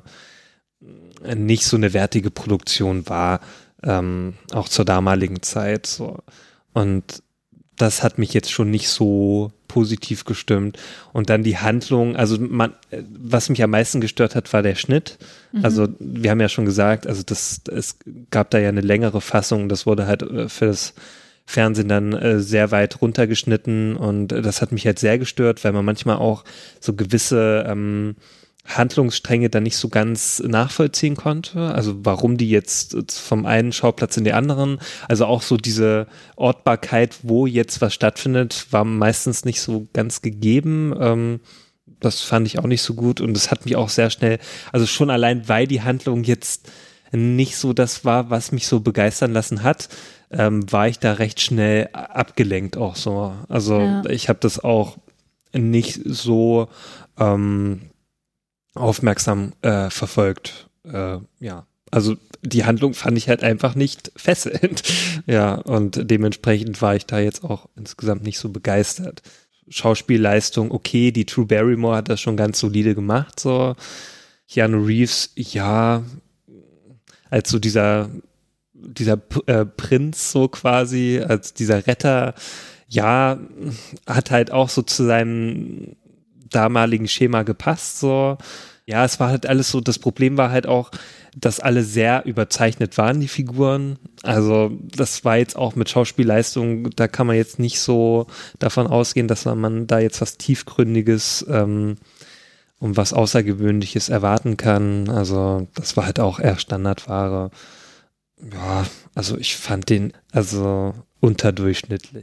nicht so eine wertige Produktion war, auch zur damaligen Zeit, so. Und das hat mich jetzt schon nicht so positiv gestimmt. Und dann die Handlung, also was mich am meisten gestört hat, war der Schnitt. Also wir haben ja schon gesagt, also es gab da ja eine längere Fassung, das wurde halt für das Fernsehen dann sehr weit runtergeschnitten und das hat mich halt sehr gestört, weil man manchmal auch so gewisse Handlungsstränge dann nicht so ganz nachvollziehen konnte, also warum die jetzt vom einen Schauplatz in den anderen, also auch so diese Ortbarkeit, wo jetzt was stattfindet, war meistens nicht so ganz gegeben, das fand ich auch nicht so gut und das hat mich auch sehr schnell, also schon allein, weil die Handlung jetzt nicht so das war, was mich so begeistern lassen hat, war ich da recht schnell abgelenkt auch so, also ich habe das auch nicht so aufmerksam verfolgt. Also die Handlung fand ich halt einfach nicht fesselnd. Ja, und dementsprechend war ich da jetzt auch insgesamt nicht so begeistert. Schauspielleistung, okay, die Drew Barrymore hat das schon ganz solide gemacht, so. Keanu Reeves, ja, als so dieser Prinz so quasi, als dieser Retter, ja, hat halt auch so zu seinem damaligen Schema gepasst, so. Ja, es war halt alles so, das Problem war halt auch, dass alle sehr überzeichnet waren, die Figuren. Also das war jetzt auch mit Schauspielleistung, da kann man jetzt nicht so davon ausgehen, dass man da jetzt was Tiefgründiges und was Außergewöhnliches erwarten kann. Also das war halt auch eher Standardware. Ja, also ich fand den also unterdurchschnittlich.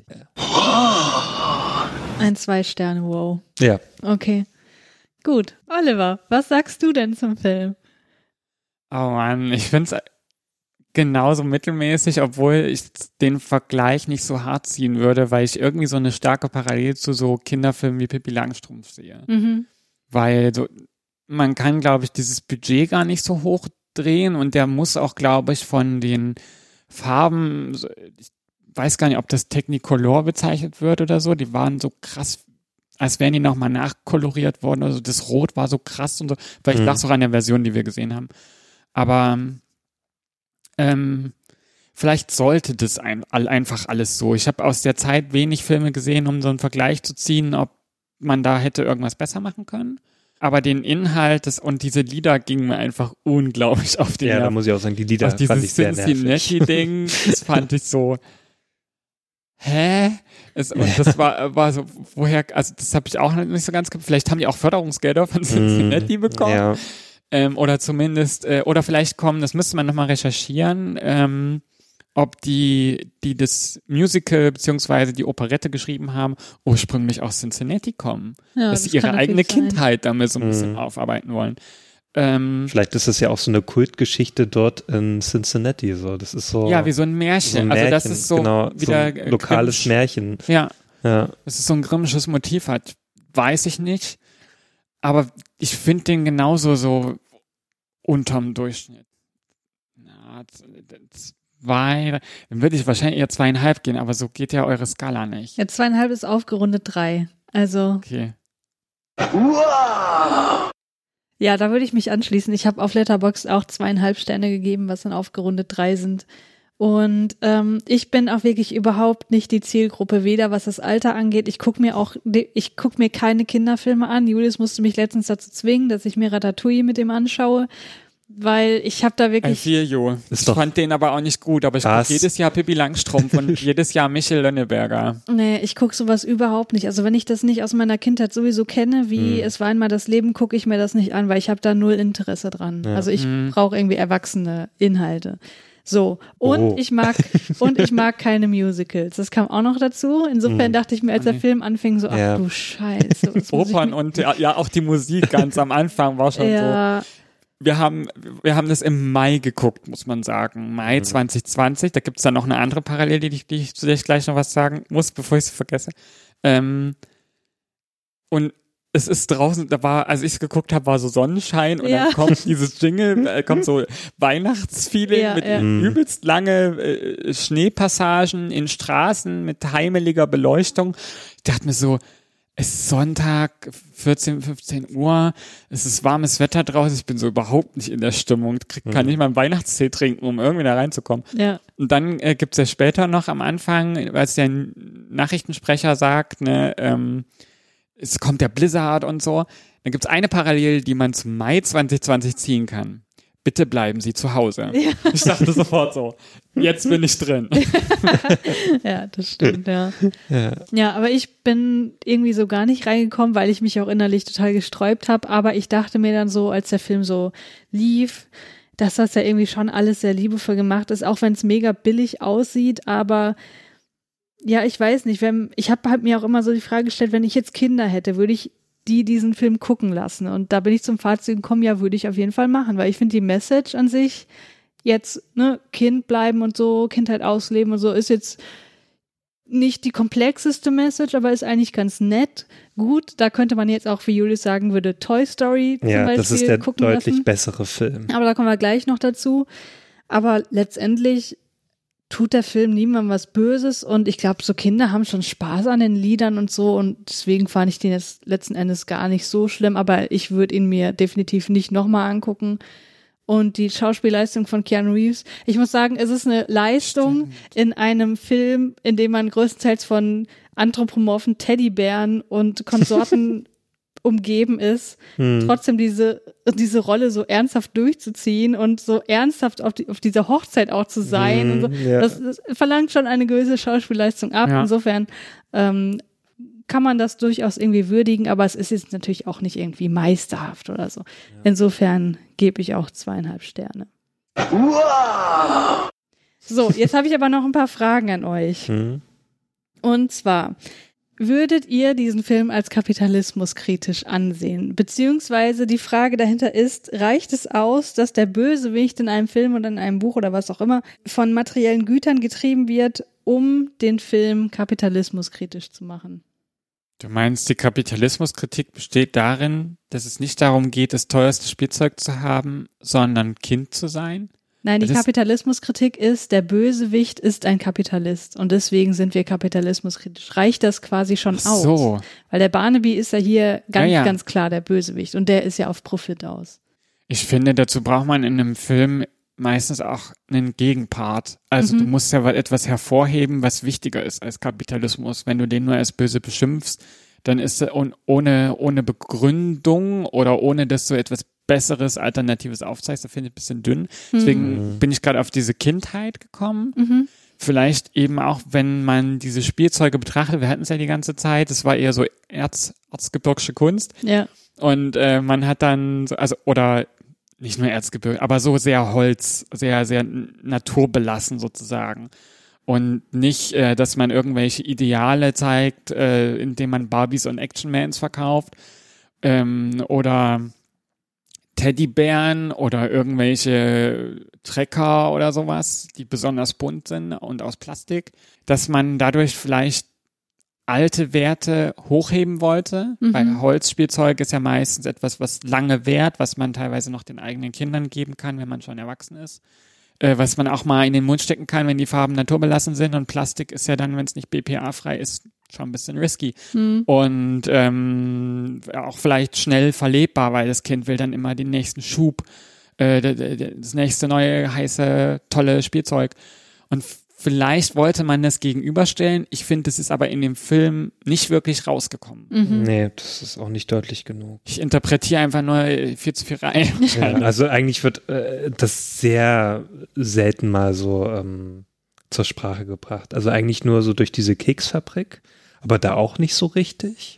Ein 2-Sterne, wow. Ja. Okay. Gut. Oliver, was sagst du denn zum Film? Oh Mann, ich finde es genauso mittelmäßig, obwohl ich den Vergleich nicht so hart ziehen würde, weil ich irgendwie so eine starke Parallele zu so Kinderfilmen wie Pippi Langstrumpf sehe. Weil so, man kann, glaube ich, dieses Budget gar nicht so hoch drehen und der muss auch, glaube ich, von den Farben, ich weiß gar nicht, ob das Technicolor bezeichnet wird oder so, die waren so krass, als wären die nochmal nachkoloriert worden, also das Rot war so krass und so, weil ich lag auch an der Version, die wir gesehen haben. Aber vielleicht sollte das einfach alles so. Ich habe aus der Zeit wenig Filme gesehen, um so einen Vergleich zu ziehen, ob man da hätte irgendwas besser machen können. Aber den Inhalt und diese Lieder gingen mir einfach unglaublich auf den Nerv. Ja, da muss ich auch sagen, die Lieder fand ich sehr nervig. Dieses Cincinnati-Ding, das fand ich so, hä? Und das war so, woher, also das habe ich auch nicht so ganz, vielleicht haben die auch Förderungsgelder von Cincinnati bekommen. Ja. Oder zumindest, oder vielleicht kommen, das müsste man nochmal recherchieren, ob die das Musical beziehungsweise die Operette geschrieben haben, ursprünglich aus Cincinnati kommen. Ja, dass sie ihre eigene Kindheit damit so ein bisschen aufarbeiten wollen. Vielleicht ist es ja auch so eine Kultgeschichte dort in Cincinnati. So. Das ist so. Ja, wie so ein Märchen. Also das ist so genau, wieder so ein lokales Märchen. Ja. Ja. Dass es so ein grimmisches Motiv hat, weiß ich nicht. Aber ich finde den genauso so unterm Durchschnitt. Na, 2, dann würde ich wahrscheinlich eher 2,5 gehen, aber so geht ja eure Skala nicht. Ja, 2,5 ist aufgerundet 3. Also. Okay. Wow. Ja, da würde ich mich anschließen. Ich habe auf Letterboxd auch 2,5 Sterne gegeben, was dann aufgerundet 3 sind. Und ich bin auch wirklich überhaupt nicht die Zielgruppe, weder was das Alter angeht. Ich gucke mir keine Kinderfilme an. Julius musste mich letztens dazu zwingen, dass ich mir Ratatouille mit ihm anschaue, weil ich habe da wirklich... Ich fand den aber auch nicht gut, aber ich gucke jedes Jahr Pippi Langstrumpf und jedes Jahr Michel Lönneberger. Nee, ich gucke sowas überhaupt nicht. Also wenn ich das nicht aus meiner Kindheit sowieso kenne, wie Es war einmal das Leben, gucke ich mir das nicht an, weil ich habe da null Interesse dran. Ja. Also ich brauche irgendwie erwachsene Inhalte. So, und ich mag keine Musicals. Das kam auch noch dazu. Insofern dachte ich mir, als der Film anfing, so, ach du Scheiße. Opern und ja, auch die Musik ganz am Anfang war schon so. Wir haben das im Mai geguckt, muss man sagen. Mai 2020. Da gibt es dann noch eine andere Parallele, zu der ich gleich noch was sagen muss, bevor ich sie vergesse. Und es ist draußen, als ich es geguckt habe, war so Sonnenschein und dann kommt dieses Jingle, kommt so Weihnachtsfeeling mit übelst lange Schneepassagen in Straßen mit heimeliger Beleuchtung. Ich dachte mir so, es ist Sonntag, 15 Uhr, es ist warmes Wetter draußen, ich bin so überhaupt nicht in der Stimmung, kann nicht mal einen Weihnachtstee trinken, um irgendwie da reinzukommen. Ja. Und dann gibt's ja später noch am Anfang, als der Nachrichtensprecher sagt, es kommt der Blizzard und so, dann gibt's eine Parallele, die man zum Mai 2020 ziehen kann. Bitte bleiben Sie zu Hause. Ja. Ich dachte sofort so, jetzt bin ich drin. Ja, das stimmt, ja. Ja, aber ich bin irgendwie so gar nicht reingekommen, weil ich mich auch innerlich total gesträubt habe. Aber ich dachte mir dann so, als der Film so lief, dass das ja irgendwie schon alles sehr liebevoll gemacht ist, auch wenn es mega billig aussieht. Aber ja, ich weiß nicht, ich habe halt mir auch immer so die Frage gestellt, wenn ich jetzt Kinder hätte, würde ich diesen Film gucken lassen. Und da bin ich zum Fazit gekommen, ja, würde ich auf jeden Fall machen, weil ich finde die Message an sich, jetzt, Kind bleiben und so, Kindheit ausleben und so, ist jetzt nicht die komplexeste Message, aber ist eigentlich ganz nett. Gut, da könnte man jetzt auch, wie Julius sagen würde, Toy Story zum Beispiel das ist der gucken deutlich lassen. Bessere Film. Aber da kommen wir gleich noch dazu. Aber letztendlich tut der Film niemandem was Böses und ich glaube, so Kinder haben schon Spaß an den Liedern und so und deswegen fand ich den jetzt letzten Endes gar nicht so schlimm, aber ich würde ihn mir definitiv nicht nochmal angucken. Und die Schauspielleistung von Keanu Reeves, ich muss sagen, es ist eine Leistung in einem Film, in dem man größtenteils von anthropomorphen Teddybären und Konsorten umgeben ist, trotzdem diese Rolle so ernsthaft durchzuziehen und so ernsthaft auf dieser Hochzeit auch zu sein. Und so. Ja. Das verlangt schon eine gewisse Schauspielleistung ab. Ja. Insofern kann man das durchaus irgendwie würdigen, aber es ist jetzt natürlich auch nicht irgendwie meisterhaft oder so. Ja. Insofern gebe ich auch 2,5 Sterne. Wow! So, jetzt habe ich aber noch ein paar Fragen an euch. Und zwar, würdet ihr diesen Film als kapitalismuskritisch ansehen? Beziehungsweise die Frage dahinter ist, reicht es aus, dass der Bösewicht in einem Film oder in einem Buch oder was auch immer von materiellen Gütern getrieben wird, um den Film kapitalismuskritisch zu machen? Du meinst, die Kapitalismuskritik besteht darin, dass es nicht darum geht, das teuerste Spielzeug zu haben, sondern Kind zu sein? Nein, die Kapitalismuskritik ist, der Bösewicht ist ein Kapitalist und deswegen sind wir kapitalismuskritisch. Reicht das quasi schon aus? So. Weil der Barnaby ist ja hier ganz klar der Bösewicht und der ist ja auf Profit aus. Ich finde, dazu braucht man in einem Film meistens auch einen Gegenpart. Also du musst ja etwas hervorheben, was wichtiger ist als Kapitalismus. Wenn du den nur als böse beschimpfst, dann ist er ohne Begründung oder ohne, dass du etwas Besseres, Alternatives aufzeigst, da finde ich ein bisschen dünn. Deswegen bin ich gerade auf diese Kindheit gekommen. Vielleicht eben auch, wenn man diese Spielzeuge betrachtet, wir hatten es ja die ganze Zeit, es war eher so erzgebirgische Kunst. Ja. Und man hat dann, oder nicht nur Erzgebirge, aber so sehr Holz, sehr, sehr naturbelassen sozusagen. Und nicht, dass man irgendwelche Ideale zeigt, indem man Barbies und Actionmans verkauft, oder Teddybären oder irgendwelche Trecker oder sowas, die besonders bunt sind und aus Plastik, dass man dadurch vielleicht alte Werte hochheben wollte, weil Holzspielzeug ist ja meistens etwas, was lange währt, was man teilweise noch den eigenen Kindern geben kann, wenn man schon erwachsen ist, was man auch mal in den Mund stecken kann, wenn die Farben naturbelassen sind, und Plastik ist ja dann, wenn es nicht BPA-frei ist, schon ein bisschen risky und auch vielleicht schnell verlebbar, weil das Kind will dann immer den nächsten Schub, das nächste neue, heiße, tolle Spielzeug, und vielleicht wollte man das gegenüberstellen. Ich finde, das ist aber in dem Film nicht wirklich rausgekommen. Nee, das ist auch nicht deutlich genug. Ich interpretiere einfach nur viel zu viel rein. Ja, also eigentlich wird das sehr selten mal so zur Sprache gebracht. Also eigentlich nur so durch diese Keksfabrik, aber da auch nicht so richtig.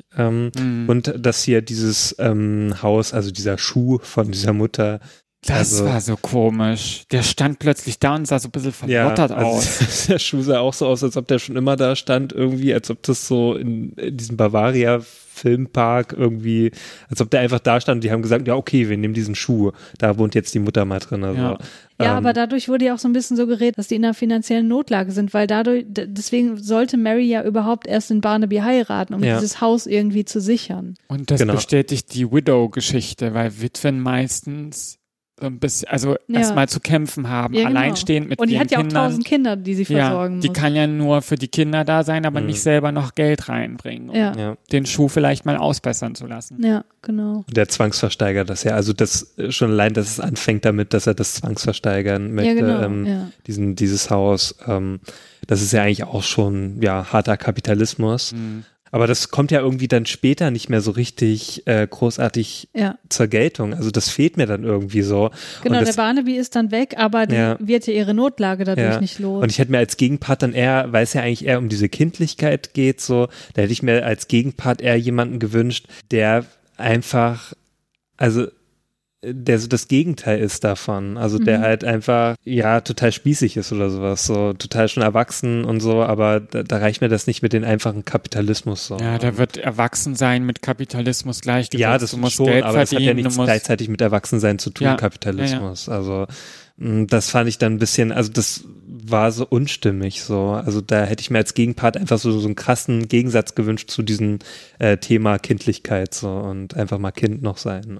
Und dass hier dieses Haus, also dieser Schuh von dieser Mutter, das war so komisch. Der stand plötzlich da und sah so ein bisschen verlottert aus. Der Schuh sah auch so aus, als ob der schon immer da stand, irgendwie, als ob das so in diesem Bavaria-Filmpark irgendwie, als ob der einfach da stand und die haben gesagt, ja okay, wir nehmen diesen Schuh, da wohnt jetzt die Mutter mal drin. Also, ja, aber dadurch wurde ja auch so ein bisschen suggeriert, dass die in einer finanziellen Notlage sind, weil deswegen sollte Mary ja überhaupt erst in Barnaby heiraten, um dieses Haus irgendwie zu sichern. Und das bestätigt die Widow-Geschichte, weil Witwen meistens so ein bisschen, also erstmal zu kämpfen haben, alleinstehend mit ihren Kindern. Und die hat ja auch 1000 Kinder, die sie versorgen muss. Die kann ja nur für die Kinder da sein, aber nicht selber noch Geld reinbringen, um den Schuh vielleicht mal ausbessern zu lassen. Ja, genau. Der Zwangsversteiger, das also das schon allein, dass es anfängt damit, dass er das zwangsversteigern möchte, dieses Haus, das ist ja eigentlich auch schon, harter Kapitalismus. Aber das kommt ja irgendwie dann später nicht mehr so richtig großartig zur Geltung. Also das fehlt mir dann irgendwie so. Genau, der Barnaby ist dann weg, aber die wird ja ihre Notlage dadurch nicht los. Und ich hätte mir als Gegenpart dann eher, weil es ja eigentlich eher um diese Kindlichkeit geht, so, da hätte ich mir als Gegenpart eher jemanden gewünscht, der einfach, also der so das Gegenteil ist davon, also der halt einfach, total spießig ist oder sowas, so total schon erwachsen und so, aber da reicht mir das nicht mit dem einfachen Kapitalismus so. Ja, da wird Erwachsensein mit Kapitalismus gleichgesetzt. Ja, das muss schon, Geld aber das hat ja nichts gleichzeitig mit Erwachsensein zu tun, Kapitalismus. Also das fand ich dann ein bisschen, also das war so unstimmig so, also da hätte ich mir als Gegenpart einfach so einen krassen Gegensatz gewünscht zu diesem Thema Kindlichkeit so und einfach mal Kind noch sein.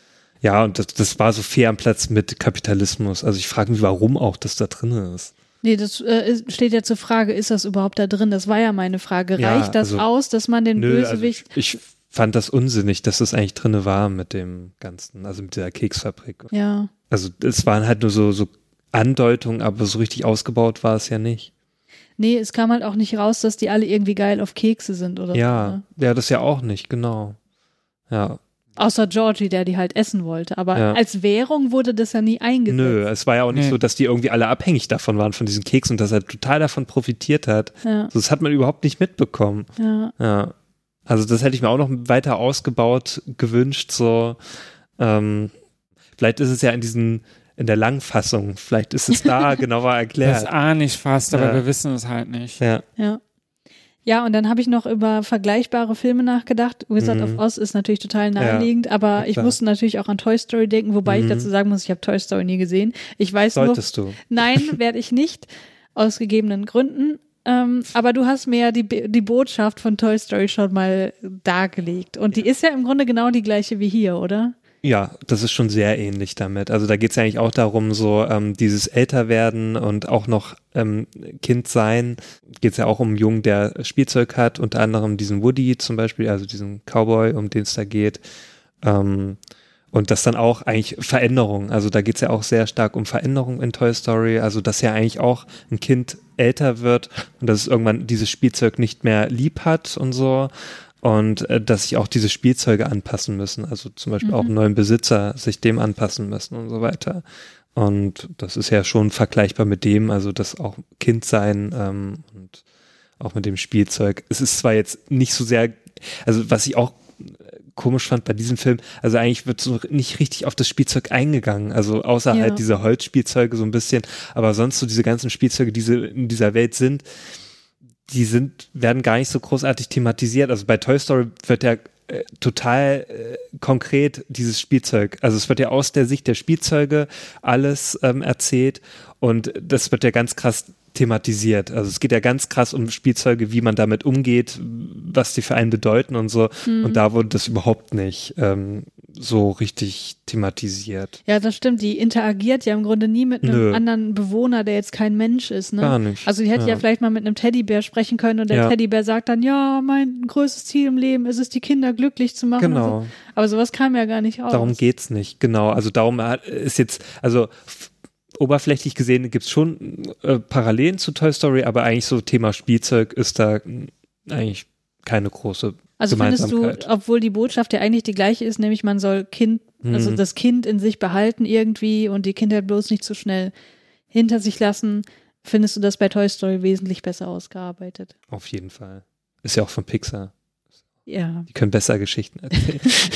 Ja, und das war so fair am Platz mit Kapitalismus. Also ich frage mich, warum auch das da drin ist. Nee, das steht ja zur Frage, ist das überhaupt da drin? Das war ja meine Frage. Reicht das aus, dass man den Bösewicht... Also ich fand das unsinnig, dass das eigentlich drin war mit dem Ganzen, also mit dieser Keksfabrik. Ja. Also es waren halt nur so Andeutungen, aber so richtig ausgebaut war es ja nicht. Nee, es kam halt auch nicht raus, dass die alle irgendwie geil auf Kekse sind oder so. Ne? Ja, das ja auch nicht, genau. Ja. Außer Georgie, der die halt essen wollte. Aber als Währung wurde das ja nie eingesetzt. Nö, es war ja auch nicht so, dass die irgendwie alle abhängig davon waren, von diesen Keksen, und dass er total davon profitiert hat. Ja. Das hat man überhaupt nicht mitbekommen. Ja. Also das hätte ich mir auch noch weiter ausgebaut gewünscht. So, vielleicht ist es ja in der Langfassung, vielleicht ist es da genauer erklärt. Das ahne ich fast, aber wir wissen es halt nicht. Ja, und dann habe ich noch über vergleichbare Filme nachgedacht. Wizard of Oz ist natürlich total naheliegend, aber ich musste natürlich auch an Toy Story denken, wobei ich dazu sagen muss, ich habe Toy Story nie gesehen. Ich weiß Solltest du? Nein, werde ich nicht, aus gegebenen Gründen. Aber du hast mir ja die Botschaft von Toy Story schon mal dargelegt. Und die ist ja im Grunde genau die gleiche wie hier, oder? Ja, das ist schon sehr ähnlich damit. Also da geht es ja eigentlich auch darum, so dieses Älterwerden und auch noch Kind sein. Geht es ja auch um einen Jungen, der Spielzeug hat, unter anderem diesen Woody zum Beispiel, also diesen Cowboy, um den es da geht. Und das dann auch eigentlich Veränderung. Also da geht es ja auch sehr stark um Veränderung in Toy Story. Also dass ja eigentlich auch ein Kind älter wird und dass es irgendwann dieses Spielzeug nicht mehr lieb hat und so. Und dass sich auch diese Spielzeuge anpassen müssen, also zum Beispiel auch neuen Besitzer sich dem anpassen müssen und so weiter. Und das ist ja schon vergleichbar mit dem, also das auch Kind sein und auch mit dem Spielzeug. Es ist zwar jetzt nicht so sehr, also was ich auch komisch fand bei diesem Film, also eigentlich wird so nicht richtig auf das Spielzeug eingegangen, also außer halt diese Holzspielzeuge so ein bisschen, aber sonst so diese ganzen Spielzeuge, die in dieser Welt sind, werden gar nicht so großartig thematisiert. Also bei Toy Story wird ja total konkret dieses Spielzeug. Also es wird ja aus der Sicht der Spielzeuge alles erzählt und das wird ja ganz krass thematisiert. Also es geht ja ganz krass um Spielzeuge, wie man damit umgeht, was die für einen bedeuten und so. Und da wurde das überhaupt nicht so richtig thematisiert. Ja, das stimmt. Die interagiert ja im Grunde nie mit einem anderen Bewohner, der jetzt kein Mensch ist. Ne? Gar nicht. Also die hätte ja vielleicht mal mit einem Teddybär sprechen können und der Teddybär sagt dann, ja, mein größtes Ziel im Leben ist es, die Kinder glücklich zu machen. Genau. So. Aber sowas kam ja gar nicht raus. Darum geht's nicht. Genau. Also darum ist jetzt, also oberflächlich gesehen gibt es schon Parallelen zu Toy Story, aber eigentlich so Thema Spielzeug ist da eigentlich keine große Also findest Gemeinsamkeit. du, obwohl die Botschaft ja eigentlich die gleiche ist, nämlich man soll also das Kind in sich behalten irgendwie und die Kindheit bloß nicht zu schnell hinter sich lassen, findest du das bei Toy Story wesentlich besser ausgearbeitet? Auf jeden Fall. Ist ja auch von Pixar. Ja. Die können besser Geschichten erzählen.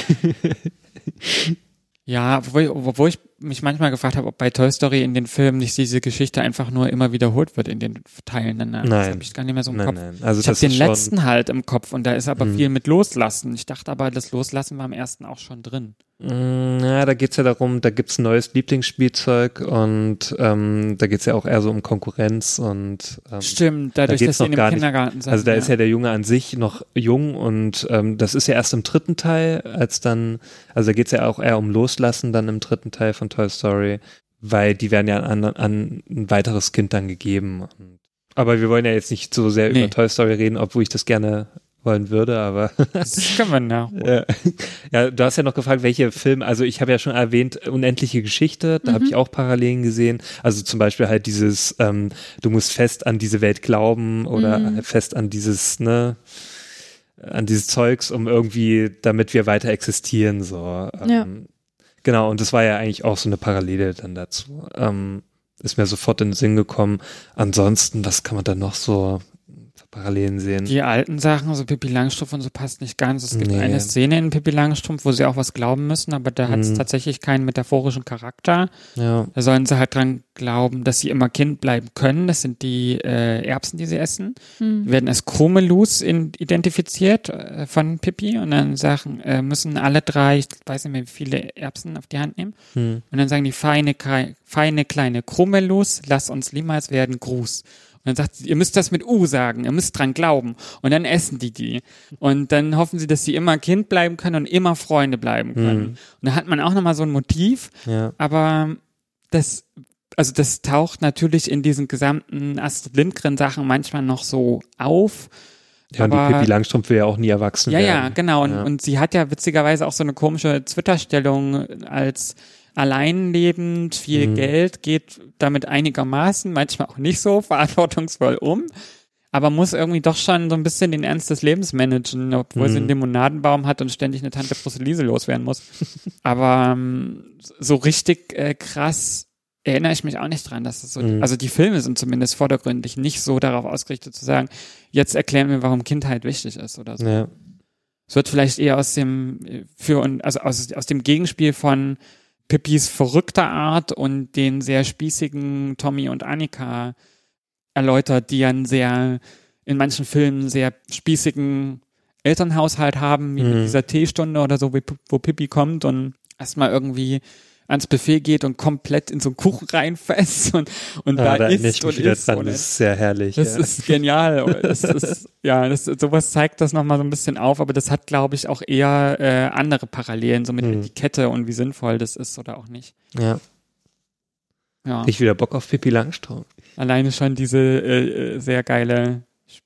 Ja, wo ich mich manchmal gefragt habe, ob bei Toy Story in den Filmen nicht diese Geschichte einfach nur immer wiederholt wird in den Teilen danach. Das habe ich gar nicht mehr so im Kopf. Nein. Also ich habe den letzten halt im Kopf und da ist aber viel mit Loslassen. Ich dachte aber, das Loslassen war im ersten auch schon drin. Ja, da geht's ja darum, da gibt's ein neues Lieblingsspielzeug und da geht's ja auch eher so um Konkurrenz und stimmt, dadurch, da dass sie in dem Kindergarten sind. Also da ist ja der Junge an sich noch jung und das ist ja erst im dritten Teil, also da geht's ja auch eher um Loslassen dann im dritten Teil von Toy Story, weil die werden ja an ein weiteres Kind dann gegeben. Aber wir wollen ja jetzt nicht so sehr über Toy Story reden, obwohl ich das gerne wollen würde, aber das können wir nachholen. Ja, du hast ja noch gefragt, welche Filme, also ich habe ja schon erwähnt, Unendliche Geschichte, da habe ich auch Parallelen gesehen, also zum Beispiel halt dieses, du musst fest an diese Welt glauben oder fest an dieses, an dieses Zeugs, um irgendwie, damit wir weiter existieren, so. Genau, und das war ja eigentlich auch so eine Parallele dann dazu. Ist mir sofort in den Sinn gekommen. Ansonsten, was kann man da noch so Parallelen sehen? Die alten Sachen, so Pippi Langstrumpf und so, passt nicht ganz. Es gibt eine Szene in Pippi Langstrumpf, wo sie auch was glauben müssen, aber da hat es tatsächlich keinen metaphorischen Charakter. Ja. Da sollen sie halt dran glauben, dass sie immer Kind bleiben können. Das sind die Erbsen, die sie essen. Die werden als Krumelus identifiziert von Pippi und dann müssen alle drei, ich weiß nicht mehr, wie viele Erbsen auf die Hand nehmen. Und dann sagen die feine kleine Krumelus, lass uns niemals werden, Gruß. Und dann sagt sie, ihr müsst das mit U sagen, ihr müsst dran glauben. Und dann essen die. Und dann hoffen sie, dass sie immer Kind bleiben können und immer Freunde bleiben können. Und da hat man auch nochmal so ein Motiv. Ja. Aber das taucht natürlich in diesen gesamten Astrid Lindgren-Sachen manchmal noch so auf. Ja, aber, und die Pippi Langstrumpf will ja auch nie erwachsen werden. Ja, genau. Und sie hat ja witzigerweise auch so eine komische Twitter-Stellung als alleinlebend, viel Geld, geht damit einigermaßen, manchmal auch nicht so verantwortungsvoll um, aber muss irgendwie doch schon so ein bisschen den Ernst des Lebens managen, obwohl sie einen Limonadenbaum hat und ständig eine Tante Brusselise loswerden muss. Aber so richtig krass erinnere ich mich auch nicht dran, dass es so, also die Filme sind zumindest vordergründig nicht so darauf ausgerichtet zu sagen, jetzt erklären wir, warum Kindheit wichtig ist oder so. Ja. Es wird vielleicht eher aus dem Gegenspiel von Pippis verrückter Art und den sehr spießigen Tommy und Annika erläutert, die einen in manchen Filmen sehr spießigen Elternhaushalt haben, wie mit dieser Teestunde oder so, wo Pippi kommt und erstmal irgendwie ans Buffet geht und komplett in so einen Kuchen reinfasst und da isst und isst. Das ist sehr herrlich. Das ist genial. Sowas zeigt das nochmal so ein bisschen auf, aber das hat, glaube ich, auch eher andere Parallelen, so mit Etikette und wie sinnvoll das ist oder auch nicht. Ja. Ich wieder Bock auf Pippi Langstrumpf. Alleine schon diese sehr geile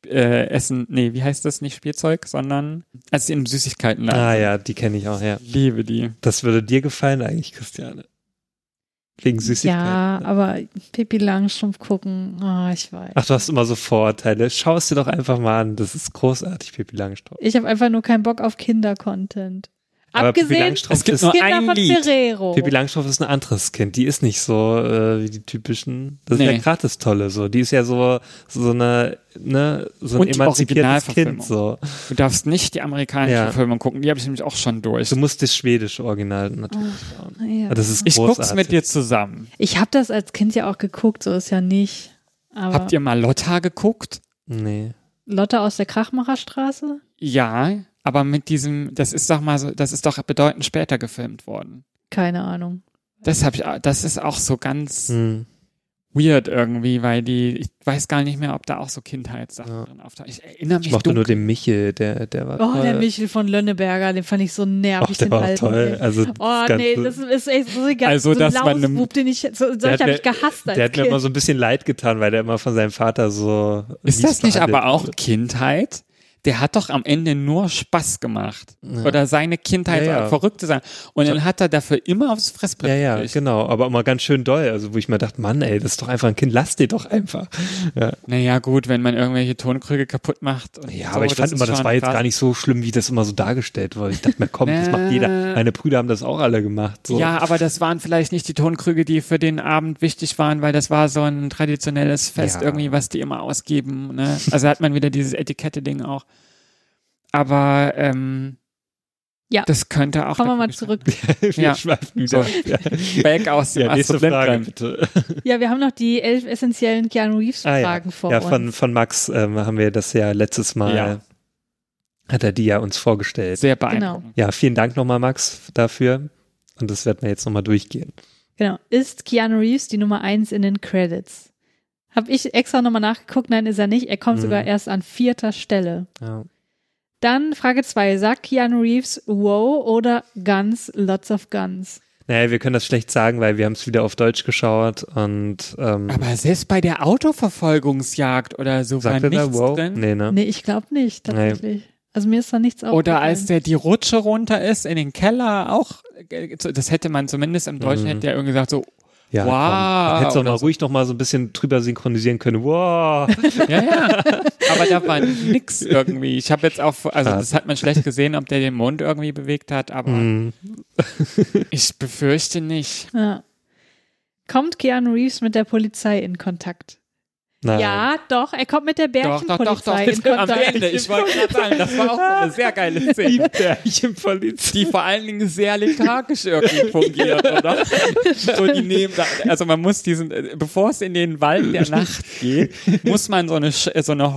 wie heißt das, nicht Spielzeug, sondern als sie in Süßigkeitenladen. Ah ja, die kenne ich auch, ja. Liebe die. Das würde dir gefallen eigentlich, Christiane. Wegen Süßigkeiten. Ja, aber Pippi Langstrumpf gucken, ich weiß. Ach, du hast immer so Vorurteile. Schau es dir doch einfach mal an, das ist großartig, Pippi Langstrumpf. Ich habe einfach nur keinen Bock auf Kinder-Content. Aber abgesehen, es gibt nur ein Lied. Ferrero. Pippi Langstrumpf ist ein anderes Kind. Die ist nicht so wie die typischen. Das ist ja gratis tolle so. Die ist ja so ein emanzipiertes Kind so. Du darfst nicht die amerikanische Verfilmung gucken. Die habe ich nämlich auch schon durch. Du musst das schwedische Original natürlich schauen. Ja. Das ist ich guck's mit dir zusammen. Ich habe das als Kind ja auch geguckt. So ist ja nicht. Aber habt ihr mal Lotta geguckt? Nee. Lotta aus der Krachmacherstraße? Ja. Aber mit diesem, das ist doch bedeutend später gefilmt worden. Keine Ahnung. Das ist auch so ganz weird irgendwie, weil ich weiß gar nicht mehr, ob da auch so Kindheitssachen drin auftauchen. Ich erinnere mich. Ich mochte nur den Michel, der war toll. Der Michel von Lönneberger, den fand ich so nervig, der den war alten. toll. Also das ist echt so egal. Also, so dass ein man Lausbub, den ich, solch habe ich gehasst als Der hat mir Kind. immer so ein bisschen leid getan, weil der immer von seinem Vater so Ist das nicht behandelt aber auch wurde. Kindheit? Der hat doch am Ende nur Spaß gemacht. Oder seine Kindheit verrückte sein. Und dann hat er dafür immer aufs Fressbrett gekriegt. Genau, aber immer ganz schön doll. Also wo ich mir dachte, Mann, ey, das ist doch einfach ein Kind, lass den doch einfach. Ja. Naja, gut, wenn man irgendwelche Tonkrüge kaputt macht. Und Ja, so, aber ich fand immer, das war jetzt krass. gar nicht so schlimm, wie das immer so dargestellt wurde. Ich dachte mir, komm, das macht jeder. Meine Brüder haben das auch alle gemacht. So. Ja, aber das waren vielleicht nicht die Tonkrüge, die für den Abend wichtig waren, weil das war so ein traditionelles Fest irgendwie, was die immer ausgeben. Ne? Also hat man wieder dieses Etikette-Ding auch. Aber das könnte auch. Kommen wir mal zurück. Wir schweifen wieder. Back aus dem nächste Frage, Astroblend. bitte. Ja, wir haben noch die 11 essentiellen Keanu Reeves-Fragen vor uns. Von Max haben wir das ja letztes Mal, hat er die ja uns vorgestellt. Sehr beeindruckend. Ja, vielen Dank nochmal, Max, dafür. Und das werden wir jetzt nochmal durchgehen. Genau. Ist Keanu Reeves die Nummer 1 in den Credits? Habe ich extra nochmal nachgeguckt. Nein, ist er nicht. Er kommt sogar erst an 4. Stelle. Ja. Dann Frage 2. Sagt Keanu Reeves wow oder Guns, lots of guns? Naja, wir können das schlecht sagen, weil wir haben es wieder auf Deutsch geschaut und Aber selbst bei der Autoverfolgungsjagd oder so war sagt er da nichts wow? drin. Nee, ne? Nee, ich glaube nicht, tatsächlich. Also mir ist da nichts aufgefallen. Oder als der die Rutsche runter ist in den Keller auch, das hätte man zumindest im Deutschen hätte er irgendwie gesagt so, Ja, wow. Hättest du auch oder mal so. ruhig noch mal so ein bisschen drüber synchronisieren können. Wow. Ja. Aber da war nix irgendwie. Ich habe jetzt auch, also das hat man schlecht gesehen, ob der den Mund irgendwie bewegt hat, aber ich befürchte nicht. Ja. Kommt Keanu Reeves mit der Polizei in Kontakt? Nein. Ja, doch, er kommt mit der Doch. Bärchenpolizei in Am Kontakt. Ende, ich wollte gerade sagen, das war auch so eine sehr geile Szene. Bärchenpolizei. Die vor allen Dingen sehr lethargisch irgendwie fungiert, oder? So, die nehmen da, also man muss bevor es in den Wald der Nacht geht, muss man so einen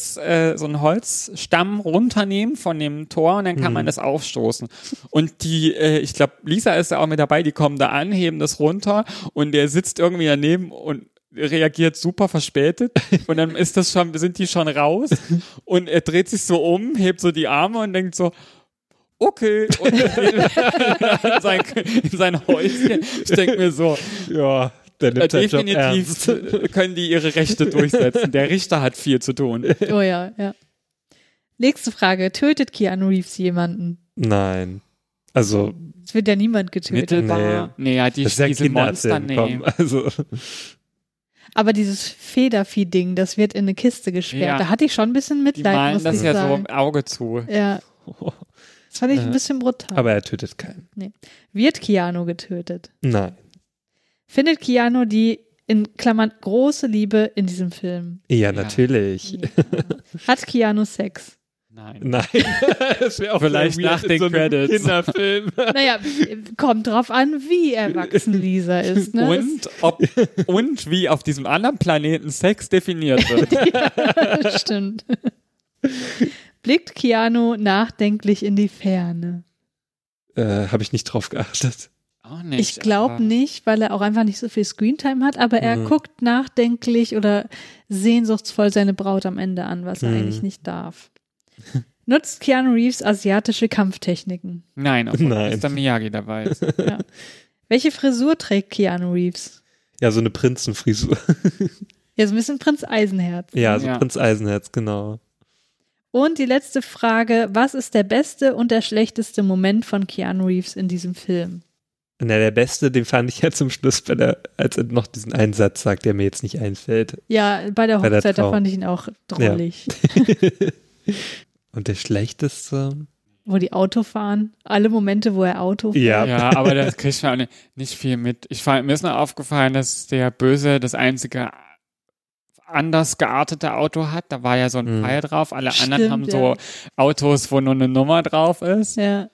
Holzstamm runternehmen von dem Tor und dann kann man das aufstoßen. Und ich glaube, Lisa ist da auch mit dabei, die kommen da an, heben das runter und der sitzt irgendwie daneben und reagiert super verspätet und dann sind die schon raus und er dreht sich so um, hebt so die Arme und denkt so, okay, und in sein Häuschen. Ich denke mir so, Ja, der nimmt seinen Job definitiv ernst. können die ihre Rechte durchsetzen. Der Richter hat viel zu tun. Oh ja. Nächste Frage. Tötet Keanu Reeves jemanden? Nein. Also, Es wird ja niemand getötet. Mittelbar. Nee, ja, das ist ja diese Monster, Kindererzählen. nee. Komm, also, Aber dieses Federvieh-Ding, das wird in eine Kiste gesperrt. Ja. Da hatte ich schon ein bisschen Die Mitleid, malen muss das ich ja sagen. so im Auge zu. Ja. Das fand ich ein bisschen brutal. aber er tötet keinen. Wird Keanu getötet? Nein. Findet Keanu die, in Klammern, große Liebe in diesem Film? Ja, natürlich. Hat Keanu Sex? Nein. Nein. Das wäre auch Vielleicht sehr weird nach in den so einem Credits. Kinderfilm. Naja, kommt drauf an, wie erwachsen Lisa ist. Ne? Und wie auf diesem anderen Planeten Sex definiert wird. Das stimmt. Blickt Keanu nachdenklich in die Ferne? Habe ich nicht drauf geachtet. Auch nicht. Ich glaube nicht, weil er auch einfach nicht so viel Screentime hat, aber er guckt nachdenklich oder sehnsuchtsvoll seine Braut am Ende an, was er eigentlich nicht darf. Nutzt Keanu Reeves asiatische Kampftechniken? Nein, obwohl Nein. Mr. Miyagi dabei ist. Ja. Welche Frisur trägt Keanu Reeves? Ja, so eine Prinzenfrisur. Ja, so ein bisschen Prinz Eisenherz. Ja, so Ja. Prinz Eisenherz, genau. Und die letzte Frage, was ist der beste und der schlechteste Moment von Keanu Reeves in diesem Film? Na, der beste, den fand ich ja zum Schluss, als er noch diesen einen Satz sagt, der mir jetzt nicht einfällt. Ja, bei der Bei der Hochzeit, da Trauung. fand ich ihn auch drollig. Und der schlechteste? Wo die Auto fahren, alle Momente, wo er Auto fährt. Ja. Ja, aber das kriegt man auch nicht viel mit. Mir ist noch aufgefallen, dass der Böse das einzige anders geartete Auto hat. Da war ja so ein Pfeil drauf. Alle anderen Stimmt, haben so Autos, wo nur eine Nummer drauf ist. Ja.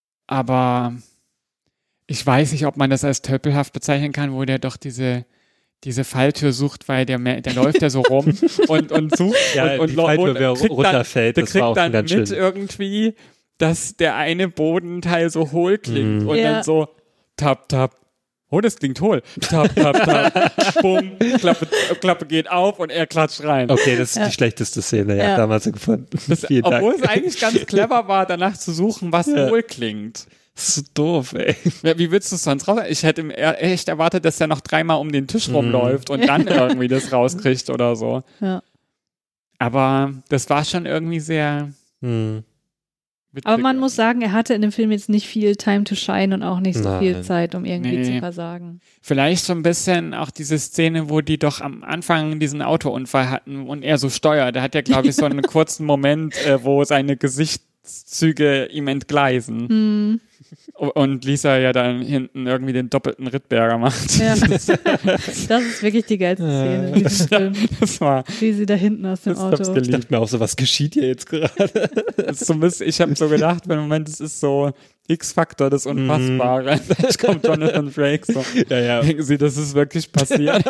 Aber ich weiß nicht, ob man das als tölpelhaft bezeichnen kann, wo der doch diese diese Falltür sucht, weil der läuft ja so rum und sucht ja, und die Falltür, wer runterfällt, der das war auch dann ganz mit schön. irgendwie, dass der eine Bodenteil so hohl klingt und dann so tap, tap. Oh, das klingt hohl. Tap, tap, tap. Bumm, Klappe geht auf und er klatscht rein. Okay, das ist die schlechteste Szene, damals gefunden. Vielen Dank. Obwohl es eigentlich ganz clever war, danach zu suchen, was hohl klingt. Das ist so doof, ey. Ja, wie willst du es sonst raus? Ich hätte echt erwartet, dass er noch 3-mal um den Tisch rumläuft und dann irgendwie das rauskriegt oder so. Ja. Aber das war schon irgendwie sehr... Aber man muss sagen, er hatte in dem Film jetzt nicht viel Time to shine und auch nicht so viel Zeit, um irgendwie zu versagen. Vielleicht so ein bisschen auch diese Szene, wo die doch am Anfang diesen Autounfall hatten und er so steuert. Der hat ja, glaube ich, so einen kurzen Moment, wo seine Gesichtszüge ihm entgleisen. Und Lisa ja dann hinten irgendwie den doppelten Rittberger macht. Ja. Das ist wirklich die geilste Szene in diesem Film. Das war, wie sie da hinten aus dem Auto. Ich dachte mir auch so, was geschieht hier jetzt gerade? Ich habe so gedacht, im Moment, es ist so X-Faktor, das Unfassbare. Da kommt Jonathan Frakes so. Ja. Denken Sie, das ist wirklich passiert?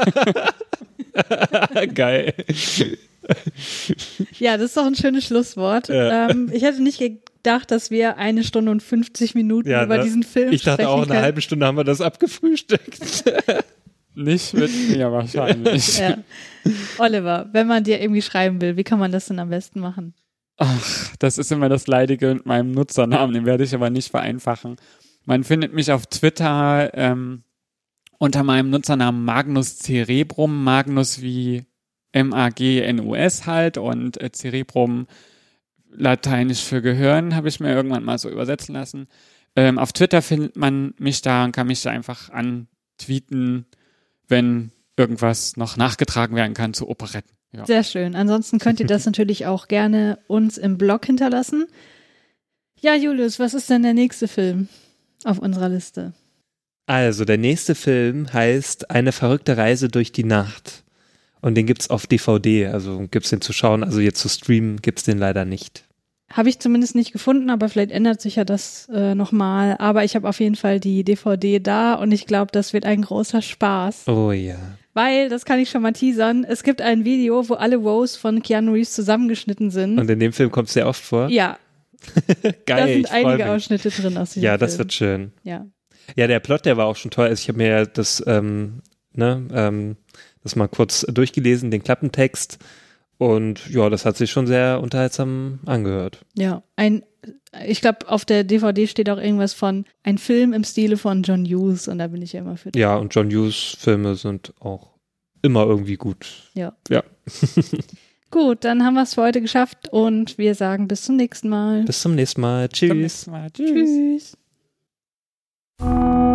Geil. Ja, das ist doch ein schönes Schlusswort. Ja. Ich hätte nicht gedacht, dass wir 1 Stunde und 50 Minuten über diesen Film sprechen. Ich dachte auch, eine halbe Stunde haben wir das abgefrühstückt. Nicht mit mir wahrscheinlich. Ja. Oliver, wenn man dir irgendwie schreiben will, wie kann man das denn am besten machen? Ach, das ist immer das Leidige mit meinem Nutzernamen, den werde ich aber nicht vereinfachen. Man findet mich auf Twitter unter meinem Nutzernamen Magnus Cerebrum, Magnus wie M-A-G-N-U-S halt und Cerebrum lateinisch für Gehirn, habe ich mir irgendwann mal so übersetzen lassen. Auf Twitter findet man mich da und kann mich da einfach antweeten, wenn irgendwas noch nachgetragen werden kann zu Operetten. Ja. Sehr schön. Ansonsten könnt ihr das natürlich auch gerne uns im Blog hinterlassen. Ja, Julius, was ist denn der nächste Film auf unserer Liste? Also, der nächste Film heißt Eine verrückte Reise durch die Nacht. Und den gibt's auf DVD, also gibt's den zu schauen, also jetzt zu streamen gibt's den leider nicht. Habe ich zumindest nicht gefunden, aber vielleicht ändert sich ja das nochmal. Aber ich habe auf jeden Fall die DVD da und ich glaube, das wird ein großer Spaß. Oh ja. Weil, das kann ich schon mal teasern, es gibt ein Video, wo alle Woes von Keanu Reeves zusammengeschnitten sind. Und in dem Film kommt es sehr oft vor? Ja. Geil, da sind einige Ausschnitte drin aus diesem Film. Ja, das wird schön. Ja. Ja, der Plot, der war auch schon toll. Also ich habe mir ja das mal kurz durchgelesen, den Klappentext. Und ja, das hat sich schon sehr unterhaltsam angehört. Ja, ich glaube, auf der DVD steht auch irgendwas von ein Film im Stile von John Hughes und da bin ich ja immer für. Ja, und John Hughes Filme sind auch immer irgendwie gut. Ja. Ja. Gut, dann haben wir es für heute geschafft und wir sagen bis zum nächsten Mal. Bis zum nächsten Mal. Tschüss. Tschüss. Tschüss.